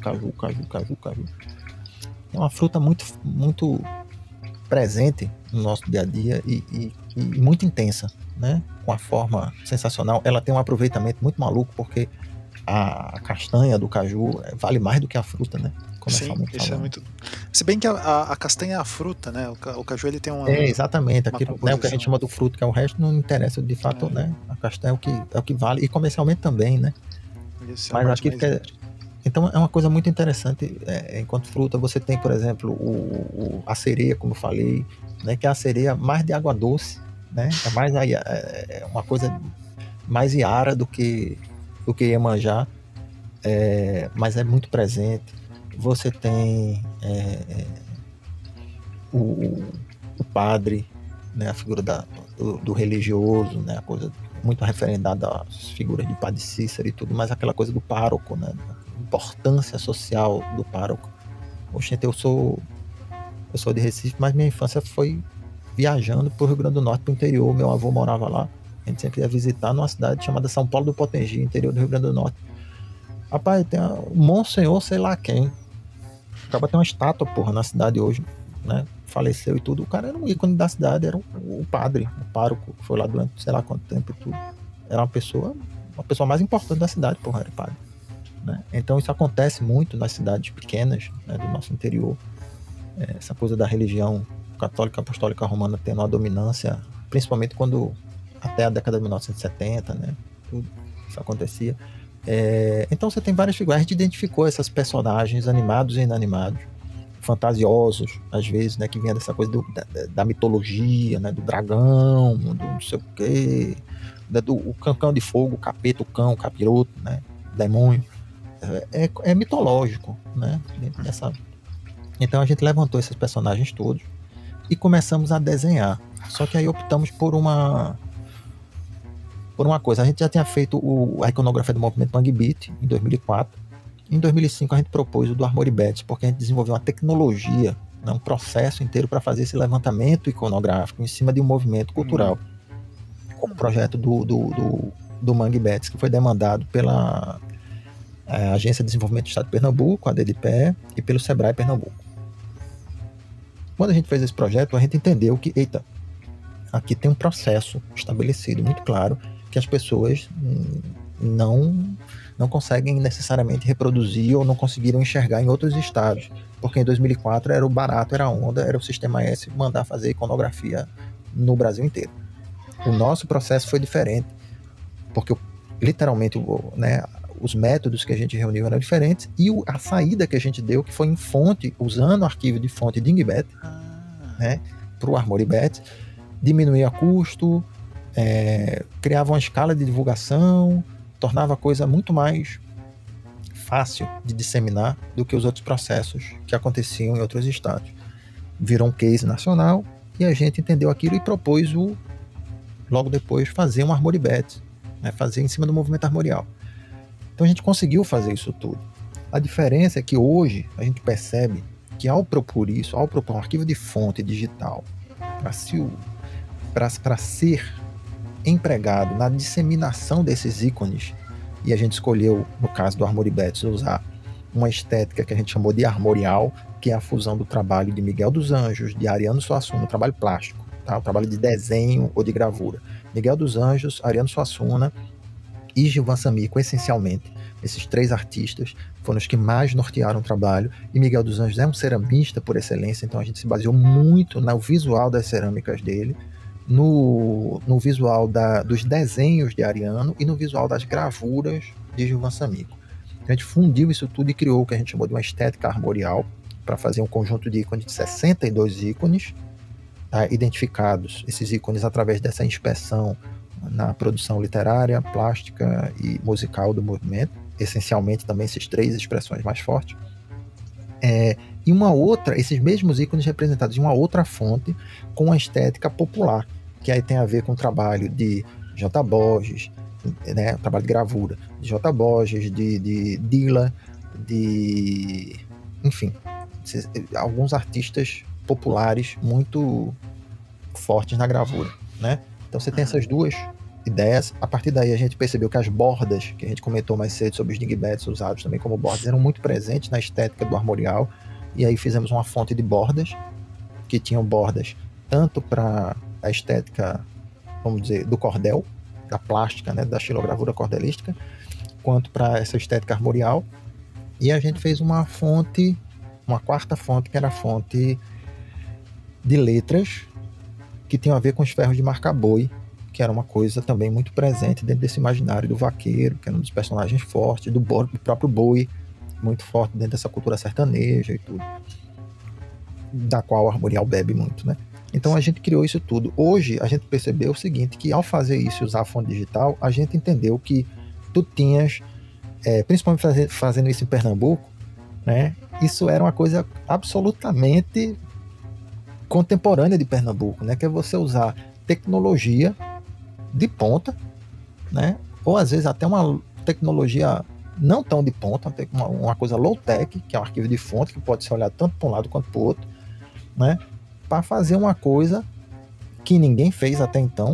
É uma fruta muito, muito presente no nosso dia a dia e muito intensa, né? Com a forma sensacional. Ela tem um aproveitamento muito maluco, porque a castanha do caju vale mais do que a fruta, né? Sim, isso é muito... Se bem que a castanha é a fruta, né? O caju ele tem uma... exatamente. Aquilo, né, o que a gente chama do fruto, que é o resto, não interessa de fato, né? A castanha é o que vale, e comercialmente também, né? Isso, mas aquilo que então é uma coisa muito interessante. Enquanto fruta, você tem, por exemplo, a sereia, como eu falei, né? Que é a sereia mais de água doce, né? É uma coisa mais iara do que Iemanjá, mas é muito presente. Você tem o padre, né, a figura do religioso, né, a coisa muito referendado às figuras de Padre Cícero e tudo, mas aquela coisa do pároco, né? A importância social do pároco. Oxente, eu sou de Recife, mas minha infância foi viajando pro Rio Grande do Norte, pro interior. Meu avô morava lá. A gente sempre ia visitar numa cidade chamada São Paulo do Potengi, interior do Rio Grande do Norte. Rapaz, tem um Monsenhor sei lá quem. Acaba tem uma estátua, porra, na cidade hoje, né? Faleceu e tudo. O cara era um ícone da cidade, era o padre, o pároco, que foi lá durante sei lá quanto tempo e tudo. Era uma pessoa mais importante da cidade, porra, era padre. Né? Então isso acontece muito nas cidades pequenas, né, do nosso interior. Essa coisa da religião católica apostólica romana tendo uma dominância, principalmente quando até a década de 1970, né, tudo isso acontecia. Então você tem várias figuras. A gente identificou essas personagens animados e inanimados, fantasiosos às vezes, né, que vinha dessa coisa da mitologia, né, do dragão, do não sei o quê, do cão de fogo, o capeta, o cão, o capiroto, né, o demônio. É mitológico, né, dentro dessa. Então a gente levantou esses personagens todos e começamos a desenhar. Só que aí optamos por uma coisa. A gente já tinha feito a iconografia do movimento Mangue Beat em 2004. Em 2005 a gente propôs o do Armoribet, porque a gente desenvolveu uma tecnologia, né, um processo inteiro para fazer esse levantamento iconográfico em cima de um movimento cultural. Com o projeto do Mangue Bets, que foi demandado pela Agência de Desenvolvimento do Estado de Pernambuco, a DDPE, e pelo Sebrae Pernambuco. Quando a gente fez esse projeto, a gente entendeu que, aqui tem um processo estabelecido, muito claro, que as pessoas não conseguem necessariamente reproduzir ou não conseguiram enxergar em outros estados, porque em 2004 era o barato, era a onda, era o Sistema S mandar fazer iconografia no Brasil inteiro. O nosso processo foi diferente, porque literalmente, né, os métodos que a gente reuniu eram diferentes e a saída que a gente deu, que foi em fonte, usando o arquivo de fonte Dingbat, né, para o Armoribet, diminuía custo, criava uma escala de divulgação, tornava a coisa muito mais fácil de disseminar do que os outros processos que aconteciam em outros estados. Virou um case nacional e a gente entendeu aquilo e propôs logo depois fazer um Armoribet, né, fazer em cima do movimento armorial. Então a gente conseguiu fazer isso tudo. A diferença é que hoje a gente percebe que ao propor isso, ao propor um arquivo de fonte digital para ser empregado na disseminação desses ícones, e a gente escolheu, no caso do Armoribet, usar uma estética que a gente chamou de armorial, que é a fusão do trabalho de Miguel dos Anjos, de Ariano Suassuna, o trabalho plástico, tá? O trabalho de desenho ou de gravura. Miguel dos Anjos, Ariano Suassuna e Gilvan Samico, essencialmente. Esses três artistas foram os que mais nortearam o trabalho, e Miguel dos Anjos é um ceramista por excelência, então a gente se baseou muito no visual das cerâmicas dele, no visual dos desenhos de Ariano e no visual das gravuras de Gilvan Samico. A gente fundiu isso tudo e criou o que a gente chamou de uma estética armorial, para fazer um conjunto de ícones de 62 ícones, tá, identificados, esses ícones através dessa inspeção na produção literária, plástica e musical do movimento, essencialmente também essas três expressões mais fortes. E uma outra, esses mesmos ícones representados em uma outra fonte com uma estética popular, que aí tem a ver com o trabalho de J. Borges, né, o trabalho de gravura de J. Borges, de Dilla, enfim, alguns artistas populares muito fortes na gravura, né? Então você tem essas duas ideias. A partir daí a gente percebeu que as bordas, que a gente comentou mais cedo sobre os dingbats usados também como bordas, eram muito presentes na estética do armorial, e aí fizemos uma fonte de bordas, que tinham bordas tanto para a estética, vamos dizer, do cordel, da plástica, né, da xilogravura cordelística, quanto para essa estética armorial, e a gente fez uma fonte, uma quarta fonte, que era a fonte de letras, que tem a ver com os ferros de marcar boi, que era uma coisa também muito presente dentro desse imaginário do vaqueiro, que era um dos personagens fortes, do próprio boi, muito forte dentro dessa cultura sertaneja e tudo, da qual o armorial bebe muito, né? Então a gente criou isso tudo. Hoje a gente percebeu o seguinte, que ao fazer isso e usar a fonte digital, a gente entendeu que tu tinhas, principalmente fazendo isso em Pernambuco, né? Isso era uma coisa absolutamente contemporânea de Pernambuco, né? Que é você usar tecnologia de ponta, né? Ou às vezes até uma tecnologia não tão de ponta, uma coisa low-tech, que é um arquivo de fonte, que pode ser olhado tanto para um lado quanto para o outro, né? Para fazer uma coisa que ninguém fez até então,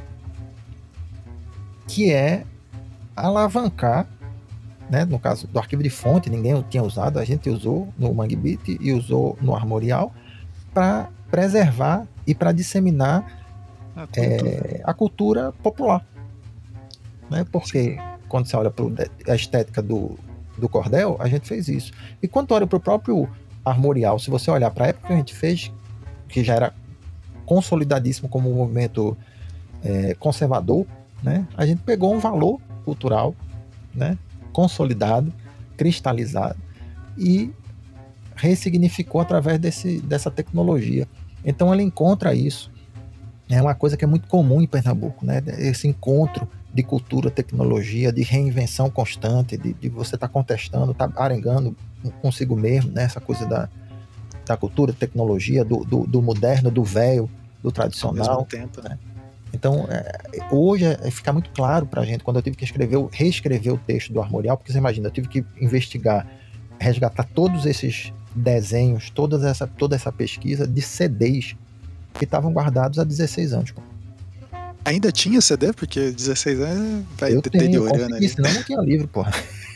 que é alavancar, né? No caso do arquivo de fonte, ninguém tinha usado, a gente usou no Mangbit e usou no Armorial para preservar e para disseminar a cultura popular, né? Porque quando você olha para a estética do cordel, a gente fez isso. E quando olha para o próprio Armorial, se você olhar para a época que a gente fez, que já era consolidadíssimo como um movimento conservador, né? A gente pegou um valor cultural, né? Consolidado, cristalizado e ressignificou através dessa tecnologia. Então ela encontra isso. É uma coisa que é muito comum em Pernambuco, né? Esse encontro de cultura, tecnologia, de reinvenção constante, de você estar contestando, estar arengando consigo mesmo, né? Essa coisa da cultura, tecnologia, do moderno, do velho, do tradicional. Ao mesmo tempo, né? Então, hoje fica muito claro pra gente, quando eu tive que reescrever o texto do Armorial, porque você imagina, eu tive que investigar, resgatar todos esses desenhos, toda essa pesquisa de CDs que estavam guardados há 16 anos. Pô. Ainda tinha CD? Porque 16 anos vai deteriorando ali. Senão não tinha livro, porra.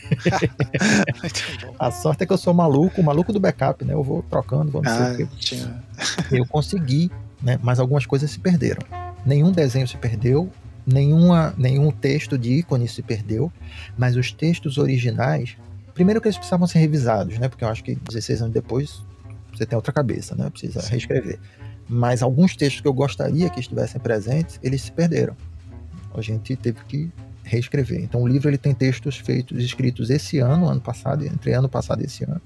A sorte é que eu sou o maluco do backup, né? Eu vou trocando, vou não sei o quê. Eu consegui, né? Mas algumas coisas se perderam. Nenhum desenho se perdeu, nenhum texto de ícone se perdeu, mas os textos originais, primeiro que eles precisavam ser revisados, né? Porque eu acho que 16 anos depois você tem outra cabeça, né? Precisa reescrever. Mas alguns textos que eu gostaria que estivessem presentes, eles se perderam. A gente teve que reescrever. Então o livro ele tem textos escritos esse ano passado, entre ano passado e esse ano.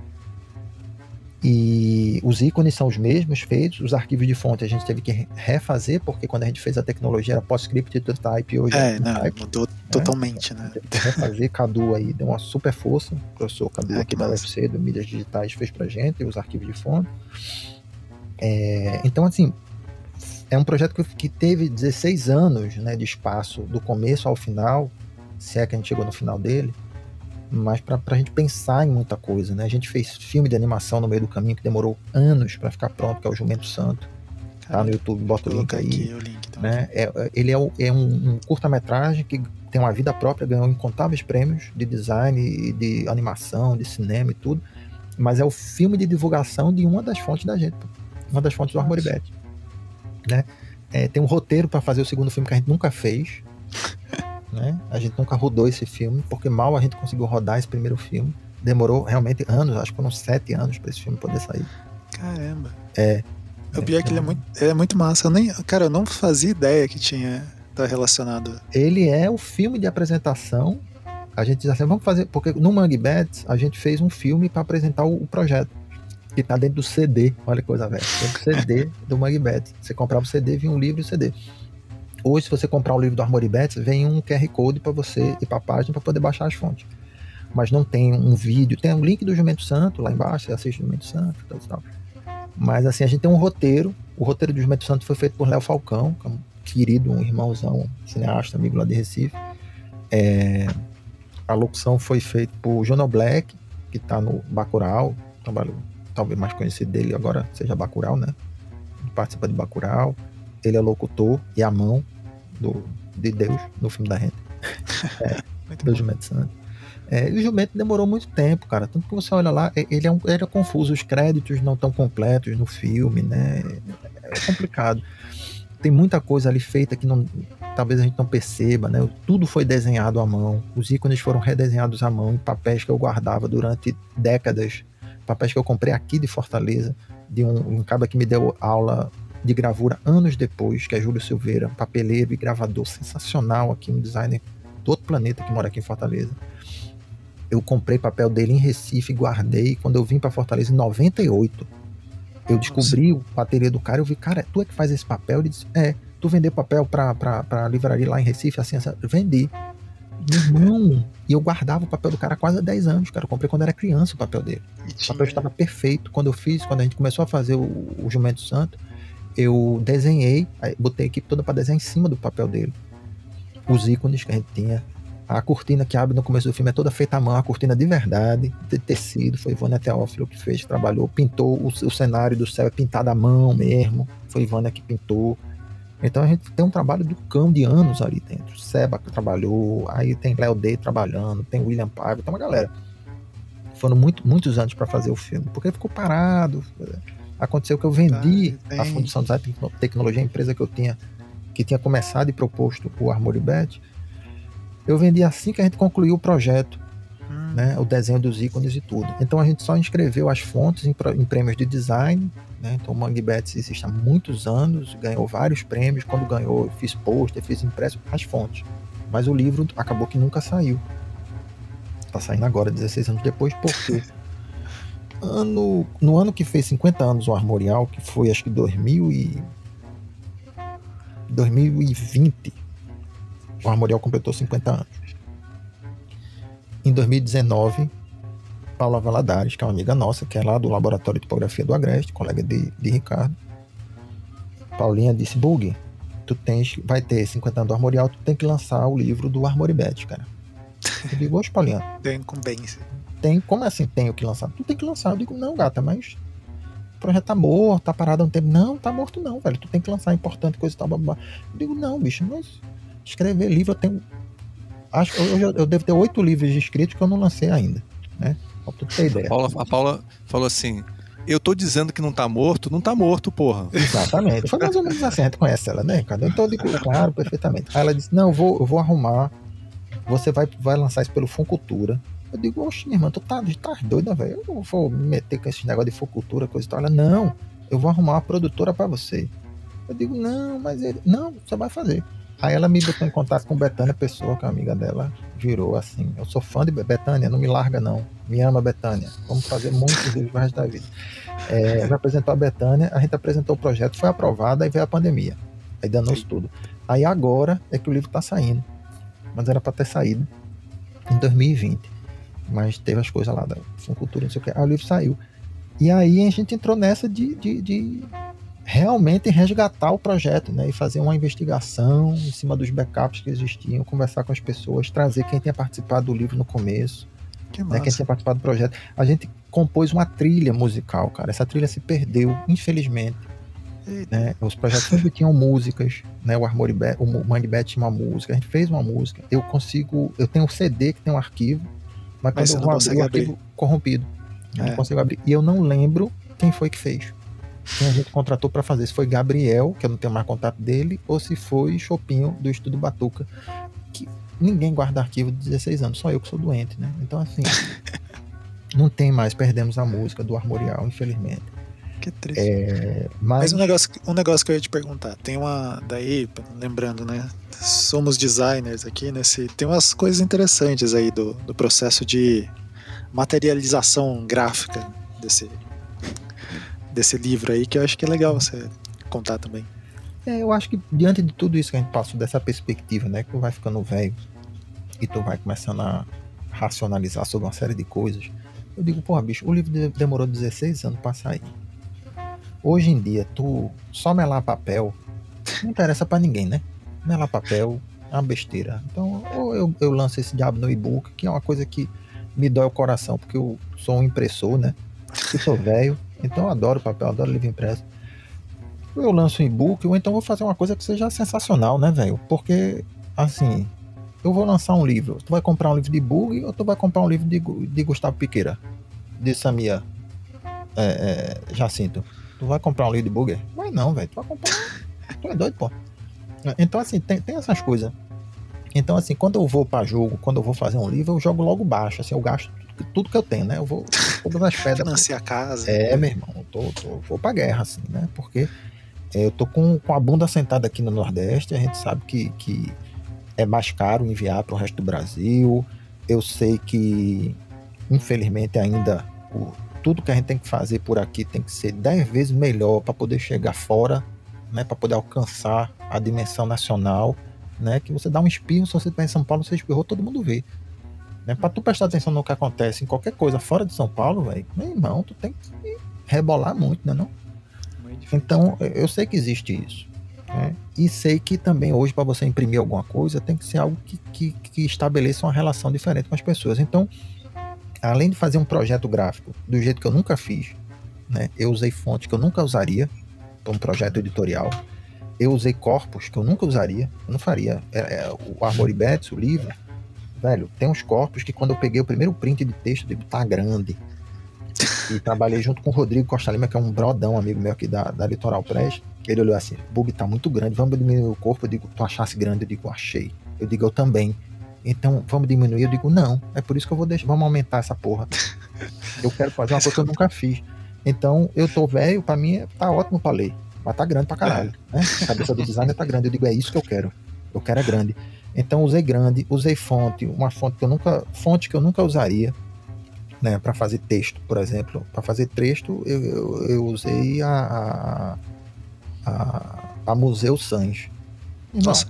E os ícones são os mesmos feitos, os arquivos de fonte a gente teve que refazer, porque quando a gente fez a tecnologia era PostScript to type, hoje mudou totalmente, né? Teve que refazer, Cadu aí deu uma super força, o professor Cadu aqui da UFC, do Mídias Digitais, fez pra gente os arquivos de fonte. Então assim, é um projeto que teve 16 anos, né, de espaço, do começo ao final, se é que a gente chegou no final dele, mas pra gente pensar em muita coisa, né? A gente fez filme de animação no meio do caminho que demorou anos para ficar pronto, que é o Jumento Santo. Tá no YouTube, bota o link aí. Aqui, o link, né? Ele é um curta-metragem que tem uma vida própria, ganhou incontáveis prêmios de design, de animação, de cinema e tudo, mas é o filme de divulgação de uma das fontes da gente, uma das fontes do Armoribet, né? Tem um roteiro para fazer o segundo filme que a gente nunca fez, né? A gente nunca rodou esse filme, porque mal a gente conseguiu rodar esse primeiro filme. Demorou realmente anos, acho que foram 7 anos para esse filme poder sair. Caramba. O pior é que ele é muito massa. Eu não fazia ideia que tá relacionado. Ele é o filme de apresentação. A gente diz assim, vamos fazer, porque no Mangbet a gente fez um filme para apresentar o projeto, que tá dentro do CD. Olha que coisa velha. Dentro do CD do Mangbet. Você comprava o CD, vinha um livro e o CD. Hoje, se você comprar o livro do Armoribet, vem um QR Code para você ir para a página para poder baixar as fontes. Mas não tem um vídeo. Tem um link do Jumento Santo lá embaixo, você assiste o Jumento Santo e tal. Mas assim, a gente tem um roteiro. O roteiro do Jumento Santo foi feito por Léo Falcão, que é um querido, um irmãozão, cineasta, amigo lá de Recife. A locução foi feita por Jono Black, que está no Bacurau. Trabalho talvez mais conhecido dele agora seja Bacurau, né? Ele participa de Bacurau. Ele é locutor e a mão de Deus no filme da gente. Do Jumento Santo. E o Jumento demorou muito tempo, cara. Tanto que você olha lá, ele é confuso. Os créditos não estão completos no filme, né? É complicado. Tem muita coisa ali feita que talvez a gente não perceba, né? Tudo foi desenhado à mão. Os ícones foram redesenhados à mão em papéis que eu guardava durante décadas. Papéis que eu comprei aqui de Fortaleza, de um cara que me deu aula de gravura anos depois, que é Júlio Silveira, papeleiro e gravador sensacional aqui, um designer do outro planeta que mora aqui em Fortaleza. Eu comprei papel dele em Recife, guardei. Quando eu vim para Fortaleza em 98, eu descobri o ateliê do cara. Eu vi, cara, tu é que faz esse papel? Ele disse, tu vendeu papel pra livraria lá em Recife, assim, vendi. Meu irmão, e eu guardava o papel do cara há quase 10 anos, cara. Eu comprei quando era criança o papel dele. O papel estava perfeito. Quando a gente começou a fazer o Jumento Santo, eu desenhei, botei a equipe toda para desenhar em cima do papel dele. os ícones que a gente tinha. A cortina que abre no começo do filme é toda feita à mão, a cortina de verdade, de tecido, foi Vânia Teófilo que fez, trabalhou, pintou, o cenário do céu é pintado à mão mesmo, foi Vânia que pintou. Então a gente tem um trabalho do cão de anos ali dentro. Seba que trabalhou, aí tem Léo Day trabalhando, tem William Paiva, tem uma galera. Foram muitos anos para fazer o filme, porque ficou parado. Aconteceu que eu vendi a Fundição Design e Tecnologia, a empresa que tinha começado e proposto o Armoribet. Eu vendi assim que a gente concluiu o projeto, né, o desenho dos ícones e tudo. Então a gente só inscreveu as fontes em prêmios de design, né? Então o Mangue Betts existe há muitos anos, ganhou vários prêmios. Quando ganhou, eu fiz pôster, fiz impresso as fontes. Mas o livro acabou que nunca saiu. Tá saindo agora, 16 anos depois, porque no ano que fez 50 anos o Armorial, que foi acho que 2020, o Armorial completou 50 anos. Em 2019, Paula Valadares, que é uma amiga nossa, que é lá do Laboratório de Tipografia do Agreste, colega de Ricardo, Paulinha disse: Bug, vai ter 50 anos do Armorial, tu tem que lançar o livro do Armoribet, cara. Eu digo: oxe, Paulinha, tem incumbência. Como assim tenho que lançar? Tu tem que lançar. Eu digo: não, gata, mas o projeto tá morto, tá parado há um tempo. Não, tá morto não, velho, tu tem que lançar, é importante, coisa e tal, blá. Eu digo: não, bicho, mas escrever livro eu tenho... Acho que eu devo ter 8 livros escritos que eu não lancei ainda, né? Pra tu ter ideia. A Paula falou assim: eu tô dizendo que não tá morto, porra. Exatamente. Foi mais ou menos assim, a gente conhece ela, né, cara? Então eu digo: claro, perfeitamente. Aí ela disse: não, eu vou arrumar, você vai lançar isso pelo Funcultura. Eu digo: oxe, minha irmã, tu tá doida, velho? Eu não vou me meter com esse negócio de Funcultura, coisa e tal. Ela: não, eu vou arrumar uma produtora pra você. Eu digo: não, mas não, você vai fazer. Aí ela me botou em contato com Betânia Pessoa, que é uma amiga dela, virou assim: eu sou fã de Betânia, não me larga não, me ama, Betânia, vamos fazer muitos livros pro resto da vida. Me apresentou a Betânia, a gente apresentou o projeto, foi aprovado, aí veio a pandemia, aí danou-se tudo. Aí agora é que o livro tá saindo, mas era para ter saído em 2020, mas teve as coisas lá da Funcultura, não sei o que, aí o livro saiu. E aí a gente entrou nessa de realmente resgatar o projeto, né, e fazer uma investigação em cima dos backups que existiam, conversar com as pessoas, trazer quem tinha participado do livro no começo, né, quem tinha participado do projeto. A gente compôs uma trilha musical, cara. Essa trilha se perdeu, infelizmente, né? Os projetos sempre tinham músicas, né? O Mangue Betts tinha uma música, a gente fez uma música. Eu tenho um CD que tem um arquivo, mas quando eu vou abrir o arquivo corrompido, eu não consigo abrir. E eu não lembro quem foi que fez. Quem a gente contratou para fazer, se foi Gabriel, que eu não tenho mais contato dele, ou se foi Chopinho do Estúdio Batuca, que ninguém guarda arquivo de 16 anos, só eu que sou doente, né? Então assim, não tem mais, perdemos a música do Armorial, infelizmente. Que triste. Mas um negócio que eu ia te perguntar, tem daí, lembrando, né, somos designers aqui, né, tem umas coisas interessantes aí do processo de materialização gráfica desse livro aí, que eu acho que é legal você contar também. Eu acho que diante de tudo isso que a gente passou, dessa perspectiva, né, que tu vai ficando velho e tu vai começando a racionalizar sobre uma série de coisas, eu digo: porra, bicho, o livro demorou 16 anos pra sair. Hoje em dia, tu só melar papel não interessa pra ninguém, né? Melar papel é uma besteira. Então, ou eu lanço esse diabo no e-book, que é uma coisa que me dói o coração, porque eu sou um impressor, né? Eu sou velho, então eu adoro papel, adoro livro impresso. Eu lanço um e-book, ou então vou fazer uma coisa que seja sensacional, né, velho? Porque, assim, eu vou lançar um livro. Tu vai comprar um livro de Bug ou tu vai comprar um livro de Gustavo Piqueira? De Samia Jacinto? Tu vai comprar um livro de Bug? Vai não, velho. Tu vai comprar. Tu é doido, pô. Então, assim, tem essas coisas. Então, assim, quando eu vou pra jogo, quando eu vou fazer um livro, eu jogo logo baixo. Assim, eu gasto tudo que eu tenho, né? Eu vou todas as pedras. Financiar a casa. Meu irmão, eu vou pra guerra, assim, né? Porque eu tô com a bunda sentada aqui no Nordeste, a gente sabe que é mais caro enviar para o resto do Brasil. Eu sei que, infelizmente, ainda tudo que a gente tem que fazer por aqui tem que ser 10 vezes melhor para poder chegar fora, né? Para poder alcançar a dimensão nacional, né? Que você dá um espirro, se você está em São Paulo, você espirrou, todo mundo vê. Né? Para tu prestar atenção no que acontece em qualquer coisa fora de São Paulo, velho, meu irmão, tu tem que rebolar muito, né? Não? Então, eu sei que existe isso. né? E sei que também hoje, para você imprimir alguma coisa, tem que ser algo que estabeleça uma relação diferente com as pessoas. Então, além de fazer um projeto gráfico do jeito que eu nunca fiz, né, eu usei fontes que eu nunca usaria para um projeto editorial. Eu usei corpos que eu nunca usaria, eu não faria. O Armory Betts, o livro, velho, tem uns corpos que quando eu peguei o primeiro print de texto, eu digo, tá grande. E trabalhei junto com o Rodrigo Costa Lima, que é um brodão, amigo meu aqui da Litoral Press. Ele olhou assim, Bug, tá muito grande, vamos diminuir o corpo. Eu digo, tu achasse grande? Eu digo, achei. Eu digo, eu também. Então, vamos diminuir? Eu digo, não, é por isso que eu vou deixar, vamos aumentar essa porra. Eu quero fazer uma coisa que eu nunca fiz. Então, eu tô velho, pra mim tá ótimo pra ler, mas tá grande pra caralho, né? A cabeça do designer tá grande. Eu digo, é isso que eu quero é grande. Então, usei grande, usei fonte, uma fonte que eu nunca usaria, né, para fazer texto, por exemplo. Para fazer texto, eu usei a Museu Sans. Nossa.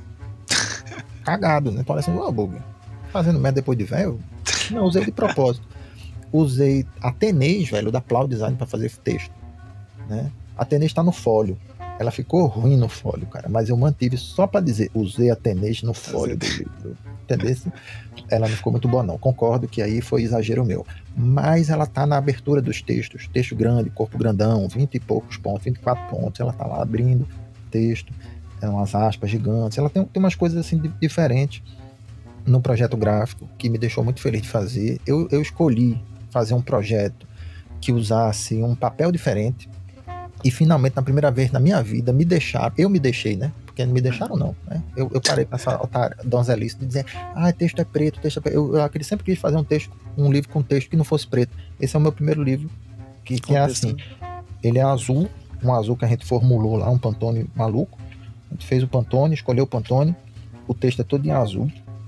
Cagado, né? Parecendo, Bug, fazendo merda depois de velho. Não, usei de propósito. Usei a Tenês, velho, da Plow Design para fazer texto, né? A Tenês tá no fólio. Ela ficou ruim no fólio, cara, mas eu mantive só para dizer, usei a Tenês no fólio do livro. Entendeu? Ela não ficou muito boa, não. Concordo que aí foi exagero meu. Mas ela tá na abertura dos textos. Texto grande, corpo grandão, 20 e poucos pontos, 24 pontos. Ela tá lá abrindo texto, umas aspas gigantes. Ela tem umas coisas assim diferentes no projeto gráfico que me deixou muito feliz de fazer. Eu escolhi fazer um projeto que usasse um papel diferente. E finalmente, na primeira vez na minha vida, eu me deixei, né? Porque não me deixaram, não, né? Eu parei com essa donzelice de dizer, texto é preto, Eu sempre quis fazer um livro com texto que não fosse preto. Esse é o meu primeiro livro, que é assim. Ele é azul, um azul que a gente formulou lá, um Pantone maluco. A gente fez o Pantone, escolheu o Pantone, o texto é todo em azul.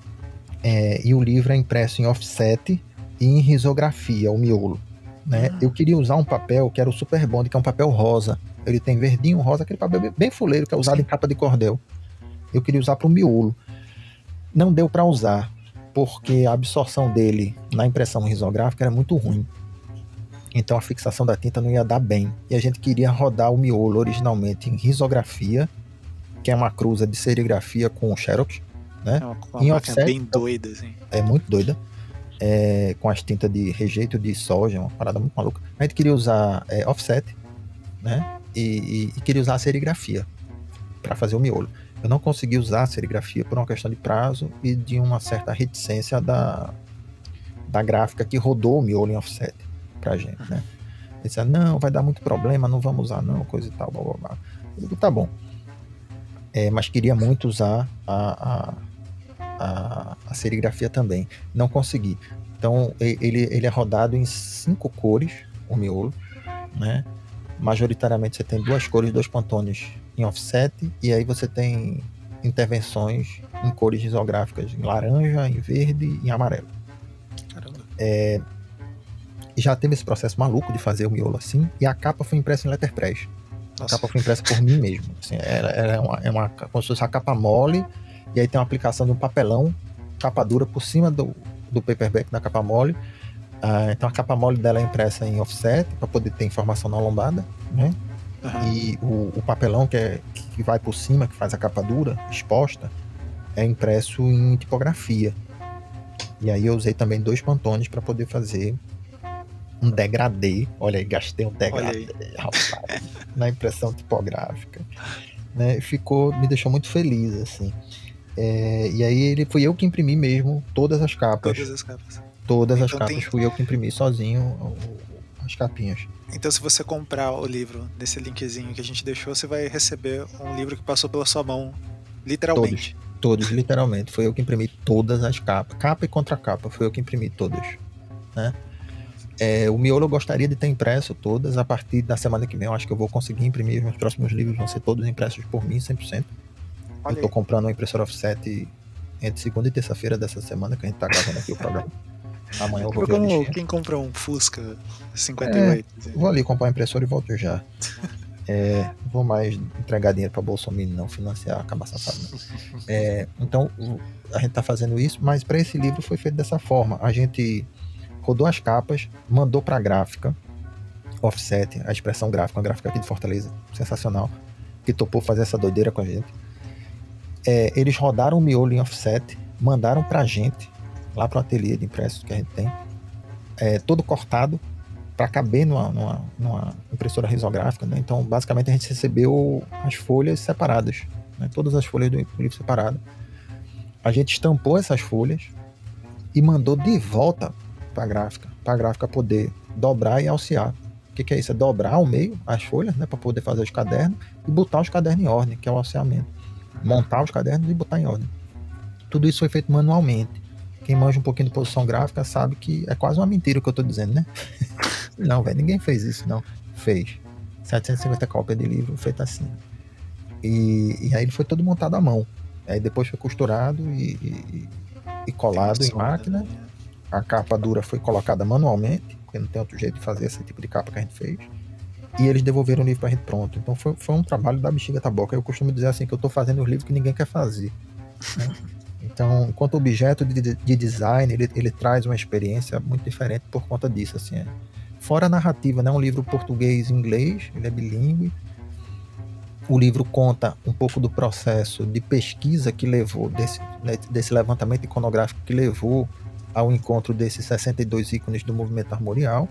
E o livro é impresso em offset e em risografia, o miolo. Né? Eu queria usar um papel que era o Super Bond, que é um papel rosa. Ele tem verdinho, rosa, aquele papel bem fuleiro que é usado em capa de cordel. Eu queria usar para o miolo. Não deu para usar, porque a absorção dele na impressão risográfica era muito ruim. Então a fixação da tinta não ia dar bem. E a gente queria rodar o miolo originalmente em risografia, que é uma cruza de serigrafia com Xerox. Né? É uma máquina bem doida, assim. É muito doida. Com as tintas de rejeito de soja, uma parada muito maluca. A gente queria usar offset, né? E queria usar a serigrafia para fazer o miolo. Eu não consegui usar a serigrafia por uma questão de prazo e de uma certa reticência da gráfica que rodou o miolo em offset pra gente, né? Ele disse, não, vai dar muito problema, não vamos usar não, coisa e tal, blá, blá, blá. Eu digo, tá bom. Mas queria muito usar a serigrafia também. Não consegui. Então, ele é rodado em 5 cores, o miolo, né? Majoritariamente você tem 2 cores, 2 pantones em offset, e aí você tem intervenções em cores risográficas, em laranja, em verde e em amarelo. Caramba. Já teve esse processo maluco de fazer o miolo assim, e a capa foi impressa em letterpress. Nossa. A capa foi impressa por mim mesmo. Assim, como se fosse uma capa mole, e aí tem uma aplicação de um papelão, capa dura por cima do paperback da capa mole. Então a capa mole dela é impressa em offset para poder ter informação na lombada, né? Uhum. E o papelão que vai por cima, que faz a capa dura, exposta, é impresso em tipografia. E aí eu usei também 2 pantones para poder fazer um degradê. Olha aí, gastei um degradê, rapaz, na impressão tipográfica, né? Me deixou muito feliz, assim. E aí fui eu que imprimi mesmo todas as capas. Todas as capas fui eu que imprimi sozinho as capinhas. Então, se você comprar o livro nesse linkzinho que a gente deixou, você vai receber um livro que passou pela sua mão, literalmente. Todos, literalmente. Foi eu que imprimi todas as capas. Capa e contracapa, foi eu que imprimi todas, né? O miolo eu gostaria de ter impresso todas. A partir da semana que vem eu acho que eu vou conseguir imprimir. Os meus próximos livros vão ser todos impressos por mim, 100%. Eu tô comprando uma impressora offset entre segunda e terça-feira dessa semana, que a gente tá gravando aqui o programa. Amanhã eu vou ver o Quem comprou um Fusca 58? Vou ali comprar uma impressora e volto já. Vou mais entregar dinheiro pra Bolsonaro, não financiar, acabar safado. Então, a gente tá fazendo isso, mas para esse livro foi feito dessa forma. A gente rodou as capas, mandou pra gráfica, offset, a expressão gráfica, uma gráfica aqui de Fortaleza, sensacional. que topou fazer essa doideira com a gente. Eles rodaram o miolo em offset, mandaram pra gente, lá pro ateliê de impressos que a gente tem, todo cortado, para caber numa impressora risográfica, né? Então, basicamente, a gente recebeu as folhas separadas, né? Todas as folhas do livro separado. A gente estampou essas folhas e mandou de volta para a gráfica poder dobrar e alcear. O que é isso? É dobrar ao meio as folhas, né, para poder fazer os cadernos e botar os cadernos em ordem, que é o alceamento. Montar os cadernos e botar em ordem. Tudo isso foi feito manualmente. Quem manja um pouquinho de posição gráfica sabe que é quase uma mentira o que eu estou dizendo, né? Não, velho, ninguém fez isso, não. Fez. 750 cópias de livro feito assim. E aí ele foi todo montado à mão. Aí depois foi costurado e colado em máquina. A capa dura foi colocada manualmente, porque não tem outro jeito de fazer esse tipo de capa que a gente fez. E eles devolveram o livro pra gente pronto. Então foi um trabalho da bexiga taboca. Eu costumo dizer assim, que eu tô fazendo os livros que ninguém quer fazer, né? Então, enquanto objeto de design, ele traz uma experiência muito diferente por conta disso, assim. Fora a narrativa, né? Um livro português e inglês, ele é bilíngue. O livro conta um pouco do processo de pesquisa que levou, desse levantamento iconográfico que levou ao encontro desses 62 ícones do movimento armorial.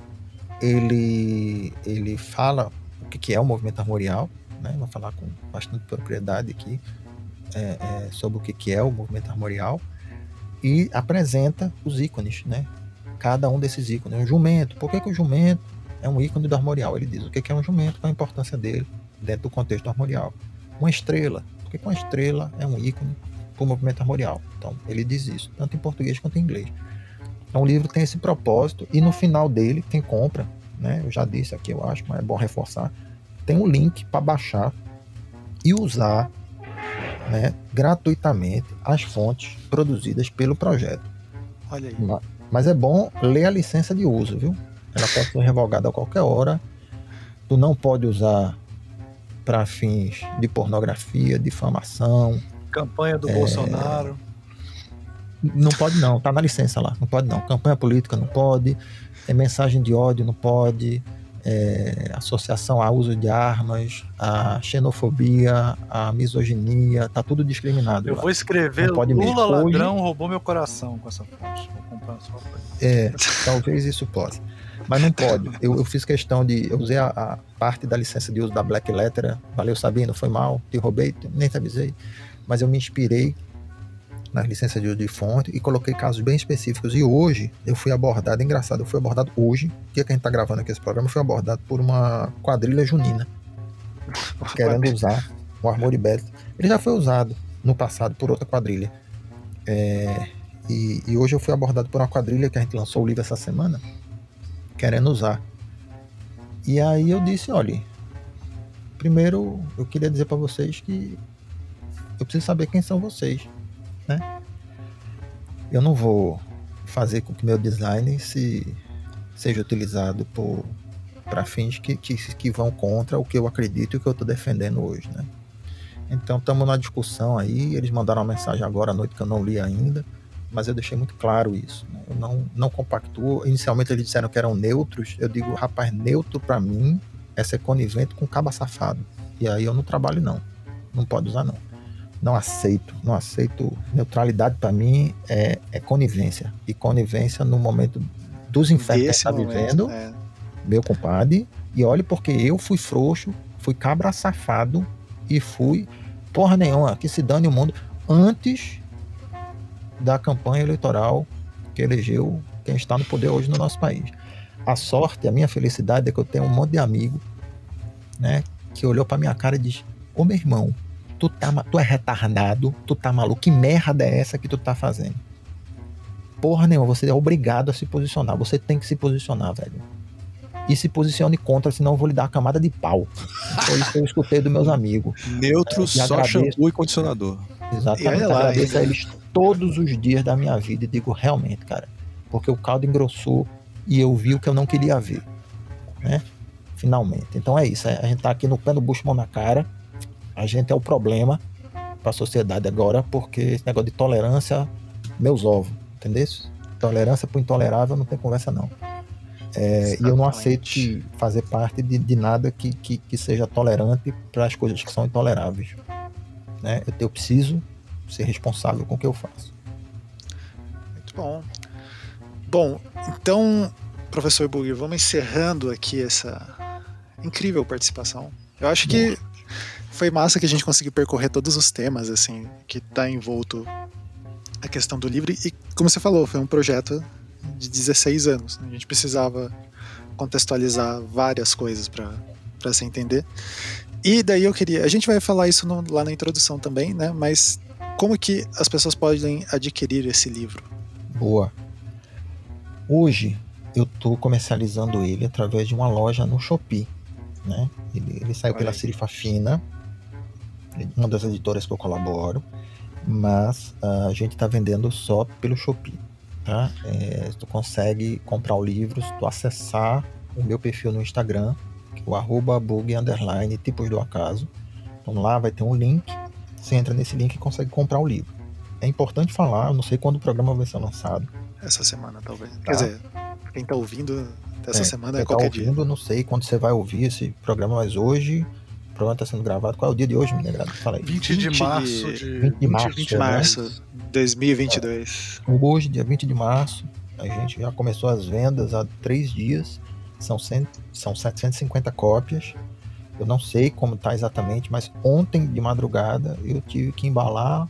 Ele fala o que é o movimento armorial, né? Vou falar com bastante propriedade aqui sobre o que é o movimento armorial, e apresenta os ícones, né? Cada um desses ícones. Um jumento, por que o jumento é um ícone do armorial? Ele diz o que é um jumento, qual a importância dele dentro do contexto armorial. Uma estrela, por que uma estrela é um ícone para o movimento armorial? Então, ele diz isso, tanto em português quanto em inglês. Então, o livro tem esse propósito, e no final dele, quem compra, né? Eu já disse aqui, eu acho, mas é bom reforçar, tem um link para baixar e usar, né, gratuitamente as fontes produzidas pelo projeto. Olha aí. Mas é bom ler a licença de uso, viu? Ela pode ser revogada a qualquer hora. Tu não pode usar para fins de pornografia, difamação. Campanha do Bolsonaro. Não pode não, tá na licença lá. Não pode não. Campanha política não pode. Mensagem de ódio não pode. Associação a uso de armas, a xenofobia, a misoginia, tá tudo discriminado. Eu lá. vou escrever Lula ladrão roubou meu coração com essa fonte. Vou comprar só pra... talvez isso possa. Mas não pode. Eu fiz questão eu usei a parte da licença de uso da Black Letter. Valeu, Sabino, foi mal, te roubei, nem te avisei. Mas eu me inspirei na licença de uso de fonte e coloquei casos bem específicos. E hoje eu fui abordado, engraçado, eu fui abordado hoje, dia que a gente tá gravando aqui esse programa, eu fui abordado por uma quadrilha junina querendo usar o Armoribet. Ele já foi usado no passado por outra quadrilha. E hoje eu fui abordado por uma quadrilha que a gente lançou o livro essa semana, querendo usar. E aí eu disse, olha, primeiro eu queria dizer para vocês que eu preciso saber quem são vocês, né? Eu não vou fazer com que meu design seja utilizado para fins que vão contra o que eu acredito e o que eu estou defendendo hoje, né? Então estamos na discussão aí. Eles mandaram uma mensagem agora à noite que eu não li ainda, mas eu deixei muito claro isso, né? Eu não compactuo. Inicialmente eles disseram que eram neutros. Eu digo, rapaz, neutro para mim é ser conivente com caba safado. E aí eu não trabalho não pode usar não. Não aceito. Neutralidade para mim é conivência. E conivência no momento dos infernos que a gente está vivendo, meu compadre. E olhe, porque eu fui frouxo, fui cabra safado e fui porra nenhuma, que se dane o mundo, antes da campanha eleitoral que elegeu quem está no poder hoje no nosso país. A sorte, a minha felicidade é que eu tenho um monte de amigo, né, que olhou para minha cara e disse: ô meu irmão, tu é retardado, tu tá maluco, que merda é essa que tu tá fazendo? Porra nenhuma, você é obrigado a se posicionar, você tem que se posicionar, velho. E se posicione contra, senão eu vou lhe dar uma camada de pau. Foi isso que eu escutei dos meus amigos. Neutro, só shampoo e condicionador. Exatamente, agradeço a eles todos os dias da minha vida e digo, realmente, cara, porque o caldo engrossou e eu vi o que eu não queria ver, né? Finalmente. Então é isso, a gente tá aqui no pé do bucho, mão na cara. A gente é o problema para a sociedade agora, porque esse negócio de tolerância, meus ovos, entendeu? Tolerância pro intolerável não tem conversa não. E eu não aceito fazer parte de nada que seja tolerante para as coisas que são intoleráveis, né? Eu preciso ser responsável com o que eu faço. Muito bom. Bom, então, professor Bugger, vamos encerrando aqui essa incrível participação. Eu acho que foi massa que a gente conseguiu percorrer todos os temas, assim, que está envolto a questão do livro. E, como você falou, foi um projeto de 16 anos. A gente precisava contextualizar várias coisas para se entender. E daí a gente vai falar isso lá na introdução também, né? Mas como que as pessoas podem adquirir esse livro? Boa. Hoje eu estou comercializando ele através de uma loja no Shopee, né? Ele saiu pela Serifa Fina, uma das editoras que eu colaboro, mas a gente está vendendo só pelo Shopee, tá? Tu consegue comprar o livro se tu acessar o meu perfil no Instagram, que é o @bug_tipos do acaso. Então lá vai ter um link, você entra nesse link e consegue comprar o livro. É importante falar, eu não sei quando o programa vai ser lançado. Essa semana, talvez. Tá? Quer dizer, quem tá ouvindo essa semana é qualquer dia. Eu não sei quando você vai ouvir esse programa, mas hoje o programa está sendo gravado. Qual é o dia de hoje, minha grada? Fala aí. 20 de março de março 2022. Hoje, dia 20 de março, a gente já começou as vendas há 3 dias. São 750 cópias. Eu não sei como está exatamente, mas ontem de madrugada eu tive que embalar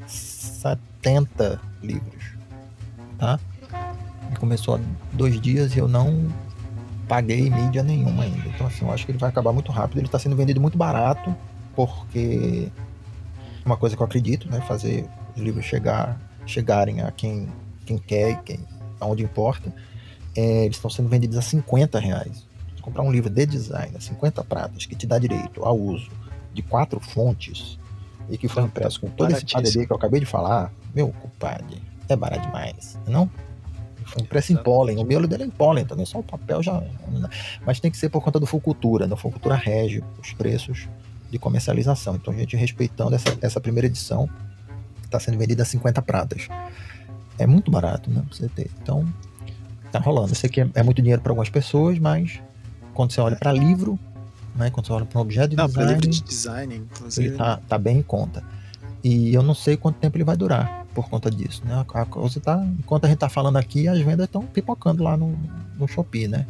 70 livros, tá? E começou há 2 dias e eu não paguei mídia nenhuma ainda. Então, assim, eu acho que ele vai acabar muito rápido. Ele está sendo vendido muito barato, porque uma coisa que eu acredito, né? Fazer os livros chegarem a quem quer e aonde importa. Eles estão sendo vendidos a R$50. Comprar um livro de design a 50 pratas, que te dá direito ao uso de 4 fontes e que foi impresso com todo esse padedê que eu acabei de falar, meu compadre, é barato demais, não? Foi impresso em pólen, o miolo dele é em pólen também, só o papel já... Mas tem que ser por conta do Fucultura, né? O Fucultura rege os preços de comercialização. Então a gente respeitando essa primeira edição, que está sendo vendida a 50 pratas. É muito barato, né? Pra você ter. Então, tá rolando. Eu sei que é muito dinheiro para algumas pessoas, mas quando você olha para livro, né? Quando você olha para um objeto de design... para livro de design, inclusive... Ele tá bem em conta. E eu não sei quanto tempo ele vai durar por conta disso, né? Enquanto a gente tá falando aqui, as vendas estão pipocando lá no Shopee, né?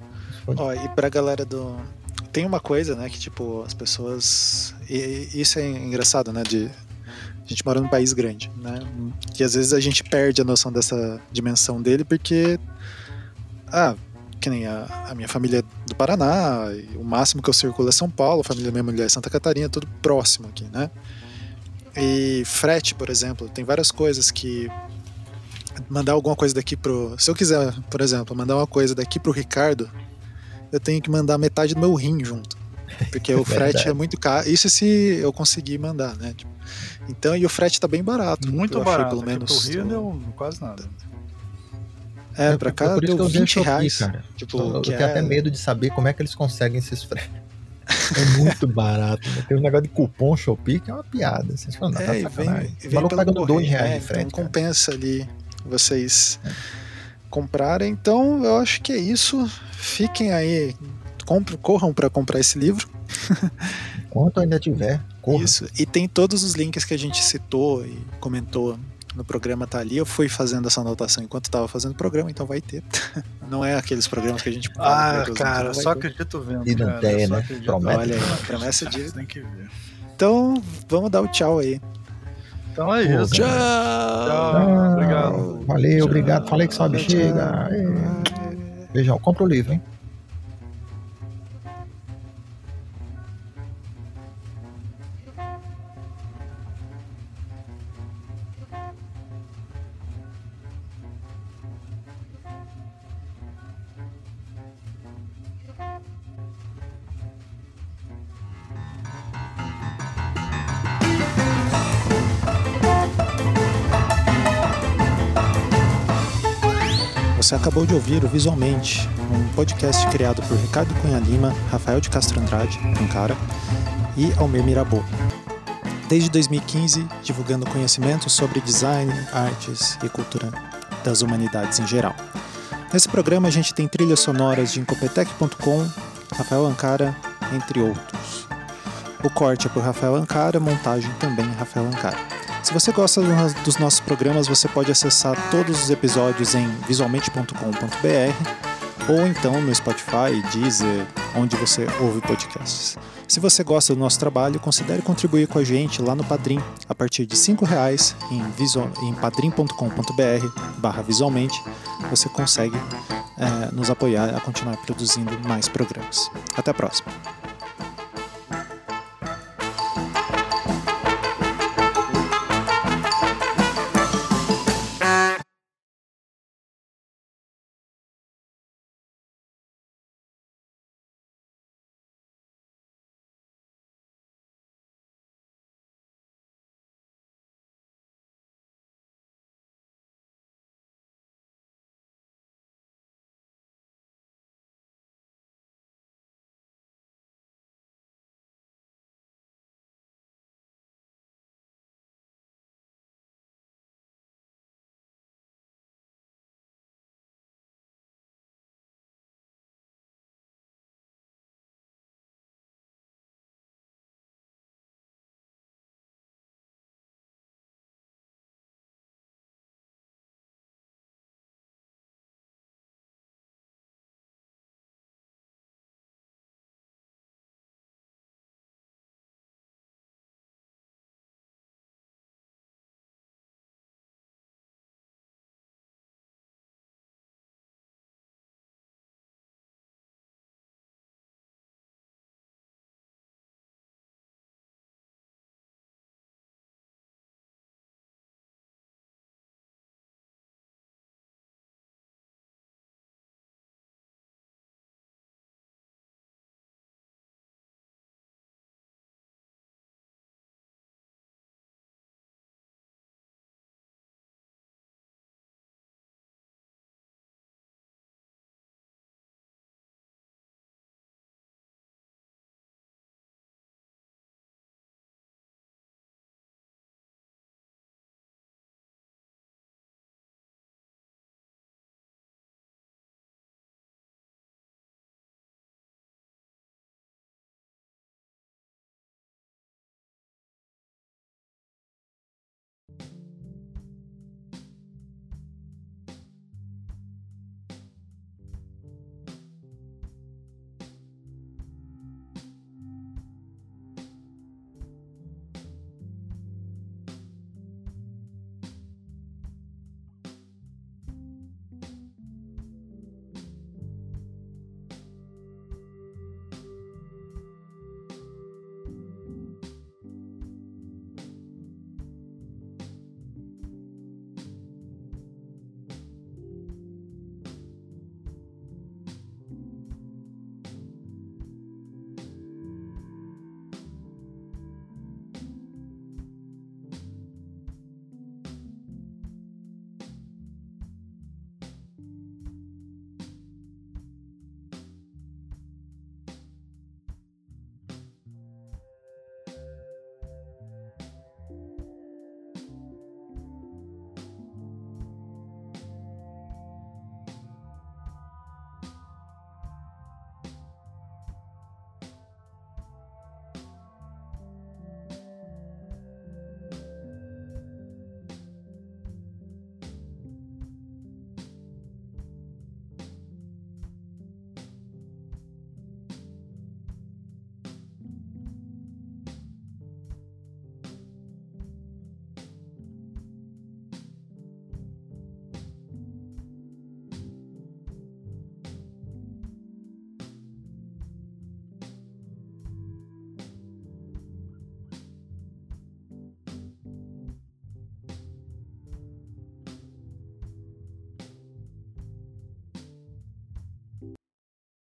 E pra galera tem uma coisa, né, que tipo, as pessoas... E isso é engraçado, né, a gente mora num país grande, né? E às vezes a gente perde a noção dessa dimensão dele, porque... que nem a minha família é do Paraná, e o máximo que eu circulo é São Paulo, a família da minha mulher é Santa Catarina, tudo próximo aqui, né? E frete, por exemplo, tem várias coisas que mandar alguma coisa daqui se eu quiser, por exemplo, mandar uma coisa daqui pro Ricardo, eu tenho que mandar metade do meu rim junto, porque o frete é muito caro, isso se eu conseguir mandar, né? Então, e o frete tá bem barato. Muito barato, pelo menos. Pro Rio deu quase nada. Pra cá deu R$20, cara. Tipo, eu tenho até medo de saber como é que eles conseguem esses fretes. É muito barato, né? Tem um negócio de cupom Shopee que é uma piada. Vocês falam, tá sacanagem. Vem o maluco pagando R$2 de frete. Então compensa ali vocês comprarem. Então eu acho que é isso. Fiquem aí, corram para comprar esse livro. Enquanto ainda tiver, corra. Isso. E tem todos os links que a gente citou e comentou no programa, tá ali. Eu fui fazendo essa anotação enquanto estava fazendo o programa, então vai ter. Não é aqueles programas que a gente... cara, só acredito vendo. E não tem, né? Promete. Olha aí, promessa de... Tem que ver. Então, vamos dar o tchau aí. Então é isso. Tchau. Obrigado. Valeu, obrigado. Falei que só bexiga. Beijão. Compra o livro, hein? Você acabou de ouvir o Visualmente, um podcast criado por Ricardo Cunha Lima, Rafael de Castro Andrade, Ancara, e Almir Mirabô. Desde 2015, divulgando conhecimento sobre design, artes e cultura das humanidades em geral. Nesse programa a gente tem trilhas sonoras de Incopetech.com, Rafael Ancara, entre outros. O corte é por Rafael Ancara, montagem também Rafael Ancara. Se você gosta dos nossos programas, você pode acessar todos os episódios em visualmente.com.br ou então no Spotify, Deezer, onde você ouve podcasts. Se você gosta do nosso trabalho, considere contribuir com a gente lá no Padrim, a partir de R$5 em padrim.com.br/visualmente, você consegue nos apoiar a continuar produzindo mais programas. Até a próxima!